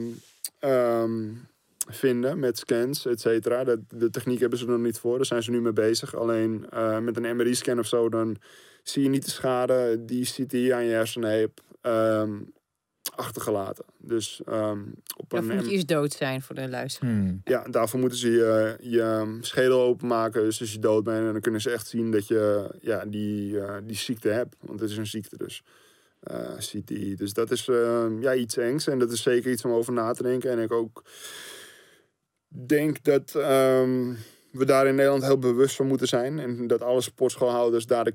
vinden met scans, et cetera. De techniek hebben ze er nog niet voor, daar zijn ze nu mee bezig. Alleen met een MRI-scan of zo, dan zie je niet de schade die CTI aan je hersenen heeft achtergelaten. Dus Daarvoor moet je eerst dood zijn voor de luisteraar. Ja, daarvoor moeten ze je schedel openmaken. Dus als je dood bent, en dan kunnen ze echt zien dat je die ziekte hebt. Want het is een ziekte dus. CTI. Dus dat is iets engs. En dat is zeker iets om over na te denken. En ik ook denk dat we daar in Nederland heel bewust van moeten zijn. En dat alle sportschoolhouders daar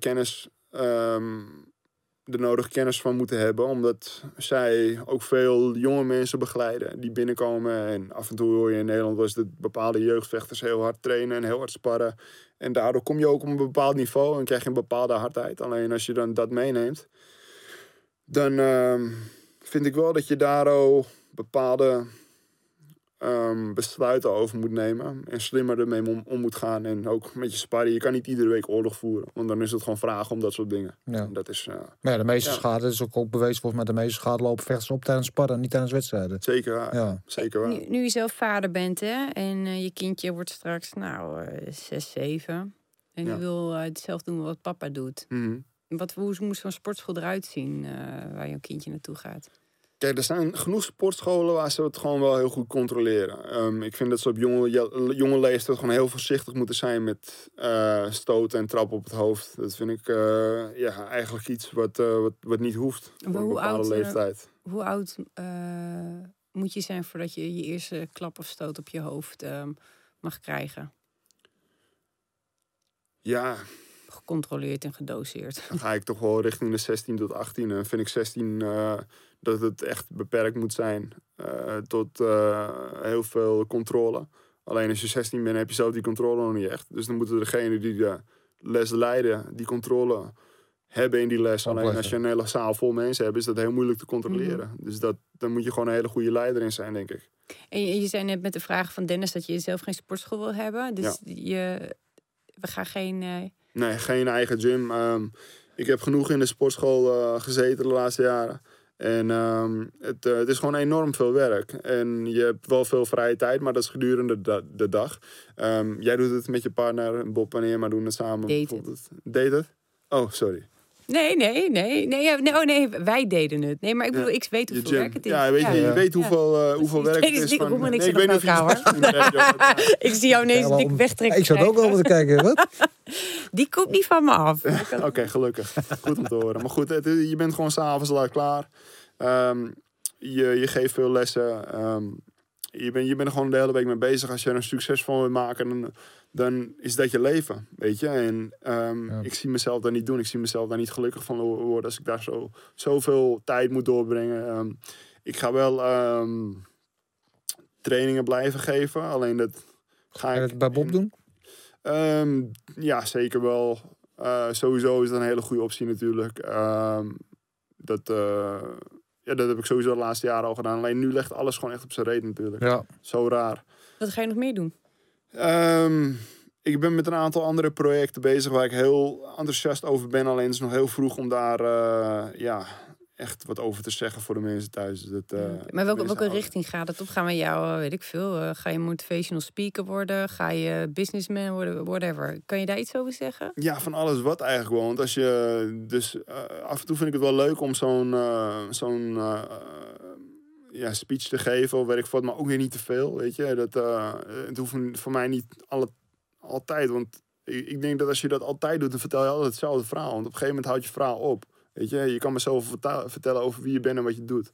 de nodige kennis van moeten hebben. Omdat zij ook veel jonge mensen begeleiden die binnenkomen. En af en toe hoor je in Nederland was dat bepaalde jeugdvechters heel hard trainen en heel hard sparren. En daardoor kom je ook op een bepaald niveau en krijg je een bepaalde hardheid. Alleen als je dan dat meeneemt, dan vind ik wel dat je daar ook bepaalde besluiten over moet nemen. En slimmer ermee om moet gaan. En ook met je sparren. Je kan niet iedere week oorlog voeren. Want dan is het gewoon vragen om dat soort dingen. Ja. En dat is, Maar ja, de meeste schade is ook bewezen. Volgens mij de meeste schade lopen vechters op tijdens sparren. Niet tijdens wedstrijden. zeker waar. Ja. Zeker waar. Nu je zelf vader bent, hè, en je kindje wordt straks 6, 7. En die wil hetzelfde doen wat papa doet. Mhm. Hoe moet zo'n sportschool eruit zien waar jouw kindje naartoe gaat? Kijk, er zijn genoeg sportscholen waar ze het gewoon wel heel goed controleren. Ik vind dat ze op jonge leeftijd gewoon heel voorzichtig moeten zijn met stoten en trappen op het hoofd. Dat vind ik eigenlijk iets wat niet hoeft voor een bepaalde leeftijd. Hoe oud moet je zijn voordat je je eerste klap of stoot op je hoofd mag krijgen? Ja, gecontroleerd en gedoseerd. Dan ga ik toch wel richting de 16 tot 18. En vind ik 16 dat het echt beperkt moet zijn tot heel veel controle. Alleen als je 16 bent, heb je zelf die controle nog niet echt. Dus dan moeten degenen die de les leiden, die controle hebben in die les. Alleen als je een hele zaal vol mensen hebt, is dat heel moeilijk te controleren. Dus dan moet je gewoon een hele goede leider in zijn, denk ik. En je zei net met de vraag van Dennis dat je zelf geen sportschool wil hebben. Dus we gaan geen... Nee, geen eigen gym. Ik heb genoeg in de sportschool gezeten de laatste jaren. En het is gewoon enorm veel werk. En je hebt wel veel vrije tijd, maar dat is gedurende de dag. Jij doet het met je partner, Bob en Irma doen het samen. Date het? Oh, sorry. Nee, wij deden het. Nee, maar ik bedoel, ik weet hoeveel werk het is. Ja, je weet hoeveel werk het is. Ik weet niet of je ik zie jou ineens dik wegtrekken. Ik zat ook al te kijken, wat? Die komt niet van me af. Oké, gelukkig. Goed om te horen. Maar goed, je bent gewoon 's avonds laat klaar. Je geeft veel lessen. je bent er gewoon de hele week mee bezig. Als je er een succes van wil maken, dan is dat je leven, weet je. En ik zie mezelf daar niet doen. Ik zie mezelf daar niet gelukkig van worden als ik daar zoveel tijd moet doorbrengen. Ik ga wel trainingen blijven geven. Alleen dat ga je dat bij Bob doen? Ja, zeker wel. Sowieso is dat een hele goede optie natuurlijk. Dat heb ik sowieso de laatste jaren al gedaan. Alleen nu legt alles gewoon echt op zijn reet natuurlijk. Ja. Zo raar. Wat ga je nog meer doen? Ik ben met een aantal andere projecten bezig waar ik heel enthousiast over ben. Alleen het is nog heel vroeg om daar echt wat over te zeggen voor de mensen thuis. Maar welke richting gaat het op? Gaan we jou, weet ik veel, ga je motivational speaker worden? Ga je businessman worden? Whatever. Kan je daar iets over zeggen? Ja, van alles wat eigenlijk wel. Want als je af en toe vind ik het wel leuk om zo'n speech te geven of weet ik wat, maar ook weer niet te veel, weet je. Het hoeft voor mij niet altijd, want ik denk dat als je dat altijd doet, dan vertel je altijd hetzelfde verhaal. Want op een gegeven moment houdt je verhaal op. Weet je kan me zoveel vertellen over wie je bent en wat je doet.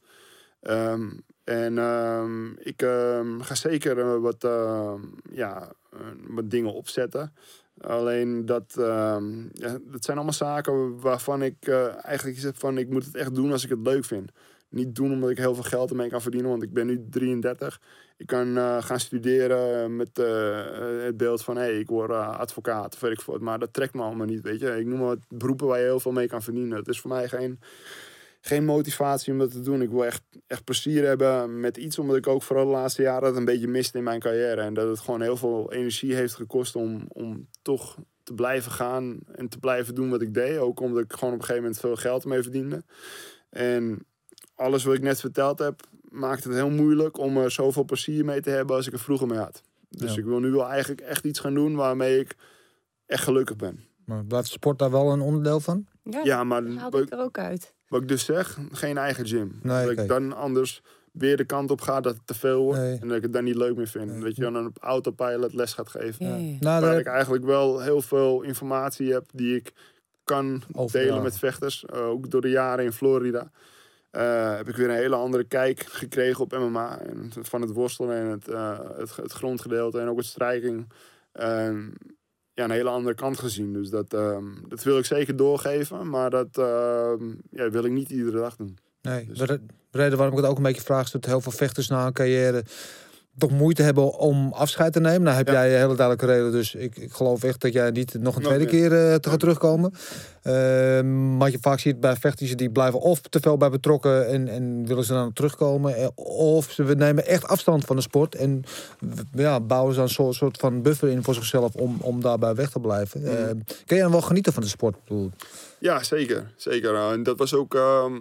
Ik ga zeker wat dingen opzetten. Alleen dat zijn allemaal zaken waarvan ik eigenlijk zeg van ik moet het echt doen als ik het leuk vind. Niet doen omdat ik heel veel geld ermee kan verdienen, want ik ben nu 33. Ik kan gaan studeren met het beeld van ik word advocaat of weet ik veel. Maar dat trekt me allemaal niet, weet je. Ik noem maar wat beroepen waar je heel veel mee kan verdienen. Het is voor mij geen motivatie om dat te doen. Ik wil echt plezier hebben met iets, omdat ik ook vooral de laatste jaren dat een beetje miste in mijn carrière. En dat het gewoon heel veel energie heeft gekost om toch te blijven gaan en te blijven doen wat ik deed. Ook omdat ik gewoon op een gegeven moment veel geld mee verdiende. En alles wat ik net verteld heb, maakt het heel moeilijk om er zoveel plezier mee te hebben als ik er vroeger mee had. Dus ik wil nu wel eigenlijk echt iets gaan doen waarmee ik echt gelukkig ben. Maar blijft sport daar wel een onderdeel van? Ja, maar haal ik er ook uit. Wat ik dus zeg, geen eigen gym. Nee, dat ik dan anders weer de kant op ga dat het te veel wordt. En dat ik het dan niet leuk meer vind. Nee. Dat je dan op autopilot les gaat geven. Ja. Nou, waar ik eigenlijk wel heel veel informatie heb die ik kan delen met vechters. Ook door de jaren in Florida. Heb ik weer een hele andere kijk gekregen op MMA. En van het worstelen en het grondgedeelte en ook het strijking. Een hele andere kant gezien. Dus dat wil ik zeker doorgeven. Maar dat wil ik niet iedere dag doen. Nee, dus. de reden waarom ik het ook een beetje vraag is dat heel veel vechters na een carrière toch moeite hebben om afscheid te nemen. Nou heb jij een hele duidelijke reden, dus ik geloof echt dat jij niet nog een tweede keer te gaat terugkomen. Wat je vaak ziet bij vechters, die blijven of te veel bij betrokken en willen ze dan terugkomen, of ze nemen echt afstand van de sport en bouwen ze dan een soort van buffer in voor zichzelf om daarbij weg te blijven. Kun je dan wel genieten van de sport? Ja, zeker. En dat was ook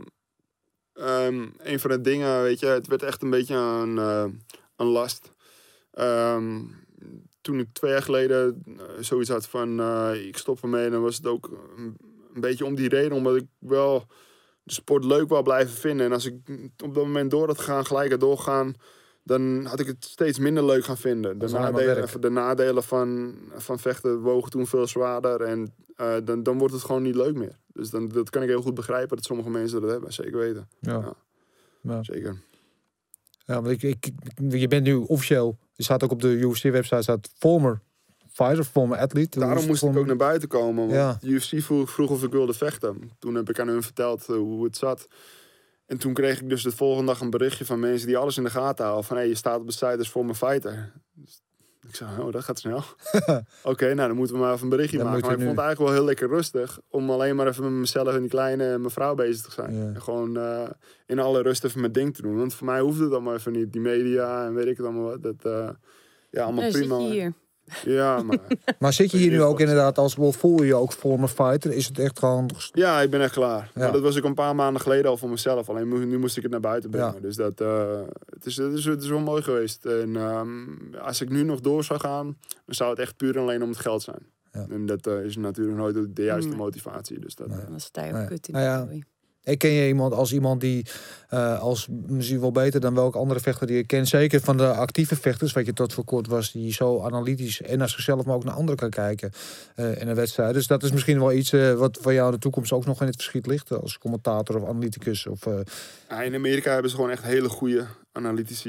een van de dingen, weet je, het werd echt een beetje een last. Toen ik 2 jaar geleden zoiets had van ik stop ermee, dan was het ook een beetje om die reden, omdat ik wel de sport leuk wou blijven vinden. En als ik op dat moment door had gegaan, gelijk had doorgaan, dan had ik het steeds minder leuk gaan vinden. De nadelen van vechten wogen toen veel zwaarder en dan wordt het gewoon niet leuk meer. Dus dat kan ik heel goed begrijpen dat sommige mensen dat hebben, zeker weten. Ja. Zeker. Ja, want je bent nu officieel, je staat ook op de UFC-website, staat former fighter, former athlete. Daarom moest ik ook naar buiten komen. Want de UFC vroeg of ik wilde vechten. Toen heb ik aan hun verteld hoe het zat. En toen kreeg ik dus de volgende dag een berichtje van mensen die alles in de gaten houden. Van je staat op de site als former fighter. Dus ik zei, dat gaat snel. Oké, dan moeten we maar even een berichtje maken. Maar ik vond het eigenlijk wel heel lekker rustig. Om alleen maar even met mezelf en die kleine mevrouw bezig te zijn. Ja. En gewoon in alle rust even mijn ding te doen. Want voor mij hoefde het allemaal even niet. Die media en weet ik het allemaal wat. Allemaal prima. Zit je hier. Ja, maar... Maar zit je hier nu ook inderdaad als voel je ook former fighter? Is het echt gewoon... Ja, ik ben echt klaar. Ja. Maar dat was ik een paar maanden geleden al voor mezelf. Alleen nu moest ik het naar buiten brengen. Ja. Dus het is wel mooi geweest. En als ik nu nog door zou gaan, dan zou het echt puur alleen om het geld zijn. Ja. En dat is natuurlijk nooit de juiste motivatie. Dus dat is het kut in de Ik ken je iemand die als misschien wel beter dan welke andere vechter die je kent, zeker van de actieve vechters, wat je tot voor kort was, die zo analytisch en naar zichzelf, maar ook naar anderen kan kijken in een wedstrijd. Dus dat is misschien wel iets wat voor jou in de toekomst ook nog in het verschiet ligt, als commentator of analyticus. In Amerika hebben ze gewoon echt hele goede analytici.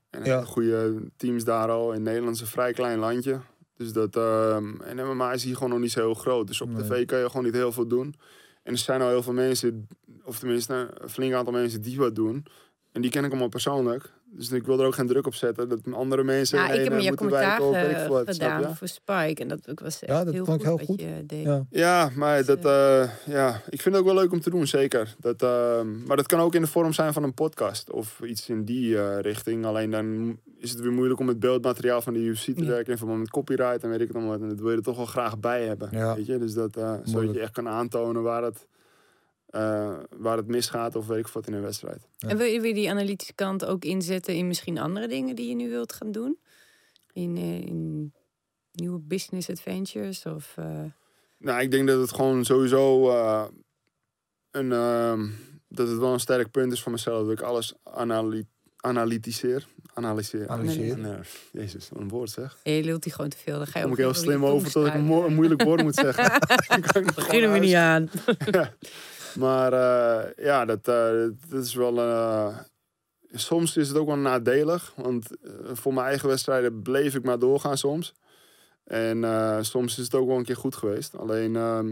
En goede teams daar al. In Nederland is een vrij klein landje. Dus dat, en MMA is hier gewoon nog niet zo heel groot. Dus op tv kan je gewoon niet heel veel doen. En er zijn al heel veel mensen, of tenminste een flink aantal mensen die wat doen. En die ken ik allemaal persoonlijk. Dus ik wil er ook geen druk op zetten. Dat andere mensen ik heb je commentaar commentaar gedaan voor Spike. En dat was echt dat heel vond ik goed heel goed. wat je deed. Ja, maar ik vind het ook wel leuk om te doen, zeker. Maar dat kan ook in de vorm zijn van een podcast. Of iets in die richting. Alleen dan is het weer moeilijk om het beeldmateriaal van de UFC te werken. In verband met copyright en weet ik het allemaal. En dat wil je er toch wel graag bij hebben. Ja. Weet je? Dus zodat je echt kan aantonen waar het misgaat of weet ik wat in een wedstrijd. Ja. En wil je weer die analytische kant ook inzetten in misschien andere dingen die je nu wilt gaan doen? In nieuwe business adventures? Of, Nou, ik denk dat het gewoon sowieso dat het wel een sterk punt is voor mezelf. Dat ik alles analyseer. Jezus, wat een woord zeg. je lult die gewoon te veel. Dan ga je Kom ook ik heel slim over tot ik een moeilijk woord moet zeggen. Beginnen we niet aan. Maar dat is wel... soms is het ook wel nadelig. Want voor mijn eigen wedstrijden bleef ik maar doorgaan soms. En soms is het ook wel een keer goed geweest. Alleen,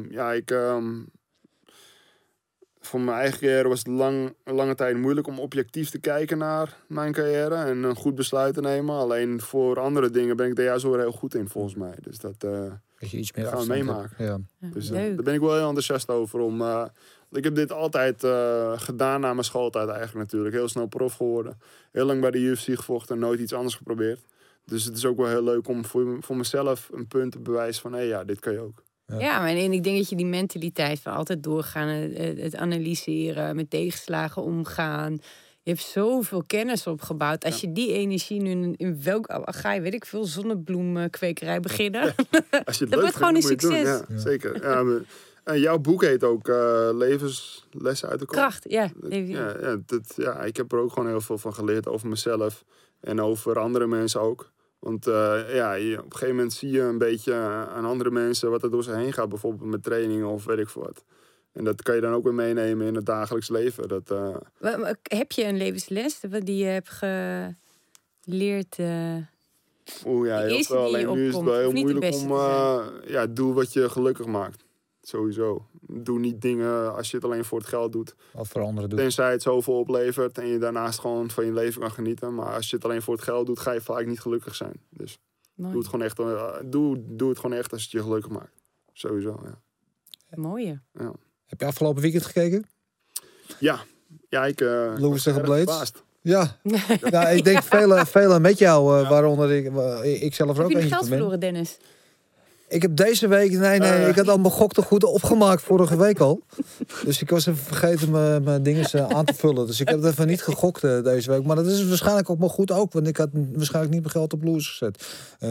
voor mijn eigen carrière was het lange tijd moeilijk om objectief te kijken naar mijn carrière. En een goed besluit te nemen. Alleen voor andere dingen ben ik daar juist wel heel goed in, volgens mij. Dus dat je iets meer gaan we meemaken. Ja. Dus daar ben ik wel heel enthousiast over. Ik heb dit altijd gedaan na mijn schooltijd eigenlijk natuurlijk. Heel snel prof geworden. Heel lang bij de UFC gevochten en nooit iets anders geprobeerd. Dus het is ook wel heel leuk om voor mezelf een punt te bewijzen van... dit kan je ook. Ja, maar en ik denk dat je die mentaliteit van altijd doorgaan... het analyseren, met tegenslagen omgaan... Je hebt zoveel kennis opgebouwd. Als je die energie nu in welk... Ga je, weet ik veel, zonnebloemkwekerij beginnen? Als je het dat wordt gewoon een succes. Ja, zeker. Ja, en jouw boek heet ook Levenslessen uit de Kracht, ja. Ik heb er ook gewoon heel veel van geleerd over mezelf. En over andere mensen ook. Want op een gegeven moment zie je een beetje aan andere mensen... wat er door ze heen gaat. Bijvoorbeeld met trainingen of weet ik veel wat. En dat kan je dan ook weer meenemen in het dagelijks leven. Heb je een levensles die je hebt geleerd? Heel veel. Alleen nu is het wel heel moeilijk om... doe wat je gelukkig maakt. Sowieso. Doe niet dingen als je het alleen voor het geld doet. Of voor anderen doet. Tenzij het zoveel oplevert en je daarnaast gewoon van je leven kan genieten. Maar als je het alleen voor het geld doet, ga je vaak niet gelukkig zijn. Dus doe het gewoon echt, doe het gewoon echt als het je gelukkig maakt. Sowieso, ja. Mooie. Ja. Heb je afgelopen weekend gekeken? Ja, ik... Lewis tegen Blades? Ja. Ja. Ik denk velen met jou, waaronder ik zelf er ook eentje van ben. Heb je ben. geld verloren, Dennis? Ik heb deze week... Nee, ik had al mijn gok goed opgemaakt vorige week al. Dus ik was even vergeten mijn dingen aan te vullen. Dus ik heb het even niet gegokt deze week. Maar dat is waarschijnlijk ook maar goed ook. Want ik had waarschijnlijk niet mijn geld op Lewis gezet.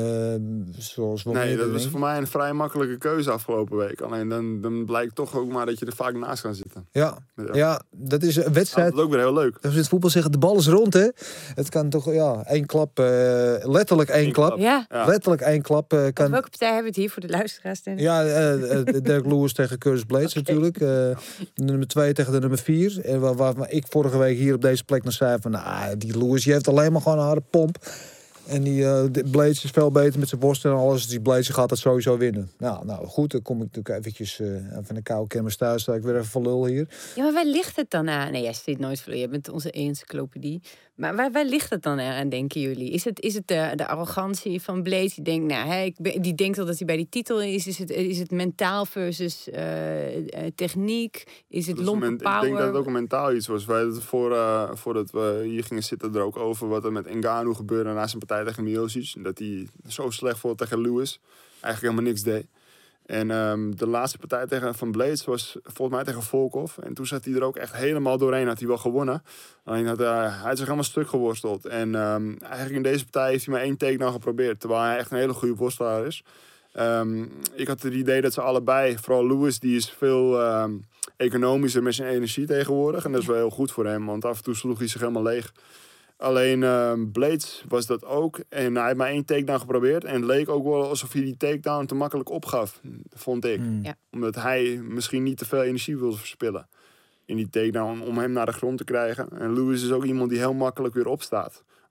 Dat was voor mij een vrij makkelijke keuze afgelopen week. Alleen dan blijkt toch ook maar dat je er vaak naast kan zitten. Ja, dat is een wedstrijd. Dat is ook weer heel leuk. Dat is het voetbal zeggen, de bal is rond, hè. Het kan toch, één klap. Letterlijk één klap. Ja. Letterlijk één klap. Kan... Welke partij hebben we het hier voor de luisteraars? Dennis? Ja, Derek Lewis tegen Curtis Blades natuurlijk. De nummer 2 tegen de nummer 4. En waar ik vorige week hier op deze plek nog zei van... die Lewis die heeft alleen maar gewoon een harde pomp. En die Blades is veel beter met zijn borst en alles. Die Blades gaat dat sowieso winnen. Nou goed, dan kom ik natuurlijk eventjes van de koude kermis thuis. Sta ik weer even van lul hier. Ja, maar waar ligt het dan aan? Nee, jij zit nooit voor. Je bent onze encyclopedie. Maar waar ligt het dan aan, denken jullie? Is het de arrogantie van Blades? Die denkt, die denkt al dat hij bij die titel is. Is het mentaal versus techniek? Is het lompe power? Ik denk dat het ook een mentaal iets was. Wij hadden voordat we hier gingen zitten er ook over wat er met Ngannou gebeurde na zijn partij tegen Miocic. Dat hij zo slecht vond tegen Lewis. Eigenlijk helemaal niks deed. En de laatste partij van Blades was volgens mij tegen Volkov. En toen zat hij er ook echt helemaal doorheen. Had hij wel gewonnen. Alleen hij had zich helemaal stuk geworsteld. En eigenlijk in deze partij heeft hij maar 1 takedown geprobeerd. Terwijl hij echt een hele goede worstelaar is. Ik had het idee dat ze allebei, vooral Lewis, die is veel economischer met zijn energie tegenwoordig. En dat is wel heel goed voor hem. Want af en toe sloeg hij zich helemaal leeg. Alleen Blades was dat ook. En hij heeft maar 1 takedown geprobeerd. En het leek ook wel alsof hij die takedown te makkelijk opgaf. Vond ik. Ja. Omdat hij misschien niet te veel energie wilde verspillen. In die takedown om hem naar de grond te krijgen. En Lewis is ook iemand die heel makkelijk weer opstaat.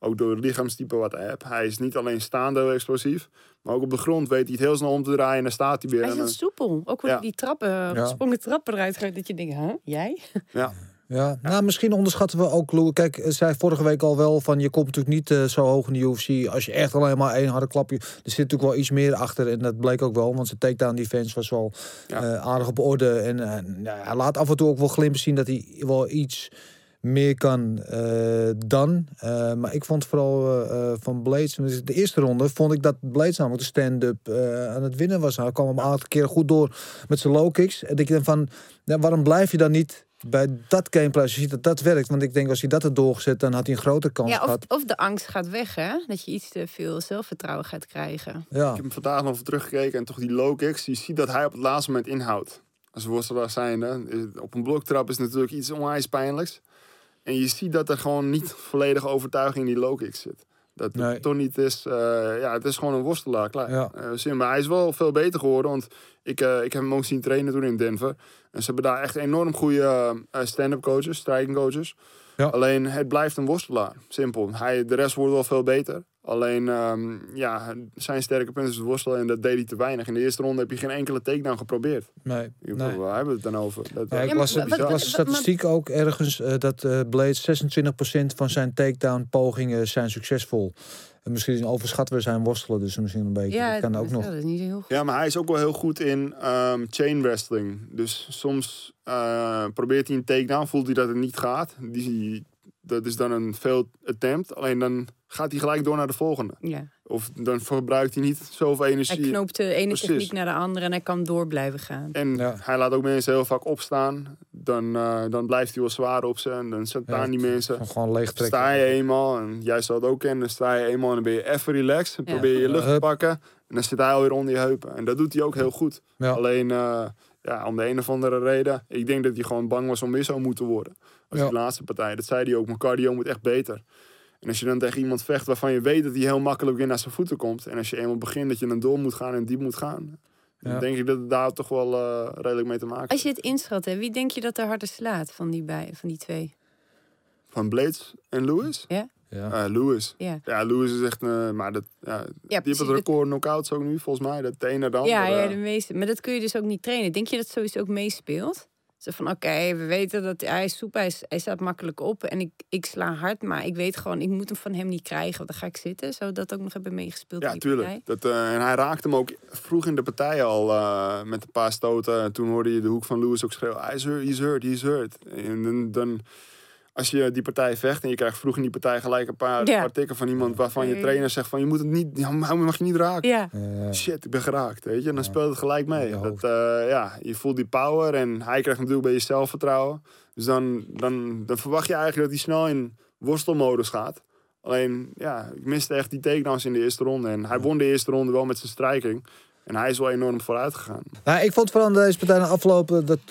Ook door het lichaamstype wat hij heeft. Hij is niet alleen staande heel explosief. Maar ook op de grond weet hij het heel snel om te draaien. En dan staat hij weer. Hij is heel soepel. Ook hoe Ja. die trappen, gesprongen trappen eruit gaat. Dat je denkt, huh? Jij? Ja. Ja, nou misschien onderschatten we ook Lou. Kijk, zei vorige week al wel van je komt natuurlijk niet zo hoog in de UFC als je echt alleen maar één harde klapje. Er zit natuurlijk wel iets meer achter en dat bleek ook wel, want zijn takedown defense was wel aardig op orde en hij laat af en toe ook wel glimpen zien dat hij wel iets meer kan dan. Maar ik vond vooral van Blades, de eerste ronde vond ik dat Blades namelijk de stand-up aan het winnen was. Hij kwam hem een aantal keer goed door met zijn low kicks. En ik denk van, waarom blijf je dan niet bij dat gameplay, als je ziet dat dat werkt? Want ik denk als hij dat had doorgezet, dan had hij een grotere kans gehad. Of de angst gaat weg, hè? Dat je iets te veel zelfvertrouwen gaat krijgen. Ja. Ik heb hem vandaag nog even teruggekeken. En toch die low kicks. Je ziet dat hij op het laatste moment inhoudt. Als worstelaar zijnde. Op een bloktrap is natuurlijk iets onwijs pijnlijks. En je ziet dat er gewoon niet volledige overtuiging in die low kicks zit. Dat het toch niet is... het is gewoon een worstelaar, klaar. Ja. Maar hij is wel veel beter geworden. Want ik heb hem ook zien trainen toen in Denver. En ze hebben daar echt enorm goede stand-up coaches, striking coaches. Ja. Alleen, het blijft een worstelaar. Simpel. De rest wordt wel veel beter. Alleen, zijn sterke punt is het worstelen en dat deed hij te weinig. In de eerste ronde heb je geen enkele takedown geprobeerd. Nee. Waar hebben we het dan over? Ik las de statistiek ook ergens dat Blades 26% van zijn takedown pogingen zijn succesvol. En misschien overschatten we zijn worstelen, dus misschien een beetje. Ja, dat kan ook nog. Dat is niet heel goed. Ja, maar hij is ook wel heel goed in chain wrestling. Dus soms probeert hij een takedown, voelt hij dat het niet gaat. Dat is dan een failed attempt. Alleen dan gaat hij gelijk door naar de volgende. Ja. Of dan verbruikt hij niet zoveel energie. Hij knoopt de ene Precies. techniek naar de andere en hij kan door blijven gaan. En hij laat ook mensen heel vaak opstaan. Dan blijft hij wel zwaar op ze. En dan staan die mensen. Gewoon leeg trekken. Sta je eenmaal, en jij zal het ook kennen, dan sta je eenmaal en dan ben je even relaxed. Dan probeer je je lucht te pakken. En dan zit hij alweer onder je heupen. En dat doet hij ook heel goed. Ja. Alleen, om de een of andere reden. Ik denk dat hij gewoon bang was om weer zo moeten worden. Als die laatste partij. Dat zei hij ook. Mijn cardio moet echt beter. En als je dan tegen iemand vecht waarvan je weet dat hij heel makkelijk weer naar zijn voeten komt. En als je eenmaal begint dat je dan door moet gaan en diep moet gaan. Dan denk ik dat het daar toch wel redelijk mee te maken heeft. Als je het inschat, hè, wie denk je dat er harder slaat van die twee? Van Blades en Lewis? Ja? Lewis. Ja. Ja, Lewis is echt... maar dat, die heeft het record knockouts ook nu, volgens mij. Dat de een naar de ander. Ja, de meeste. Maar dat kun je dus ook niet trainen. Denk je dat zoiets ook meespeelt? Zo van, oké, we weten dat hij is soepel, hij staat makkelijk op. En ik sla hard, maar ik weet gewoon, ik moet hem van hem niet krijgen. Want dan ga ik zitten. Zou dat ook nog hebben meegespeeld? Ja, tuurlijk. En hij raakte hem ook vroeg in de partij al met een paar stoten. En toen hoorde je de hoek van Lewis ook schreeuwen, he's hurt. En dan als je die partij vecht en je krijgt vroeg in die partij gelijk een paar tikken van iemand waarvan je trainer zegt van je moet het niet, mag je niet raken. Ja. Shit, ik ben geraakt, weet je. En dan speelt het gelijk mee. Je voelt die power en hij krijgt natuurlijk bij je zelfvertrouwen. Dus dan verwacht je eigenlijk dat hij snel in worstelmodus gaat. Alleen, ik miste echt die takedowns in de eerste ronde. En hij won de eerste ronde wel met zijn striking. En hij is wel enorm vooruit gegaan. Nou, ik vond vooral deze partij na aflopen dat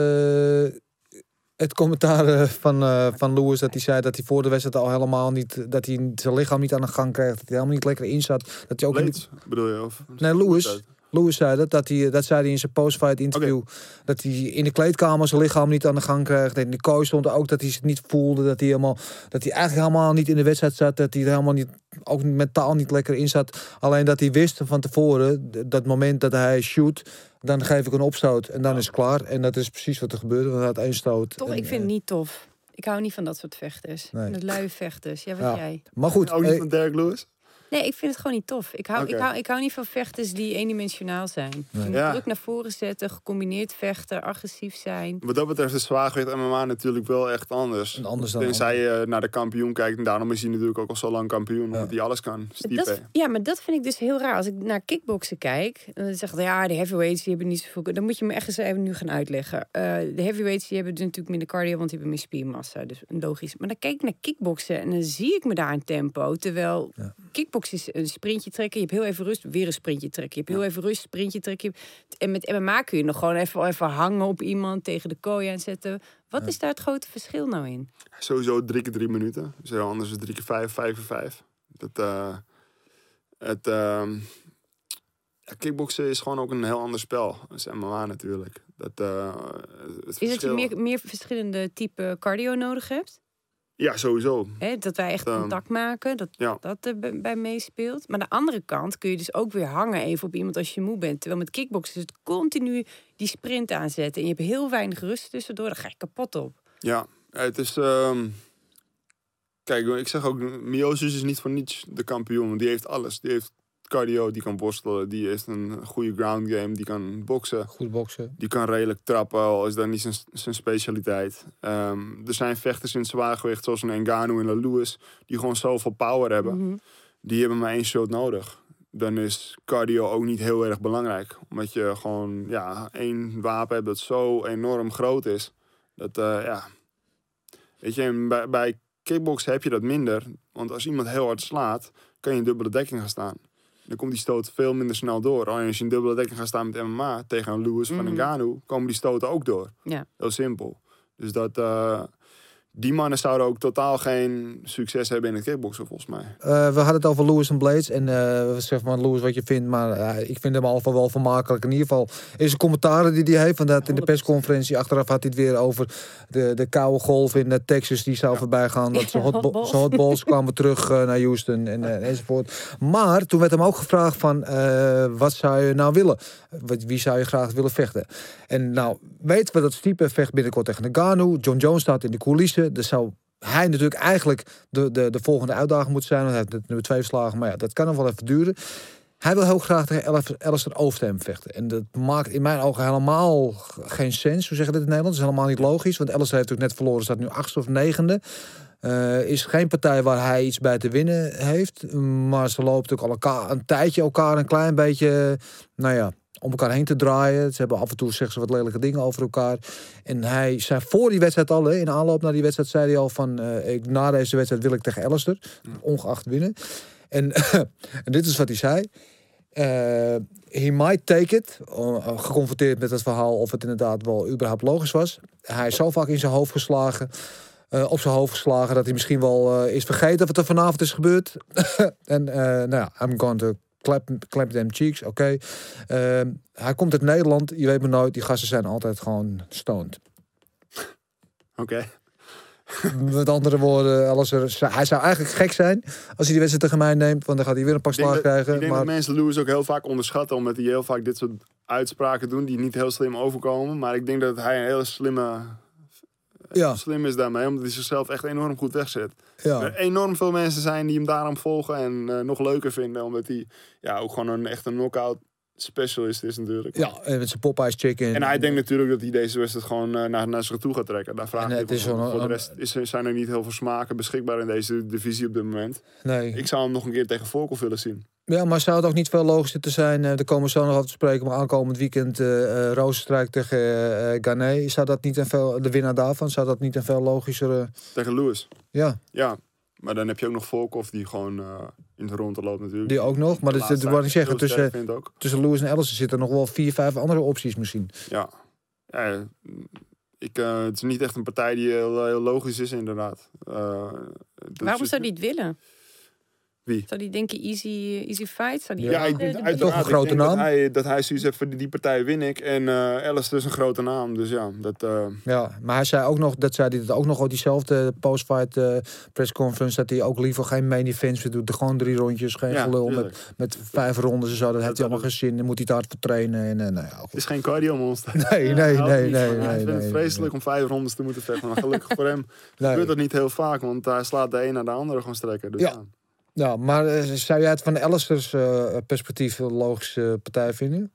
het commentaar van Lewis, dat hij zei dat hij voor de wedstrijd al helemaal niet, dat hij zijn lichaam niet aan de gang kreeg, dat hij helemaal niet lekker in zat. Dat hij ook Blades, bedoel je? Of? Nee, Lewis zei dat zei hij in zijn post-fight interview. Okay. Dat hij in de kleedkamer zijn lichaam niet aan de gang kreeg. In de kooi stond ook dat hij het niet voelde. Dat hij eigenlijk helemaal niet in de wedstrijd zat. Dat hij er helemaal niet, ook mentaal niet lekker in zat. Alleen dat hij wist van tevoren, dat moment dat hij shoot, dan geef ik een opstoot en dan is het klaar. En dat is precies wat er gebeurde. Dan had één stoot. Toch, ik vind het niet tof. Ik hou niet van dat soort vechters. Nee. Dat luie vechters. Ja, wat jij? Maar goed. Ook niet van Derek Lewis? Nee, ik vind het gewoon niet tof. Ik hou niet van vechters die eendimensionaal zijn. Nee. Druk naar voren zetten, gecombineerd vechten, agressief zijn. Wat dat betreft is zwaargewicht MMA natuurlijk wel echt anders. Tenzij je naar de kampioen kijkt. En daarom is hij natuurlijk ook al zo lang kampioen. Omdat hij alles kan. Maar dat vind ik dus heel raar. Als ik naar kickboksen kijk. Dan zeg ik, de heavyweights die hebben niet zoveel. Dan moet je me echt eens even nu gaan uitleggen. De heavyweights die hebben dus natuurlijk minder cardio. Want die hebben meer spiermassa. Dus logisch. Maar dan kijk ik naar kickboksen. En dan zie ik me daar een tempo. Terwijl kickboksen is een sprintje trekken. Je hebt heel even rust, weer een sprintje trekken. Je hebt heel even rust, sprintje trekken. En met MMA kun je nog gewoon even hangen op iemand, tegen de kooi aanzetten. Wat is daar het grote verschil nou in? Sowieso 3 keer 3 minuten. Dus anders is 3 keer 5, 5 keer 5. Kickboksen is gewoon ook een heel ander spel. Dat is MMA natuurlijk. Is dat je meer verschillende type cardio nodig hebt? Ja, sowieso. Hè, dat wij echt contact maken, dat er bij meespeelt. Maar aan de andere kant kun je dus ook weer hangen even op iemand als je moe bent. Terwijl met kickboksen is het continu die sprint aanzetten. En je hebt heel weinig rust tussendoor, dan ga je kapot op. Ja, het is... Kijk, ik zeg ook, Miocic is niet voor niets de kampioen. Want die heeft alles. Die heeft cardio, die kan worstelen. Die heeft een goede ground game, die kan boksen. Goed boksen. Die kan redelijk trappen, al is dat niet zijn specialiteit. Er zijn vechters in het zwaargewicht, zoals een Ngannou en La Lewis, die gewoon zoveel power hebben. Mhm. Die hebben maar 1 shot nodig. Dan is cardio ook niet heel erg belangrijk. Omdat je gewoon 1 wapen hebt dat zo enorm groot is. Dat, Weet je, en bij kickbox heb je dat minder. Want als iemand heel hard slaat, kan je in dubbele dekking gaan staan. Dan komt die stoot veel minder snel door. Alleen als je in dubbele dekking gaat staan met MMA tegen een Lewis van Ngannou, komen die stoten ook door. Ja. Heel simpel. Dus dat... die mannen zouden ook totaal geen succes hebben in het kickboksen, volgens mij. We hadden het over Lewis en Blades. En zeg maar Lewis wat je vindt. Maar ik vind hem al wel vermakelijk. In ieder geval is de commentaren die hij heeft. Want dat in de persconferentie achteraf had hij het weer over de koude golf in Texas. Die zou voorbij gaan. Dat zijn hotballs kwamen terug naar Houston enzovoort. Maar toen werd hem ook gevraagd van wat zou je nou willen? Wie zou je graag willen vechten? En nou weten we dat Stipe vecht binnenkort tegen Ngannou. John Jones staat in de coulissen. Dus zou hij natuurlijk eigenlijk de volgende uitdaging moeten zijn. Want hij heeft nummer 2 verslagen. Maar ja, dat kan nog wel even duren. Hij wil heel graag tegen Alistair Overeem vechten. En dat maakt in mijn ogen helemaal geen sens. Hoe zeg je dit in Nederland? Dat is helemaal niet logisch. Want Alistair heeft natuurlijk net verloren. Staat nu 8e of 9e. Is geen partij waar hij iets bij te winnen heeft. Maar ze lopen natuurlijk al een tijdje elkaar een klein beetje... om elkaar heen te draaien. Ze hebben af en toe zeggen ze wat lelijke dingen over elkaar. En hij zei voor die wedstrijd al, in aanloop naar die wedstrijd, zei hij al van... na deze wedstrijd wil ik tegen Alistair, ongeacht winnen. En, en dit is wat hij zei. He might take it. Geconfronteerd met het verhaal of het inderdaad wel überhaupt logisch was. Hij is zo vaak in zijn hoofd geslagen... op zijn hoofd geslagen dat hij misschien wel is vergeten wat er vanavond is gebeurd. En I'm going to clap them cheeks, oké. Hij komt uit Nederland, je weet maar nooit, die gasten zijn altijd gewoon stoned. Oké. Met andere woorden, hij zou eigenlijk gek zijn als hij die wedstrijd tegen mij neemt, want dan gaat hij weer een pak slag krijgen. Ik denk dat mensen Lewis ook heel vaak onderschatten, omdat hij heel vaak dit soort uitspraken doen die niet heel slim overkomen. Maar ik denk dat hij een hele slim is daarmee, omdat hij zichzelf echt enorm goed wegzet. Ja. Er enorm veel mensen zijn die hem daarom volgen en nog leuker vinden, omdat hij ook gewoon echt een knockout specialist is natuurlijk. Ja, en met zijn Popeyes chicken. En hij denkt natuurlijk dat hij deze wedstrijd gewoon naar zich toe gaat trekken. Daar vraag ik voor de rest zijn er niet heel veel smaken beschikbaar in deze divisie op dit moment. Nee. Ik zou hem nog een keer tegen Volkov willen zien. Ja, maar zou het ook niet veel logischer te zijn... daar komen we zo nog over te spreken... maar aankomend weekend Rozenstruik tegen Ghaney. Zou dat niet de winnaar daarvan... zou dat niet een veel logischer... Tegen Lewis? Ja. Ja, maar dan heb je ook nog Volkov die gewoon in de ronde loopt natuurlijk. Die ook nog, maar dat wil ik zeggen... tussen Lewis en Alistair zitten nog wel 4-5 andere opties misschien. Ja. Het is niet echt een partij die heel logisch is inderdaad. Waarom zou die het willen? Wie? Zou die denken easy fight? Zou die ik denk toch een grote naam. Dat hij zoiets heeft voor die partij win ik. En Alistair is een grote naam. Dus ja, dat... Ja, maar hij zei ook nog, dat zei hij ook nog op diezelfde post-fight pressconference, dat hij ook liever geen main events weer doet. Gewoon 3 rondjes, geen gelul met 5 rondes en zo. Dat heeft hij allemaal geen zin. Dan moet hij het hard voor trainen. En, het is geen cardio monster. Nee. Ik vind het vreselijk om 5 rondes te moeten vechten. Maar gelukkig voor hem gebeurt dat niet heel vaak. Want hij slaat de een naar de andere gewoon strekken. Dus ja, maar zou jij het van de Alistair's perspectief een logische partij vinden?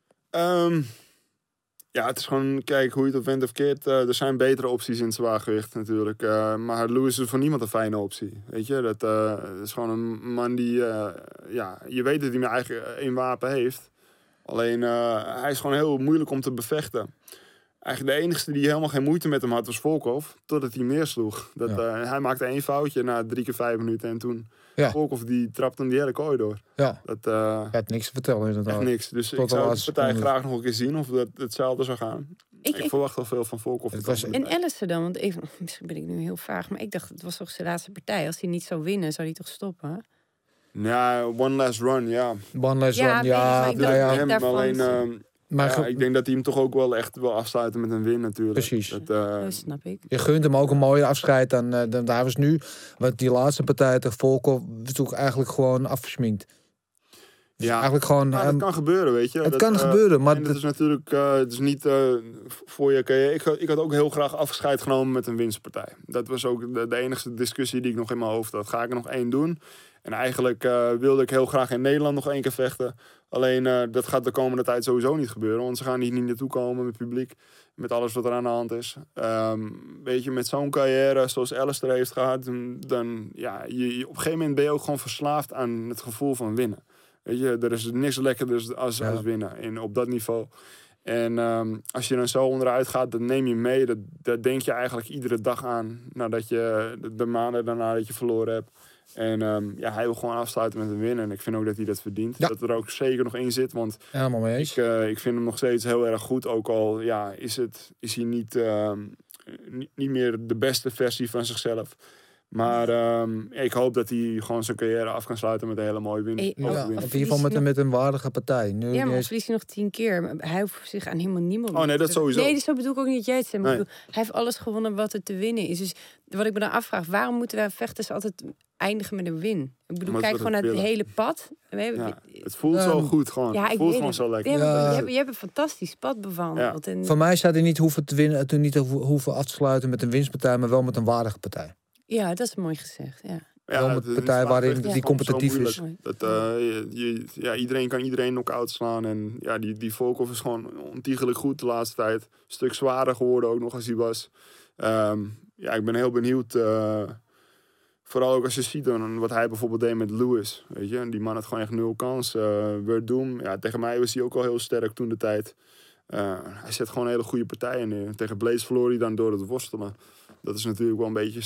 Het is gewoon, kijk, hoe je het op went of keert. Er zijn betere opties in het zwaargewicht natuurlijk. Maar Lewis is voor niemand een fijne optie. Weet je, dat is gewoon een man die... je weet dat hij maar eigen 1 wapen heeft. Alleen, hij is gewoon heel moeilijk om te bevechten. Eigenlijk de enigste die helemaal geen moeite met hem had was Volkov. Totdat hij meer sloeg. Hij maakte 1 foutje na 3 keer 5 minuten. En toen Volkov die trapte hem die hele kooi door. Ja. Hij had niks te vertellen inderdaad. Echt niks. Dus ik zou de partij graag nog een keer zien of dat hetzelfde zou gaan. Ik verwacht wel veel van Volkov. En Alistair dan? Want even, misschien ben ik nu heel vaag. Maar ik dacht, het was toch zijn laatste partij. Als hij niet zou winnen, zou hij toch stoppen? Ja, one last run, ja. One last run, ja. Alleen, Maar ik denk dat hij hem toch ook wel echt wil afsluiten met een win natuurlijk. Precies. Dat snap ik. je gunt hem ook een mooie afscheid dan daar was nu. Want die laatste partij tegen Volkov was ook eigenlijk gewoon afgesminkt. Dus eigenlijk gewoon... dat kan gebeuren, weet je. Het kan gebeuren, maar... dat is natuurlijk het is niet voor je carrière. Ik had ook heel graag afscheid genomen met een winstpartij. Dat was ook de enige discussie die ik nog in mijn hoofd had. Ga ik er nog 1 doen? En eigenlijk wilde ik heel graag in Nederland nog 1 keer vechten. Alleen dat gaat de komende tijd sowieso niet gebeuren. Want ze gaan hier niet naartoe komen met publiek. Met alles wat er aan de hand is. Weet je, met zo'n carrière zoals Alistair heeft gehad. Dan op een gegeven moment ben je ook gewoon verslaafd aan het gevoel van winnen. Weet je, er is niks lekkerder als winnen op dat niveau. En als je dan zo onderuit gaat, dan neem je mee. Dat denk je eigenlijk iedere dag aan. Nadat je de maanden daarna dat je verloren hebt. En hij wil gewoon afsluiten met een win. En ik vind ook dat hij dat verdient. Ja. Dat er ook zeker nog in zit. Want helemaal mee eens. Ik vind hem nog steeds heel erg goed. Ook al is hij niet meer de beste versie van zichzelf. Maar ik hoop dat hij gewoon zijn carrière af kan sluiten met een hele mooie win. In ieder geval met een waardige partij. Nu maar verliest hij nog 10 keer. Hij hoeft zich aan helemaal niemand... Oh nee, dat sowieso. Nee, zo bedoel ik ook niet dat jij het zegt. Nee. Hij heeft alles gewonnen wat er te winnen is. Dus wat ik me dan afvraag, waarom moeten wij vechters altijd eindigen met een win? Ik bedoel, kijk gewoon naar het hele pad. Het voelt zo goed gewoon. Het voelt gewoon zo lekker. Je hebt een fantastisch pad bewandeld. Ja. Voor mij zou hij niet hoeven te winnen, niet hoeven af te sluiten met een winstpartij, maar wel met een waardige partij. Ja, dat is mooi gezegd, wel met een partij waarin die competitief is. Iedereen kan iedereen knock-out slaan. En die Volkov is gewoon ontiegelijk goed de laatste tijd. Een stuk zwaarder geworden ook nog als hij was. Ik ben heel benieuwd. Vooral ook als je ziet dan wat hij bijvoorbeeld deed met Lewis. Weet je? Die man had gewoon echt 0 kans. Verdum, tegen mij was hij ook al heel sterk toen de tijd. Hij zet gewoon hele goede partijen neer. Tegen Blaze verloor hij dan door het worstelen. Dat is natuurlijk wel een beetje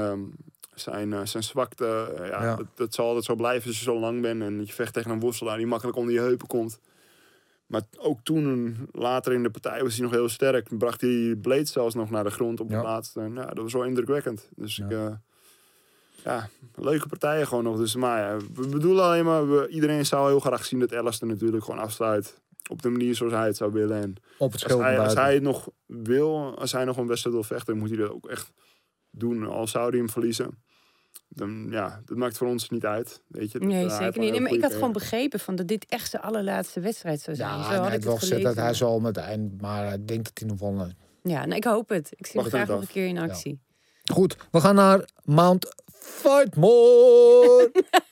zijn zwakte. Dat zal altijd zo blijven als je zo lang bent. En je vecht tegen een worstelaar die makkelijk onder je heupen komt. Maar ook toen, later in de partij, was hij nog heel sterk. Bracht hij Blade zelfs nog naar de grond op de laatste. En, dat was wel indrukwekkend. Dus leuke partijen gewoon nog. Dus, maar we bedoelen alleen maar, iedereen zou heel graag zien dat Alistair natuurlijk gewoon afsluit. Op de manier zoals hij het zou willen. En op het als hij het nog wil, als hij nog een wedstrijd wil vechten, dan moet hij dat ook echt doen. Al zou hij hem verliezen. Dan, dat maakt voor ons niet uit. Weet je? Nee, zeker niet. Maar ik had gewoon begrepen dat dit echt zijn allerlaatste wedstrijd zou zijn. Ja, had ik wel gezegd dat hij zal met het eind, maar ik denk dat hij nog wel... ik hoop het. Ik zie hem graag nog een keer in actie. Ja. Goed, we gaan naar Mount Fightmore.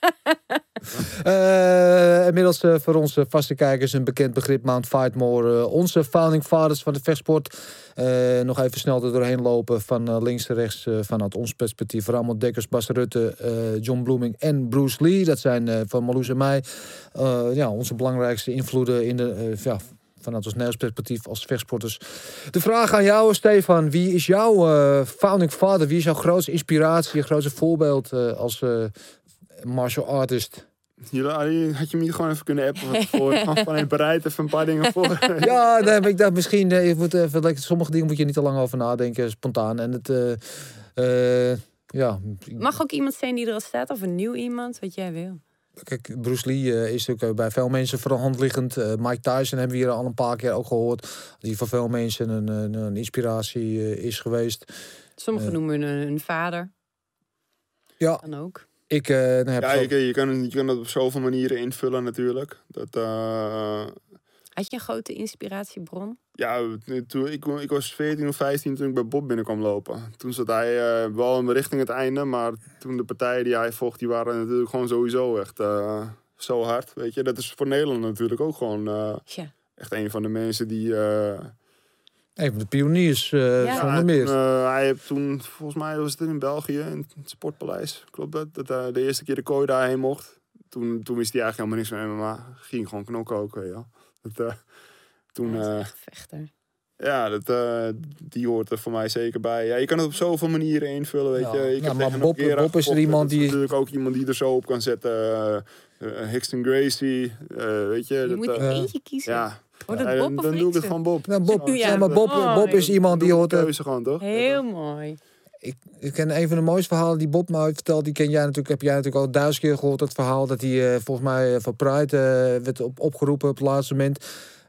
Inmiddels voor onze vaste kijkers een bekend begrip, Mount Fightmore. Onze founding fathers van de vechtsport. Nog even snel er doorheen lopen van links naar rechts vanuit ons perspectief. Ramon Dekkers, Bas Rutte, John Bloeming en Bruce Lee. Dat zijn van Marloes en mij onze belangrijkste invloeden in de... vanuit ons Nederlands perspectief als vechtsporters. De vraag aan jou, Stefan. Wie is jouw founding father? Wie is jouw grootste inspiratie, je grootste voorbeeld als martial artist? Had je me niet gewoon even kunnen appen van bereid even een paar dingen voor? Ik dacht misschien, je moet even, sommige dingen moet je niet te lang over nadenken, spontaan. En Mag ook iemand zijn die er al staat, of een nieuw iemand, wat jij wil? Kijk, Bruce Lee is natuurlijk bij veel mensen voor de hand liggend. Mike Tyson hebben we hier al een paar keer ook gehoord. Die voor veel mensen een inspiratie is geweest. Sommigen noemen een vader. Ja. Dan ook. Je kan dat op zoveel manieren invullen natuurlijk. Had je een grote inspiratiebron? Ja, ik was 14 of 15 toen ik bij Bob binnenkwam lopen. Toen zat hij wel richting het einde. Maar toen de partijen die hij vocht, die waren natuurlijk gewoon sowieso echt zo hard. Weet je, dat is voor Nederland natuurlijk ook gewoon echt een van de mensen die... Een van de pioniers zonder meer. Hij heeft toen, volgens mij was het in België, in het Sportpaleis. Klopt dat? Dat de eerste keer de kooi daarheen mocht. Toen wist hij eigenlijk helemaal niks van MMA. Ging gewoon knokken ook, weet je wel. Toen, echt vechter. Ja, die hoort er voor mij zeker bij. Ja, je kan het op zoveel manieren invullen, weet je. Maar Bob is er iemand die... natuurlijk ook iemand die er zo op kan zetten. Hickson Gracie, weet je. Je moet er eentje kiezen. Ja. Dan doe ik het van Bob. Bob is iemand die hoort... keuze gewoon, toch? Heel mooi. Ik ken een van de mooiste verhalen die Bob me heeft verteld. Die ken jij natuurlijk, heb jij natuurlijk al 1000 keer gehoord. Dat verhaal dat hij volgens mij voor Pride werd opgeroepen op het laatste moment.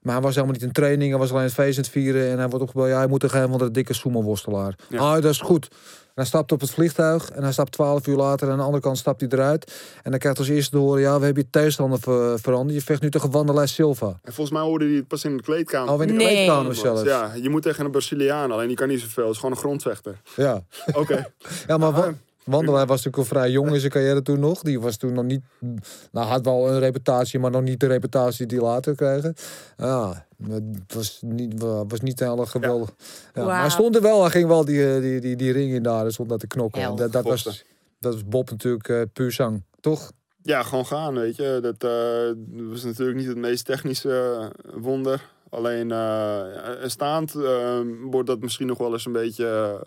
Maar hij was helemaal niet in training. Hij was alleen het feest aan het vieren. En hij wordt opgebeld. Ja, hij moet tegen een van de dikke sumo-worstelaar. Ja. Ah, dat is goed. En hij stapt op het vliegtuig. En hij stapt 12 uur later. En aan de andere kant stapt hij eruit. En dan krijgt hij als eerste te horen. Ja, we hebben je tegenstander veranderd. Je vecht nu tegen Wanderlei Silva. En volgens mij hoorde hij het pas in de kleedkamer. Oh, in de Nee. kleedkamer zelfs. Ja, je moet tegen een Braziliaan. Alleen die kan niet zoveel. Het is gewoon een grondvechter. Ja. Oké. Ja, maar Wanderlei was natuurlijk al vrij jong in zijn carrière toen nog. Die was toen nog niet... Nou, had wel een reputatie, maar nog niet de reputatie die later kregen. Ja, het was niet heel geweldig. Ja. Wauw. Maar hij stond er wel. Hij ging wel die ring in daar. Hij stond daar te knokken. Hel. En dat was Bob natuurlijk puur zang. Toch? Ja, gewoon gaan, weet je. Dat was natuurlijk niet het meest technische wonder. Alleen staand wordt dat misschien nog wel eens een beetje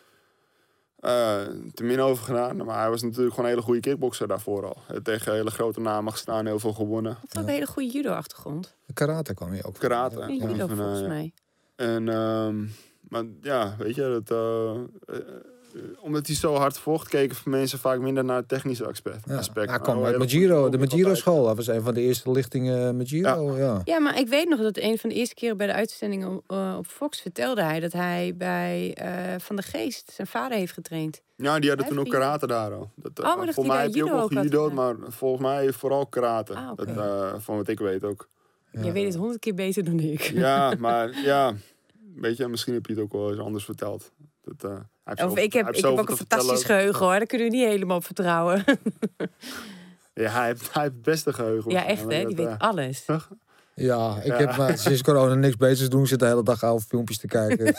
te min over gedaan. Maar hij was natuurlijk gewoon een hele goede kickbokser daarvoor al. Tegen hele grote namen gestaan, heel veel gewonnen. Hij heeft ook een hele goede judo-achtergrond. Karate kwam je ook. Karate. Ja, judo volgens mij. En, maar ja, weet je, omdat hij zo hard vocht, keken mensen vaak minder naar het technische aspect. Hij kwam uit de Majiro-school. Hij was een van de eerste lichtingen Majiro. Ja. Ja, maar ik weet nog dat een van de eerste keren bij de uitzendingen op Fox vertelde hij dat hij bij Van der Geest zijn vader heeft getraind. Ja, die hadden Hij toen ook heeft karate daar. Hoor. maar dat volgens mij hij heb je ook judo wel ook had gejudo'd, gedaan. maar volgens mij vooral karate. Ah, oké. Dat, van wat ik weet ook. Jij weet het 100 keer beter dan ik. Ja, maar ja, weet je, misschien heb je het ook wel eens anders verteld. Ik heb ook een fantastisch geheugen hoor, daar kunnen we niet helemaal op vertrouwen. Ja, hij heeft het beste geheugen. Ja, echt hè, die weet alles. Ja, ik heb maar sinds corona niks beters doen. Ik zit de hele dag oude filmpjes te kijken.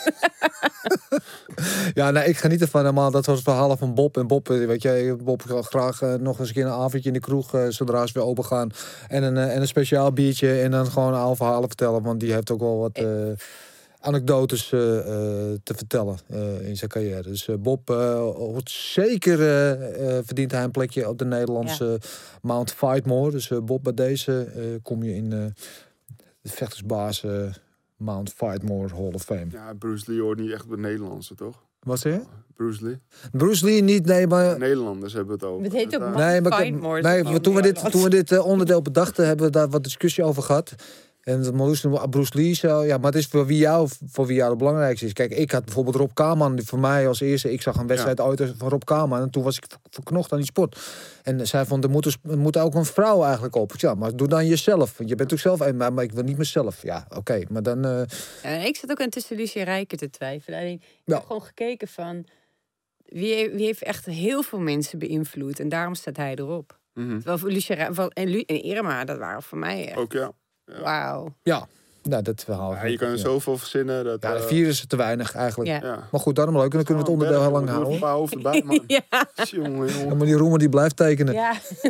Ja, nee, ik geniet ervan helemaal. Dat was het verhaal van Bob. En Bob, weet je, Bob wil graag nog eens een keer een avondje in de kroeg, zodra ze weer open gaan. En een speciaal biertje. En dan gewoon oude verhalen vertellen. Want die heeft ook wel wat anekdotes te vertellen in zijn carrière. Dus Bob hoort zeker verdient hij een plekje op de Nederlandse Mount Fightmore. Dus Bob, bij deze kom je in de vechtersbaas Mount Fightmore Hall of Fame. Ja, Bruce Lee hoort niet echt bij Nederlandse, toch? Wat zeg je? Bruce Lee. Bruce Lee niet, nee, maar... Nederlanders hebben het over. Het heet ook Dat, Nee, maar Fightmore, nee, toen we dit onderdeel bedachten, hebben we daar wat discussie over gehad. En Bruce Lee zo, ja, maar het is voor wie jou het belangrijkste is. Kijk, ik had bijvoorbeeld Rob Kaman, die voor mij als eerste, ik zag een wedstrijd uit van Rob Kaman en toen was ik verknocht aan die sport. En zij vond, er moet ook een vrouw eigenlijk op. Ja, maar doe dan jezelf. Je bent ook zelf, maar ik wil niet mezelf. Ja, oké, maar dan... ik zat ook aan tussen Lucie en Rijker te twijfelen. Alleen, ik Ja. heb gewoon gekeken van wie heeft echt heel veel mensen beïnvloed en daarom staat hij erop. Terwijl voor Lucie en Irma, dat waren voor mij echt... ook ja. Wauw. Ja, nou, dat verhaal. Ja, je kan er zoveel verzinnen. Dat, Ja, de 4 is te weinig eigenlijk. Ja. ja. Maar goed, daarom leuk. En dan kunnen we het onderdeel heel lang Een houden. paar hoofden bij, man. Ja. Jongen. Maar die Roemer die blijft tekenen. Ja.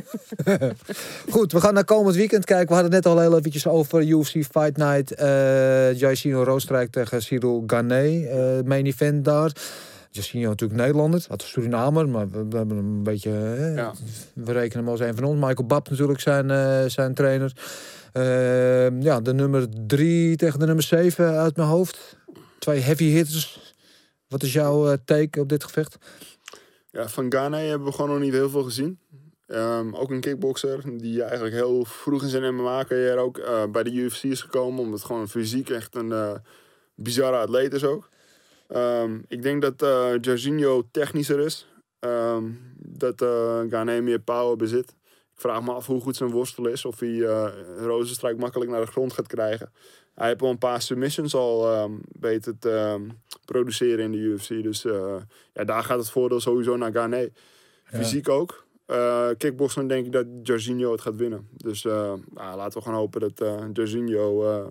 Goed, we gaan naar komend weekend kijken. We hadden het net al heel eventjes over UFC Fight Night. Jairzinho Rostrijk tegen Cyril Gane. Main event daar. Jairzinho natuurlijk Nederlander. Dat is Surinamer, maar we hebben hem een beetje... We rekenen hem als een van ons. Michael Babb natuurlijk zijn trainer. Ja, de nummer 3 tegen de nummer 7 uit mijn hoofd. 2 heavy hitters. Wat is jouw take op dit gevecht? Ja, van Gane hebben we gewoon nog niet heel veel gezien. Ook een kickbokser die eigenlijk heel vroeg in zijn MMA-carrière ook bij de UFC is gekomen. Omdat gewoon fysiek echt een bizarre atleet is ook. Ik denk dat Jairzinho technischer is. Dat Gane meer power bezit. Ik vraag me af hoe goed zijn worstel is. Of hij Rozenstruik makkelijk naar de grond gaat krijgen. Hij heeft wel een paar submissions al weten te produceren in de UFC. Dus ja, daar gaat het voordeel sowieso naar Gane. Fysiek ook. Kickboksen denk ik dat Jairzinho het gaat winnen. Dus laten we gewoon hopen dat Jairzinho...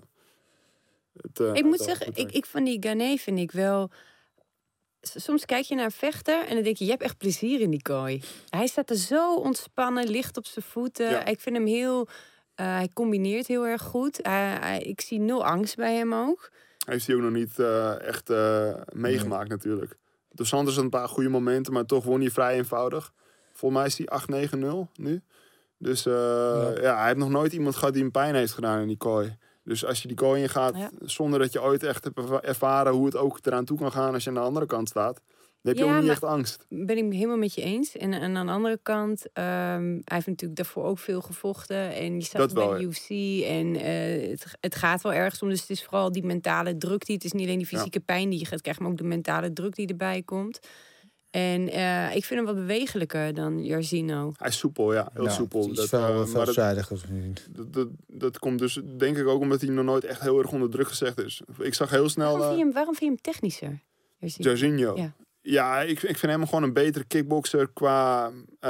Ik moet zeggen, ik van die Gane vind ik wel... Soms kijk je naar een vechter en dan denk je hebt echt plezier in die kooi. Hij staat er zo ontspannen, licht op zijn voeten. Ja. Ik vind hem heel... hij combineert heel erg goed. Ik zie 0 angst bij hem ook. Heeft hij ook nog niet echt meegemaakt natuurlijk. Dos Santos had een paar goede momenten, maar toch won hij vrij eenvoudig. Volgens mij is hij 8-9-0 nu. Dus ja, hij heeft nog nooit iemand gehad die hem pijn heeft gedaan in die kooi. Dus als je die kooi in gaat, zonder dat je ooit echt hebt ervaren hoe het ook eraan toe kan gaan als je aan de andere kant staat, heb je ook niet echt angst. Ben ik helemaal met je eens. En aan de andere kant, hij heeft natuurlijk daarvoor ook veel gevochten. En je staat bij de UFC. En het gaat wel ergens om. Dus het is vooral die mentale druk het is niet alleen die fysieke pijn die je gaat krijgen, maar ook de mentale druk die erbij komt. En ik vind hem wat bewegelijker dan Jairzinho. Hij is soepel, heel soepel. Dat is wel veelzijdig. Dat komt dus denk ik ook omdat hij nog nooit echt heel erg onder druk gezegd is. Ik zag heel snel... Waarom vind je hem technischer? Jairzinho. Ja, ik vind hem gewoon een betere kickboxer qua...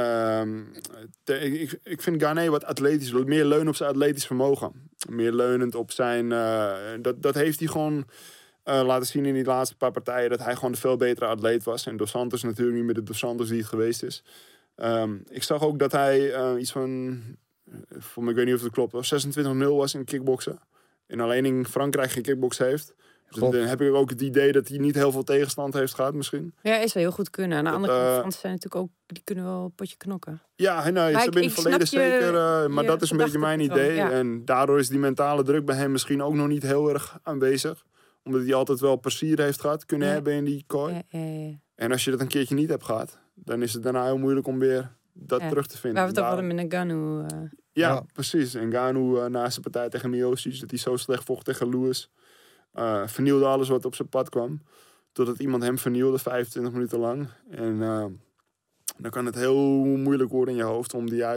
ik vind Gane wat atletisch. Meer leunen op zijn atletisch vermogen. Meer leunend op zijn... dat heeft hij gewoon... laten zien in die laatste paar partijen dat hij gewoon een veel betere atleet was. En Dos Santos natuurlijk niet meer de Dos Santos die het geweest is. Ik zag ook dat hij iets van... ik weet niet of het klopt, 26-0 was in kickboksen. En alleen in Frankrijk geen kickbox heeft. Dus dan heb ik ook het idee dat hij niet heel veel tegenstand heeft gehad misschien. Ja, is wel heel goed kunnen. Aan de andere kant, Fransen zijn natuurlijk ook... Die kunnen wel een potje knokken. Ja, ze hebben in het verleden zeker... maar dat is een beetje mijn idee. Ja. En daardoor is die mentale druk bij hem misschien ook nog niet heel erg aanwezig. Omdat hij altijd wel plezier heeft gehad kunnen hebben in die kooi. Ja. En als je dat een keertje niet hebt gehad, dan is het daarna heel moeilijk om weer dat terug te vinden. Waar we het ook hadden met Ngannou. Ja, precies. En Ngannou na zijn partij tegen Miocic, dat hij zo slecht vocht tegen Lewis, vernielde alles wat op zijn pad kwam. Totdat iemand hem vernielde 25 minuten lang. En dan kan het heel moeilijk worden in je hoofd om de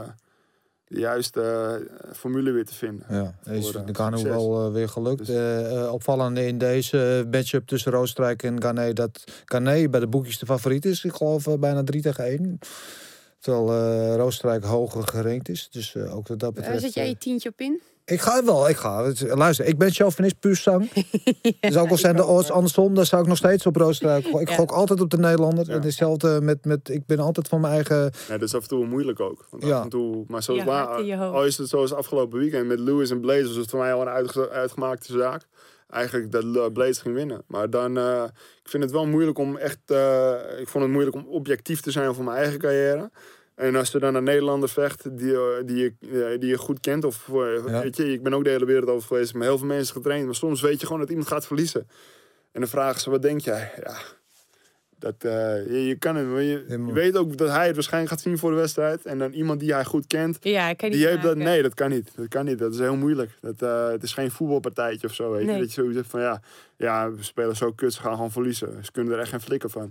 juiste formule weer te vinden. Ja, is de Ngannou wel weer gelukt. Dus, opvallend in deze matchup tussen Roosstrijk en Gane dat Gane bij de boekjes de favoriet is. Ik geloof bijna 3-1. Terwijl Roosstrijk hoger gerankt is. Dus ook wat dat betreft... Zet jij je tientje op in? Ik ga. Luister, ik ben chauvinist puur zang. Dus ook al zijn de odds andersom, dan zou ik nog steeds op Roosstrijk. Ik gok altijd op de Nederlander. En hetzelfde met ik ben altijd van mijn eigen... Ja, dat is af en toe moeilijk ook. Want af en toe, maar al is het zoals afgelopen weekend met Lewis en Blaze, was het voor mij al een uitgemaakte zaak. Eigenlijk dat Blaze ging winnen. Maar dan, ik vind het wel moeilijk om echt... ik vond het moeilijk om objectief te zijn voor mijn eigen carrière. En als je dan een Nederlander vecht die je goed kent, of weet je, ik ben ook de hele wereld over geweest, met heel veel mensen getraind, maar soms weet je gewoon dat iemand gaat verliezen. En dan vragen ze, wat denk jij? Ja, dat, je kan het, je weet ook dat hij het waarschijnlijk gaat zien voor de wedstrijd. En dan iemand die hij goed kent, die heeft dat. Nee, dat kan niet. Dat kan niet. Dat is heel moeilijk. Het is geen voetbalpartijtje of zo. Weet je? Dat je zoiets hebt van we spelen zo kut, ze gaan gewoon verliezen. Ze kunnen er echt geen flikker van.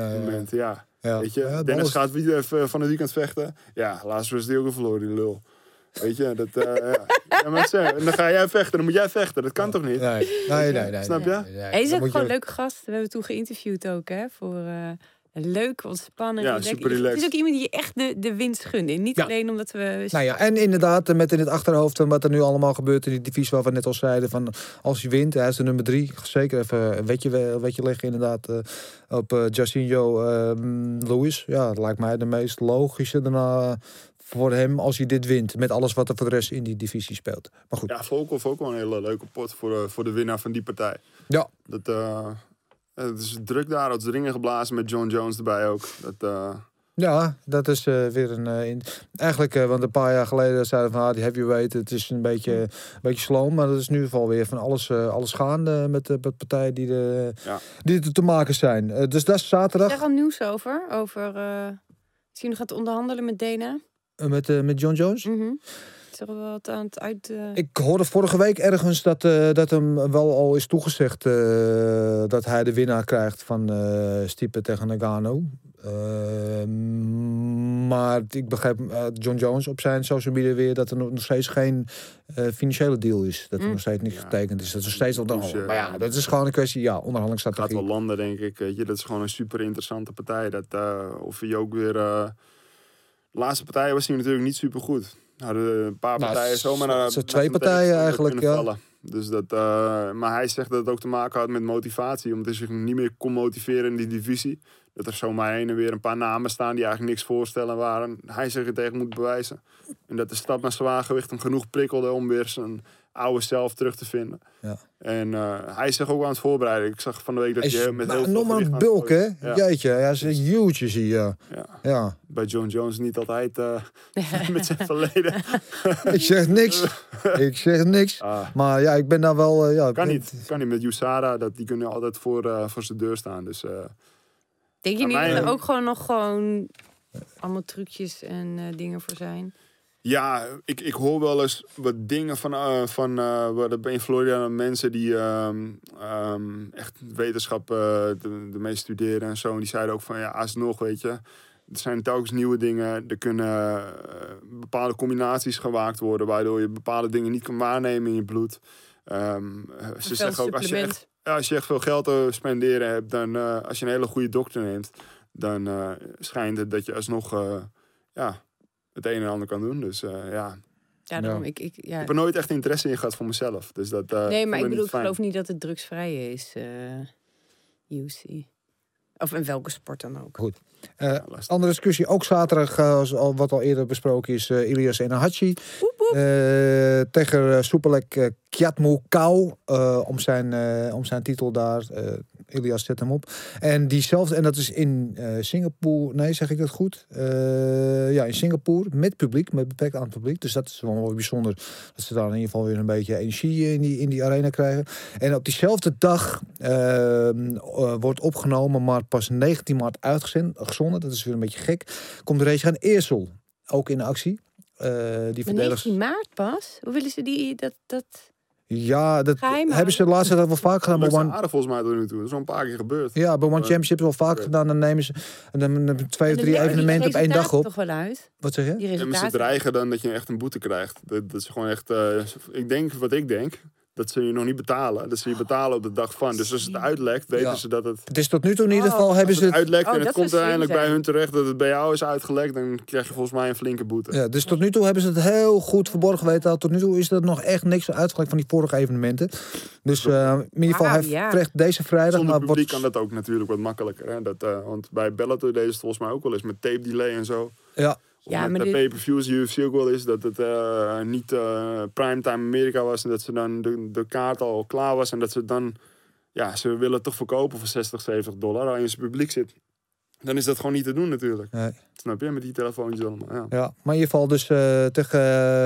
Weet je, Dennis gaat van het weekend vechten. Ja, laatst was die ook een verloren, die lul. Weet je, en dan ga jij vechten, dan moet jij vechten. Dat kan toch niet? Nee. Snap je? Hij is ook gewoon een leuke gast. We hebben toen geïnterviewd ook, hè, voor leuk, ontspannen. Ja, super relaxed. Het is ook iemand die je echt de winst gunt. En niet alleen omdat we... Nou ja, en inderdaad, met in het achterhoofd wat er nu allemaal gebeurt in die divisie waarvan we net al zeiden, van als hij wint, hij is de nummer 3, zeker even een wetje leggen inderdaad op Jairzinho Lewis. Ja, dat lijkt mij de meest logische daarna voor hem als hij dit wint. Met alles wat er voor de rest in die divisie speelt. Maar goed. Ja, Volkov ook wel een hele leuke pot voor de winnaar van die partij. Ja. Het is druk daar. Het is ringen geblazen met John Jones erbij ook. Ja, dat is weer een... Eigenlijk, want een paar jaar geleden zeiden van die heavyweight, het is een beetje sloom. Maar dat is nu in ieder geval weer van alles gaande met de partijen die er te maken zijn. Dus dat is zaterdag. Is er al nieuws over misschien gaat onderhandelen met Dana? Met John Jones? Mm-hmm. Is er wel wat aan het uit... Ik hoorde vorige week ergens dat hem wel al is toegezegd dat hij de winnaar krijgt van Stipe tegen Ngannou. Maar ik begrijp John Jones op zijn social media weer dat er nog steeds geen financiële deal is. Dat er nog steeds niet getekend is. Dat is nog steeds onderhandelen. Maar ja, dat is gewoon een kwestie. Onderhandelingsstrategie. Gaat wel landen, denk ik. Weet je, dat is gewoon een super interessante partij. Of je ook weer... de laatste partij was hij natuurlijk niet super goed. Een paar partijen zomaar naar... Twee partijen eigenlijk, vallen. Dus maar hij zegt dat het ook te maken had met motivatie. Omdat hij zich niet meer kon motiveren in die divisie. Dat er zomaar heen en weer een paar namen staan die eigenlijk niks voorstellen waren. Hij zich er tegen moet bewijzen. En dat de stap naar zwaargewicht hem genoeg prikkelde om weer zijn oude zelf terug te vinden. Ja. En hij is zich ook aan het voorbereiden. Ik zag van de week dat je met heel veel... Nog maar een bulk, hè? Ja. Jeetje, hij is een huge, zie je. Ja. Bij John Jones niet altijd met zijn verleden. Ik zeg niks. Maar ja, ik ben daar wel... Kan niet met USADA. Die kunnen altijd voor zijn deur staan. Dus... Denk je niet Mijn- dat er ook gewoon allemaal trucjes en dingen voor zijn? Ja, ik hoor wel eens wat dingen van in Florida mensen die echt wetenschap ermee studeren en zo. En die zeiden ook van ja, alsnog, weet je. Er zijn telkens nieuwe dingen. Er kunnen bepaalde combinaties gemaakt worden, waardoor je bepaalde dingen niet kan waarnemen in je bloed. Ze zeggen ook, als je echt veel geld te spenderen hebt, dan als je een hele goede dokter neemt, dan schijnt het dat je alsnog het een en ander kan doen. Dus ja. Ja, daarom, Ik heb er nooit echt interesse in gehad voor mezelf. Dus dat, nee, maar ik bedoel, ik fijn. geloof niet dat het drugsvrij is, UC. Of in welke sport dan ook. Goed. Andere discussie, ook zaterdag, wat al eerder besproken is, Ilias Enahachi. Tegen Soepelek Kiatmu-Kou om zijn titel daar. Ilias zet hem op. En diezelfde, en dat is in Singapore, nee, zeg ik dat goed? In Singapore, met publiek, met beperkt aantal publiek. Dus dat is wel bijzonder, dat ze daar in ieder geval weer een beetje energie in die arena krijgen. En op diezelfde dag wordt opgenomen, maar pas 19 maart uitgezonden. Dat is weer een beetje gek. Komt de race aan Eersel, ook in actie. Die 19 maart pas? Hoe willen ze dat... Ja, dat Geheim hebben ze de laatste tijd wel vaak gedaan. Dat is aardig volgens mij tot nu toe. Dat is al een paar keer gebeurd. Ja, bij One Championship is wel vaak gedaan. Dan nemen ze dan 2 of 3 evenementen op één dag op. Toch wel uit? Wat zeg je? Die En ze resultaten. dreigen dan dat je echt een boete krijgt. Dat is gewoon echt... ik denk... dat ze je nog niet betalen. Dat ze je betalen op de dag van. Dus als het uitlekt, weten ze dat het... Het is tot nu toe in ieder geval hebben Als ze het uitlekt en dat het komt zou uiteindelijk slim bij zijn. hun terecht dat het bij jou is uitgelekt, dan krijg je volgens mij een flinke boete. Ja, dus tot nu toe hebben ze het heel goed verborgen weten. Tot nu toe is er nog echt niks uitgelekt van die vorige evenementen. Dus in ieder geval, hij krijgt deze vrijdag... Zonder maar publiek kan dat ook natuurlijk wat makkelijker. Hè? Want bij Bellator deden ze het volgens mij ook wel eens met tape delay en zo. Ja. Ja, Met maar de dit- pay-per-views die UFC ook wel is, dat het niet primetime Amerika was en dat ze dan de kaart al klaar was en dat ze dan, ja, ze willen het toch verkopen voor $60, $70 als je publiek zit. Dan is dat gewoon niet te doen natuurlijk. Nee. Snap je? Met die telefoontjes allemaal. Ja. Ja, maar in ieder geval dus tegen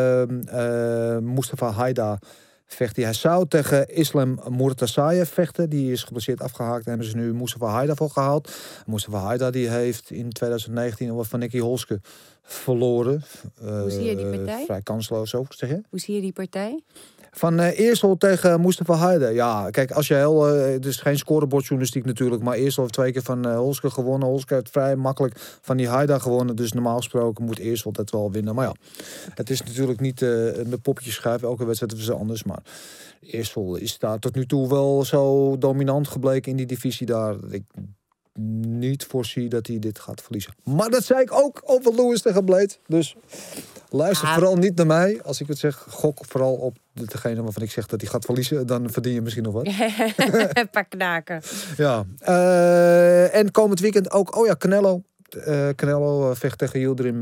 Mustafa Haida vecht hij. Hij zou tegen Islam Murtazaev vechten. Die is geblesseerd afgehaakt. Daar hebben ze nu Mustafa Haida voor gehaald. Mustafa Haida die heeft in 2019 al van Nicky Holske verloren. Hoe zie je die partij? Vrij kansloos ook, zeg je? Hoe zie je die partij? Van Eersel tegen Mustafa Haida. Ja, kijk, als je het is geen scorebordjournalistiek natuurlijk, maar Eersel heeft 2 keer van Holske gewonnen. Holske heeft vrij makkelijk van die Haida gewonnen. Dus normaal gesproken moet Eersel dat wel winnen. Maar ja, het is natuurlijk niet met poppetjes schuiven. Elke wedstrijd is anders. Maar Eersel is daar tot nu toe wel zo dominant gebleken in die divisie daar. Dat ik niet voorzie dat hij dit gaat verliezen. Maar dat zei ik ook over Lewis tegen Blade. Dus luister vooral niet naar mij. Als ik het zeg, gok vooral op degene waarvan ik zeg dat hij gaat verliezen. Dan verdien je misschien nog wat. Een paar knaken. Ja. En komend weekend ook, Canelo. Canelo vecht tegen Yildirim.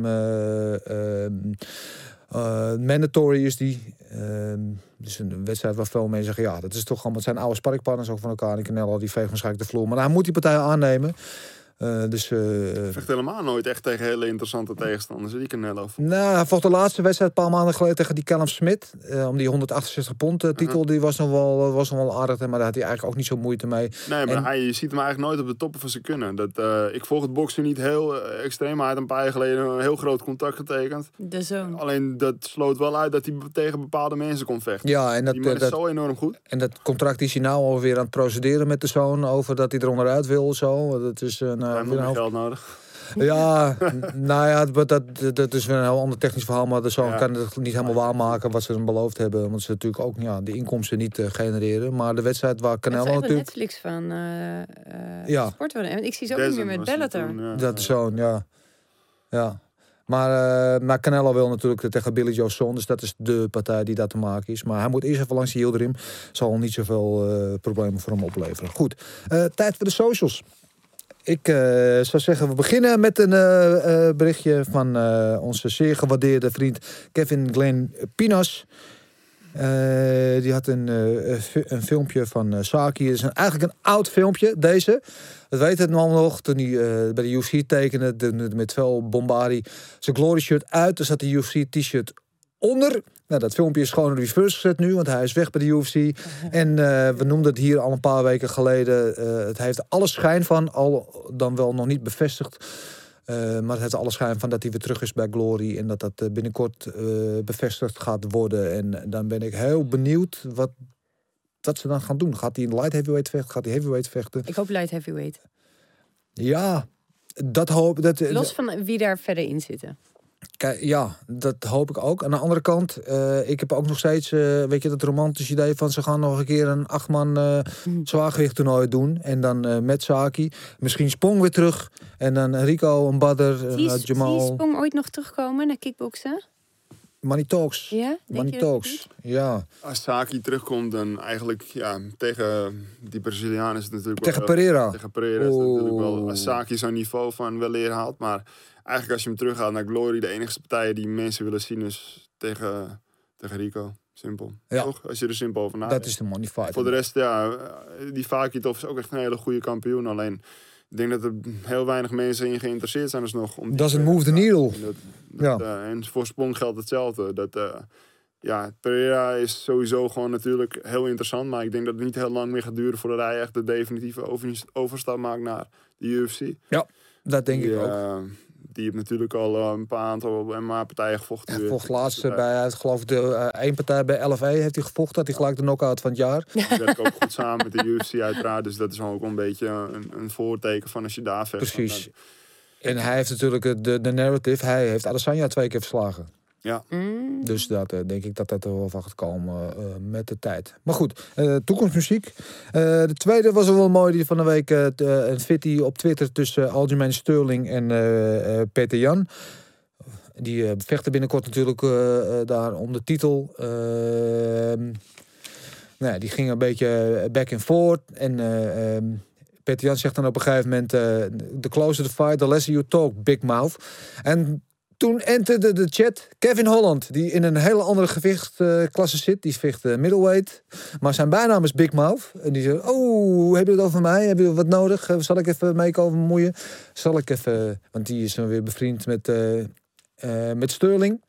Mandatory is die. Dus een wedstrijd waar veel mensen zeggen, ja, dat is toch allemaal zijn oude sparringpartners ook van elkaar. En Canelo die veegt waarschijnlijk de vloer. Maar hij moet die partij aannemen. Vecht helemaal nooit echt tegen hele interessante tegenstanders, die Canelo. Nou, hij vocht de laatste wedstrijd een paar maanden geleden tegen die Callum Smith. Om die 168 pond titel, die was nog wel aardig. Maar daar had hij eigenlijk ook niet zo moeite mee. Nee, maar je ziet hem eigenlijk nooit op de toppen van zijn kunnen. Ik volg het boksen niet heel extreem. Maar hij had een paar jaar geleden een heel groot contract getekend. De zoon. Alleen dat sloot wel uit dat hij tegen bepaalde mensen kon vechten. Ja, en Die man is zo enorm goed. En dat contract is hij nou alweer aan het procederen met de zoon over dat hij er onderuit wil. Zo. Dat is Hij heeft nog meer geld nodig. Ja, nou ja, dat is weer een heel ander technisch verhaal. Maar de zoon kan het niet helemaal waarmaken wat ze hem beloofd hebben. Want ze natuurlijk ook de inkomsten niet genereren. Maar de wedstrijd waar Canelo Dat is echt natuurlijk... Netflix van Ja. sport worden. En ik zie ze ook niet meer met Bellator. Dat de zoon, ja. Maar Canelo wil natuurlijk tegen Billy Joe Saunders. Dus dat is de partij die daar te maken is. Maar hij moet eerst even langs die Yildirim. Zal niet zoveel problemen voor hem opleveren. Goed, tijd voor de socials. Ik zou zeggen, we beginnen met een berichtje van onze zeer gewaardeerde vriend Kevin Glenn Pinas. Die had een filmpje van Saki. Het is eigenlijk een oud filmpje, deze. Dat weet het man nog, toen hij bij de UFC tekende met veel bombardie. Zijn glory shirt uit, er zat de UFC t-shirt onder. Nou, dat filmpje is gewoon reverse gezet nu, want hij is weg bij de UFC. En we noemden het hier al een paar weken geleden. Het heeft alle schijn van, al dan wel nog niet bevestigd. Maar het heeft alle schijn van dat hij weer terug is bij Glory. En dat dat binnenkort bevestigd gaat worden. En dan ben ik heel benieuwd wat ze dan gaan doen. Gaat hij in light heavyweight vechten? Gaat hij heavyweight vechten? Ik hoop light heavyweight. Ja, dat hoop ik. Los van wie daar verder in zitten. Kijk, ja, dat hoop ik ook. Aan de andere kant, ik heb ook nog steeds, weet je, dat romantische idee van ze gaan nog een keer een 8-man zwaargewicht toernooi doen. En dan met Saki. Misschien Spong weer terug. En dan Rico, een Badr, Jamal. Zie je Spong ooit nog terugkomen naar kickboksen? Money Talks. Ja? Money Talks. Ja. Als Saki terugkomt, dan eigenlijk tegen die Braziliaan is het natuurlijk Tegen Pereira. Tegen Pereira is het natuurlijk wel. Als Saki zo'n niveau van wel eer haalt. Maar eigenlijk als je hem teruggaat naar Glory, de enige partijen die mensen willen zien is tegen Rico. Simpel. Ja. Toch? Als je er simpel over nadenkt. Dat is de money fight. Voor de rest, ja, die Fakitov is ook echt een hele goede kampioen. Alleen, ik denk dat er heel weinig mensen in geïnteresseerd zijn alsnog. Doesn't move the needle. En voor Spong geldt hetzelfde. Pereira is sowieso gewoon natuurlijk heel interessant. Maar ik denk dat het niet heel lang meer gaat duren voordat hij echt de definitieve overstap maakt naar de UFC. Ja, dat denk ik ook. Die heeft natuurlijk al een paar aantal MMA-partijen gevochten. Hij vocht laatst bij, geloof ik, één partij bij LFA heeft hij gevochten. Dat hij gelijk de knockout van het jaar. Die werkt ook goed samen met de UFC uiteraard. Dus dat is ook een beetje een voorteken van als je daar vecht. Precies. En hij heeft natuurlijk de narrative. Hij heeft Adesanya 2 keer verslagen. Ja. Dus dat denk ik dat er wel van gaat komen met de tijd. Maar goed, toekomstmuziek. De tweede was wel mooi, die van de week. Een fitty op Twitter tussen Aljamain Sterling en Peter Jan. Die vechten binnenkort natuurlijk daar om de titel. Die gingen een beetje back and forth. En Peter Jan zegt dan op een gegeven moment... the closer the fight, the lesser you talk, big mouth. En toen enterde de chat Kevin Holland, die in een hele andere gewichtsklasse zit. Die vecht middleweight. Maar zijn bijnaam is Big Mouth. En die zegt, heb je het over mij? Heb je wat nodig? Zal ik even meekomen bemoeien? Zal ik even... Want die is dan weer bevriend met Sterling.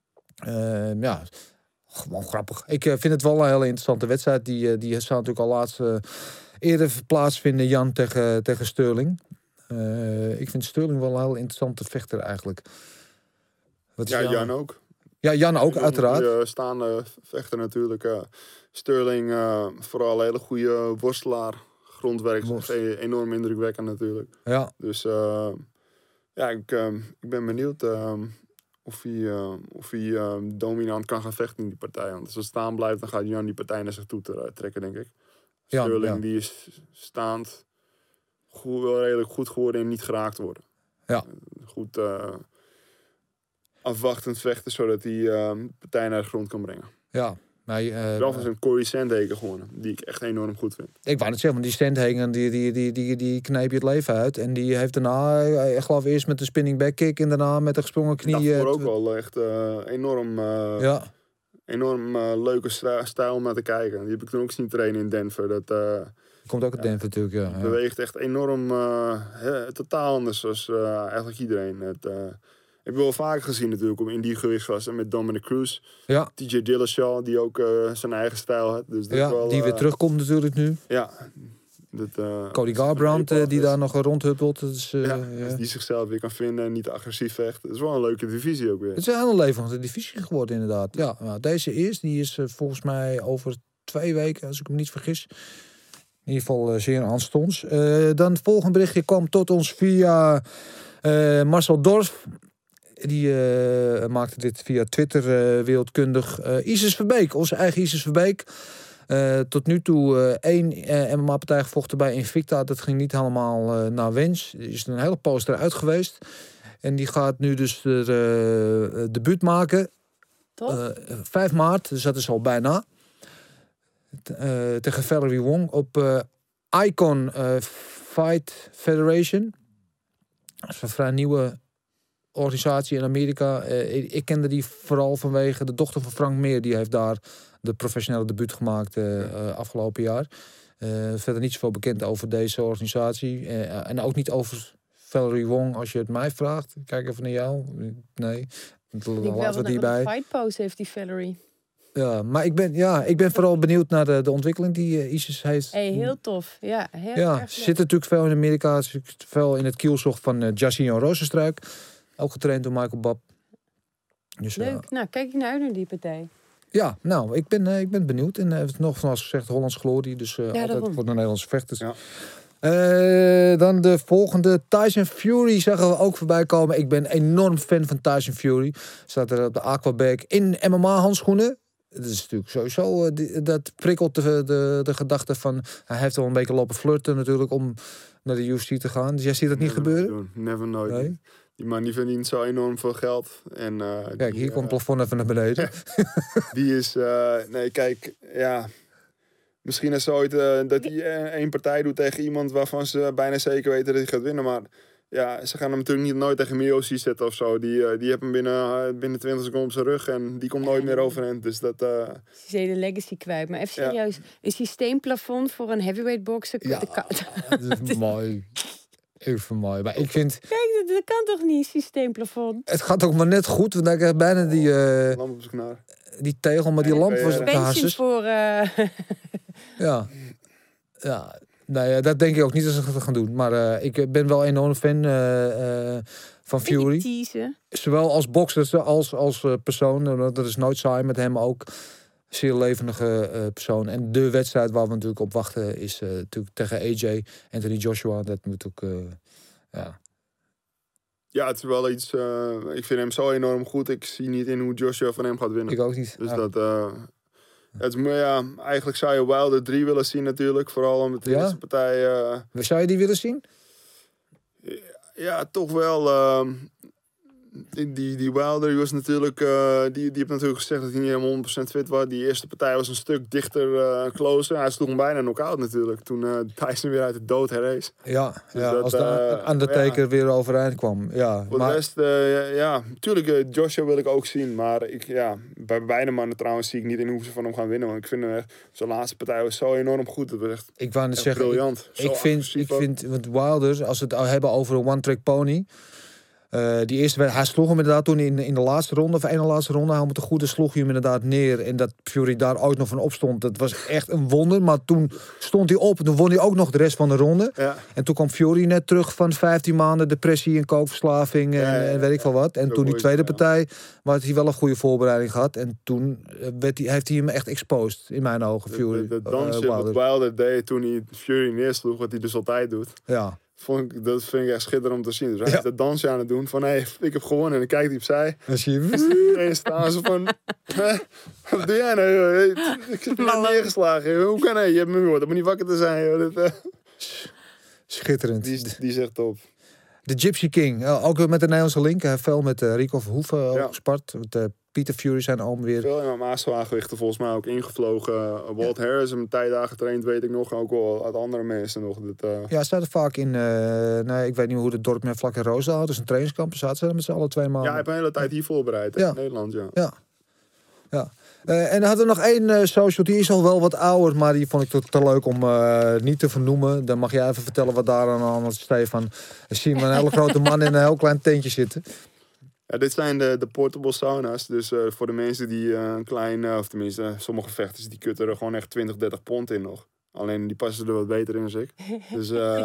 Gewoon grappig. Ik vind het wel een hele interessante wedstrijd. Die zou natuurlijk al laatst eerder plaatsvinden, Jan tegen Sterling. Ik vind Sterling wel een heel interessante vechter eigenlijk. Jan ook. Ja, Jan ook, uiteraard. Staande vechter natuurlijk. Sterling, vooral een hele goede worstelaar. Grondwerk is enorm indrukwekkend natuurlijk. Ja. Dus ik ben benieuwd of hij dominant kan gaan vechten in die partij. Want als hij staan blijft, dan gaat Jan die partij naar zich toe trekken, denk ik. Sterling die is staand wel redelijk goed geworden en niet geraakt worden. Ja. Goed afwachtend vechten, zodat hij de partij naar de grond kan brengen. Ja. Wel van zijn Corey Sandhagen gewonnen, die ik echt enorm goed vind. Ik wou net zeggen, want die Sandhagen die kneep je het leven uit. En die heeft daarna, ik geloof eerst met de spinning back kick en daarna met de gesprongen knie. Dat ook wel echt enorm leuke stijl om naar te kijken. Die heb ik toen ook zien trainen in Denver. Komt ook uit Denver natuurlijk, ja. Beweegt echt enorm, totaal anders dan eigenlijk iedereen. Ik heb wel vaker gezien natuurlijk in die gewichtsklasse met Dominic Cruz. Ja. TJ Dillashaw, die ook zijn eigen stijl had. Dus die weer terugkomt natuurlijk nu. Ja. Cody Garbrandt, die daar nog rondhuppelt. Dus, die zichzelf weer kan vinden en niet agressief vecht. Het is wel een leuke divisie ook weer. Het is een hele levendige divisie geworden inderdaad. Ja, nou, deze die is volgens mij over 2 weken, als ik me niet vergis. In ieder geval zeer aanstonds. Dan het volgende berichtje kwam tot ons via Marcel Dorf. Die maakte dit via Twitter wereldkundig. Isis Verbeek, onze eigen Isis Verbeek. Tot nu toe 1 MMA-partij gevochten bij Invicta. Dat ging niet helemaal naar wens. Er is een hele poos eruit geweest. En die gaat nu dus de debuut maken. 5 maart, dus dat is al bijna. Tegen Valerie Wong op Icon Fight Federation. Dat is een vrij nieuwe organisatie in Amerika. Ik kende die vooral vanwege de dochter van Frank Meer. Die heeft daar de professionele debuut gemaakt afgelopen jaar. Verder niet zoveel bekend over deze organisatie. En ook niet over Valerie Wong, als je het mij vraagt. Ik kijk even naar jou. Nee. Ik denk wel Laten we dat die een bij. fight pose heeft die Valerie. Ja, maar ik ben vooral benieuwd naar de ontwikkeling die Isis heeft. Hey, heel tof. Ja, heel Ja, erg ze leuk. zit natuurlijk veel in Amerika. Ze zit veel in het kielzog van Jairzinho Rozenstruik. Ook getraind door Michael Babb. Dus, Leuk. Nou, kijk ik naar uit naar die partij. ja, nou, ik ben benieuwd. En nogmaals gezegd, Hollands glorie. Dus altijd daarom. voor de Nederlandse vechters. Ja. Dan de volgende. Tyson Fury zagen we ook voorbij komen. Ik ben enorm fan van Tyson Fury. Staat er op de Aquaback in MMA-handschoenen. Dat is natuurlijk sowieso, dat prikkelt de gedachte van... Hij heeft al een beetje lopen flirten natuurlijk om naar de UFC te gaan. Dus jij ziet dat niet gebeuren? Never nooit. Nee? Die man die verdient zo enorm veel geld. En, Kijk, hier komt het plafond even naar beneden. Die is... nee, kijk, ja... Misschien is het ooit dat hij één partij doet tegen iemand waarvan ze bijna zeker weten dat hij gaat winnen. Maar ja, ze gaan hem natuurlijk nooit tegen Miyoshi zetten of zo. Die hebben hem binnen 20 seconden op zijn rug en die komt nooit meer overeind. Dus dat... Ze is de hele legacy kwijt. Maar even Ja. serieus. Een systeemplafond voor een heavyweight boxer? Ja. Dat is mooi. Even mooi. Maar ik vind, Kijk, dat kan toch niet, systeemplafond? het gaat ook maar net goed. Want ik krijg bijna lamp op zijn knaar. die tegel, maar die lamp was op de Pensions hazes. voor... Ja. Ja. Nou ja, dat denk ik ook niet dat ze dat gaan doen. Maar ik ben wel een enorm fan van Fury. teasen. Zowel als bokser als persoon. Dat is nooit saai met hem ook. Zeer levendige persoon. En de wedstrijd waar we natuurlijk op wachten is natuurlijk tegen AJ, Anthony Joshua. Dat moet ook... ja. Ja, het is wel iets... ik vind hem zo enorm goed. Ik zie niet in hoe Joshua van hem gaat winnen. Ik ook niet. Dus Ja. dat... het is, ja, eigenlijk zou je Wilder 3 willen zien natuurlijk. Vooral omdat de Ja? eerste partij... Zou je die willen zien? ja, toch wel... Die Wilder die was natuurlijk... die heeft natuurlijk gezegd dat hij niet helemaal 100% fit was. Die eerste partij was een stuk dichter closer. Hij sloeg hem bijna knock-out natuurlijk. Toen Tyson weer uit de dood herrees. Ja, Dus ja dat, als de Undertaker weer overeind kwam. Ja, Voor de rest, ja, natuurlijk Joshua wil ik ook zien. Maar bij beide mannen trouwens zie ik niet in hoe ze van hem gaan winnen. Want ik vind hem echt, zijn laatste partij was zo enorm goed. Dat was echt, ik wou net echt zeggen, briljant. Zo ik agressief ook. vind, want Wilder, als we het hebben over een one-track pony. Die eerste, hij sloeg hem inderdaad toen in de laatste ronde, of ene laatste ronde, hij met de goede sloeg hij hem inderdaad neer. En dat Fury daar ooit nog van opstond, dat was echt een wonder. Maar toen stond hij op en toen won hij ook nog de rest van de ronde. Ja. En toen kwam Fury net terug van 15 maanden depressie en kookverslaving en weet ik veel wat. En Zo toen die mooi, tweede ja. partij, waar hij wel een goede voorbereiding gehad. En toen heeft hij hem echt exposed, in mijn ogen, Fury. Dat dansje wat Wilder deed toen hij Fury neersloeg, wat hij dus altijd doet. Ja. Dat vind ik echt schitterend om te zien. Dus hij heeft dat dansje aan het doen van, hé, ik heb gewonnen. En dan kijkt hij opzij. Dan zie je... En staan ze van, wat doe jij nou, joh? Ik heb je net neergeslagen, joh. Hoe kan hij? Je hebt me gehoord, dat moet niet wakker te zijn, joh. Schitterend. Die zegt top. De Gypsy King, ook met de Nederlandse link. Hij heeft veel met Rico Verhoeven Ja. gespart. Met Peter Fury zijn oom weer. Veel MMA-zwaargewichten volgens mij ook ingevlogen. Walt Harris hem tijdagen getraind, weet ik nog. Ook wel uit andere mensen nog. Ja, ze zaten vaak in, nee, ik weet niet hoe het dorp met vlak in Roosendaal. Dus een trainingskamp. Zaten ze met z'n allen 2 maanden. Ja, hij heeft een hele tijd hier voorbereid. Ja. In Nederland, ja. Ja. Ja. En dan hadden we nog één social, die is al wel wat ouder, maar die vond ik te leuk om niet te vernoemen. Dan mag jij even vertellen wat daar aan het Stefan. Dan zien we een hele grote man in een heel klein tentje zitten. Ja, dit zijn de portable sauna's. Dus voor de mensen die een klein, of tenminste sommige vechters, die kutten er gewoon echt 20, 30 pond in nog. Alleen die passen er wat beter in als ik. Dus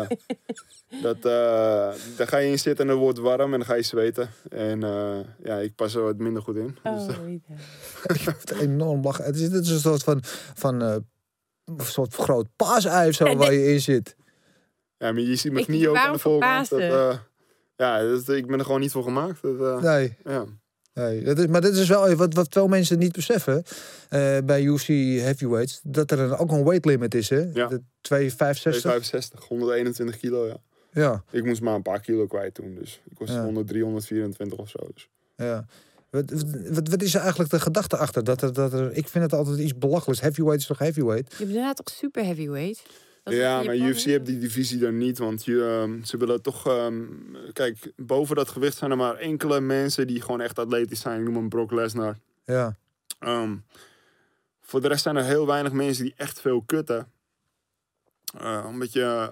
daar ga je in zitten en dan wordt het warm en dan ga je zweten. En ja, ik pas er wat minder goed in. Oh, Dus, Ik heb het enorm lachen. Het is een soort van een soort groot paasei of zo waar je in zit. ja, maar je ziet mijn Ik- knieën ook aan waarom de voorkant. verbaasde? Ik ben er gewoon niet voor gemaakt. Nee. Ja. Nee, maar dit is wel wat veel mensen niet beseffen bij UFC heavyweights. Dat er ook een weight limit is, hè? Ja. De 265. 265, 121 kilo, ja. Ja, Ik moest maar een paar kilo kwijt toen. Dus ik was Ja. 103, 124 of zo. Dus. ja. Wat is er eigenlijk de gedachte achter? Ik vind het altijd iets belachelijks. Heavyweight is toch heavyweight? Je bent inderdaad toch super heavyweight? Dat is Ja, je maar plan, UFC hè? heeft die divisie dan niet. Want ze willen toch... kijk, boven dat gewicht zijn er maar enkele mensen die gewoon echt atletisch zijn. Ik noem hem Brock Lesnar. Ja. Voor de rest zijn er heel weinig mensen die echt veel kutten. Omdat je...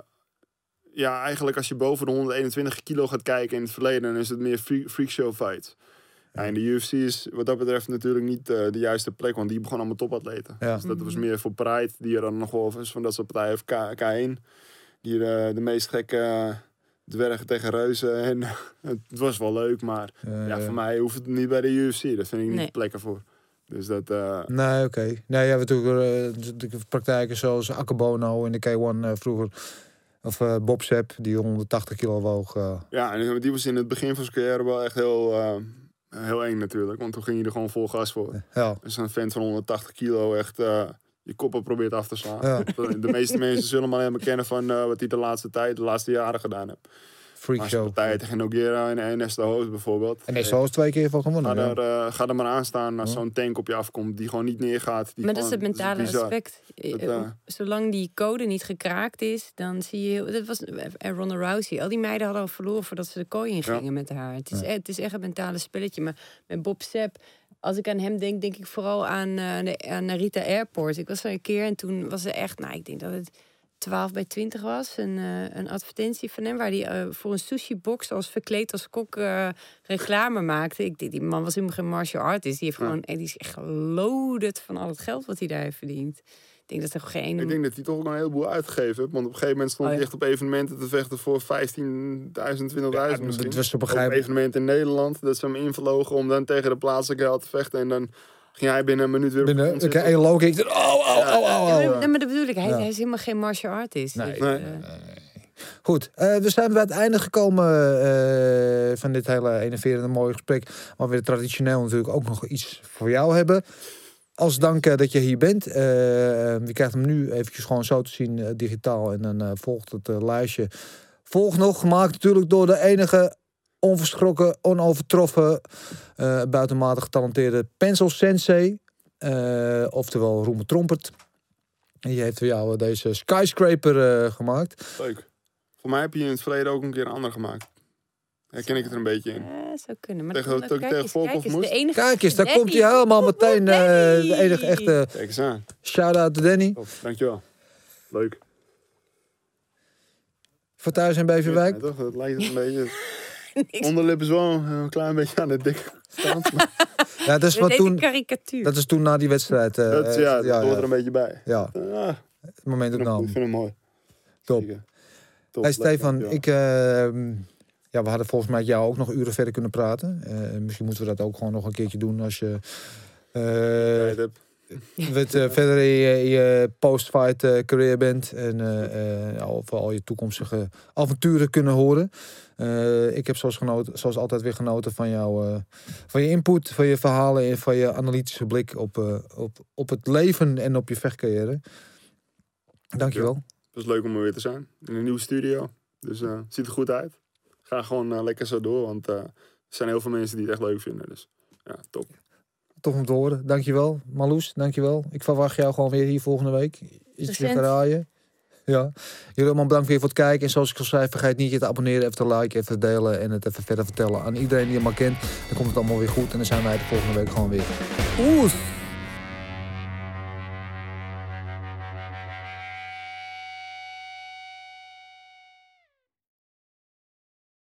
Ja, eigenlijk als je boven de 121 kilo gaat kijken in het verleden... dan is het meer freakshow fight. Ja, en de UFC is wat dat betreft natuurlijk niet de juiste plek, want die begon allemaal topatleten. Ja. Dus dat was meer voor Pride, die er dan nog wel is van dat soort partijen, of K1. Die de meest gekke dwergen tegen reuzen. En het was wel leuk, maar voor mij hoeft het niet bij de UFC. Dat vind ik niet de plek ervoor. Dus dat... Nee, oké. Nee, je hebt natuurlijk praktijken zoals Akebono in de K1 vroeger. Of Bob Sepp, die 180 kilo woog. Ja, en die was in het begin van zijn carrière wel echt heel eng natuurlijk. Want toen ging je er gewoon vol gas voor. Ja. Dus een vent van 180 kilo echt je koppen probeert af te slaan. Ja. De meeste mensen zullen hem alleen maar kennen van wat hij de laatste jaren gedaan heeft. Freakshow. Partijen tegen Nogueira en Ernesto Hoos bijvoorbeeld. En Ernesto is 2 keer van gewonnen. Ga er maar aan staan als zo'n tank op je afkomt die gewoon niet neergaat. Maar dat is het mentale aspect. Zolang die code niet gekraakt is, dan zie je... Dat was Ronda Rousey. Al die meiden hadden al verloren voordat ze de kooi ingingen met haar. Het is echt een mentale spelletje. Maar met Bob Sepp, als ik aan hem denk, denk ik vooral aan Narita Airport. Ik was er een keer en toen was er echt... ik denk dat het 12 bij 20 was. Een advertentie van hem waar hij voor een sushi-box als verkleed als kok reclame maakte. Die man was helemaal geen martial artist. Die is echt loaded van al het geld wat hij daar heeft verdiend. Ik denk dat er geen... Ik denk dat hij toch ook een heleboel uitgegeven heeft. Want op een gegeven moment stond hij echt op evenementen te vechten voor 15.000, 20.000 misschien. Het was op een gegeven evenement in Nederland. Dat ze hem invlogen om dan tegen de plaatselijke held te vechten. En dan ging hij binnen een minuut weer... Binnen een low kick. Maar dat bedoel ik. Hij is helemaal geen martial artist. Nee. Goed, we zijn bij het einde gekomen van dit hele enerverende mooie gesprek. Maar weer traditioneel natuurlijk ook nog iets voor jou hebben. Als dank dat je hier bent. Je krijgt hem nu eventjes gewoon zo te zien digitaal. En dan volgt het lijstje. Volg nog, gemaakt natuurlijk door de enige onverschrokken, onovertroffen, buitenmatig getalenteerde Pencil Sensei. Oftewel Roemer Trompert. En die heeft voor jou deze Skyscraper gemaakt. Leuk. Voor mij heb je in het verleden ook een keer een ander gemaakt. Herken ik het er een beetje in. Ja, zou kunnen. Maar tegen Volkov moest. Kijk eens, daar komt hij helemaal meteen. De enige echte. Kijk eens aan. Shout-out to Danny. Top, dankjewel. Leuk. Voor thuis in Beverwijk. Ja, toch? Dat lijkt het een beetje... Onderlip is wel een klein beetje aan het dikke stand. Ja, dat is wat toen. Karikatuur. Dat is toen na die wedstrijd. Dat hoort er een beetje bij. Ja. Het moment ook nou. Ik vind hem mooi. Top. Hey Stefan, we hadden volgens mij jou ook nog uren verder kunnen praten. Misschien moeten we dat ook gewoon nog een keertje doen als je verder in je post-fight career bent. En over al je toekomstige avonturen kunnen horen. Ik heb zoals altijd weer genoten van van je input, van je verhalen en van je analytische blik op het leven en op je vechtcarrière. Dankjewel. Het was leuk om er weer te zijn. In een nieuwe studio. Dus het ziet er goed uit. Ga gewoon lekker zo door. Want er zijn heel veel mensen die het echt leuk vinden. Dus ja, top. Tof om te horen. Dankjewel. Marloes, dankjewel. Ik verwacht jou gewoon weer hier volgende week. Iets weer raaien. Ja. Jullie allemaal bedankt weer voor het kijken. En zoals ik al zei, vergeet niet je te abonneren, even te liken, even te delen. En het even verder vertellen aan iedereen die je maar kent. Dan komt het allemaal weer goed. En dan zijn wij de volgende week gewoon weer. Oeh!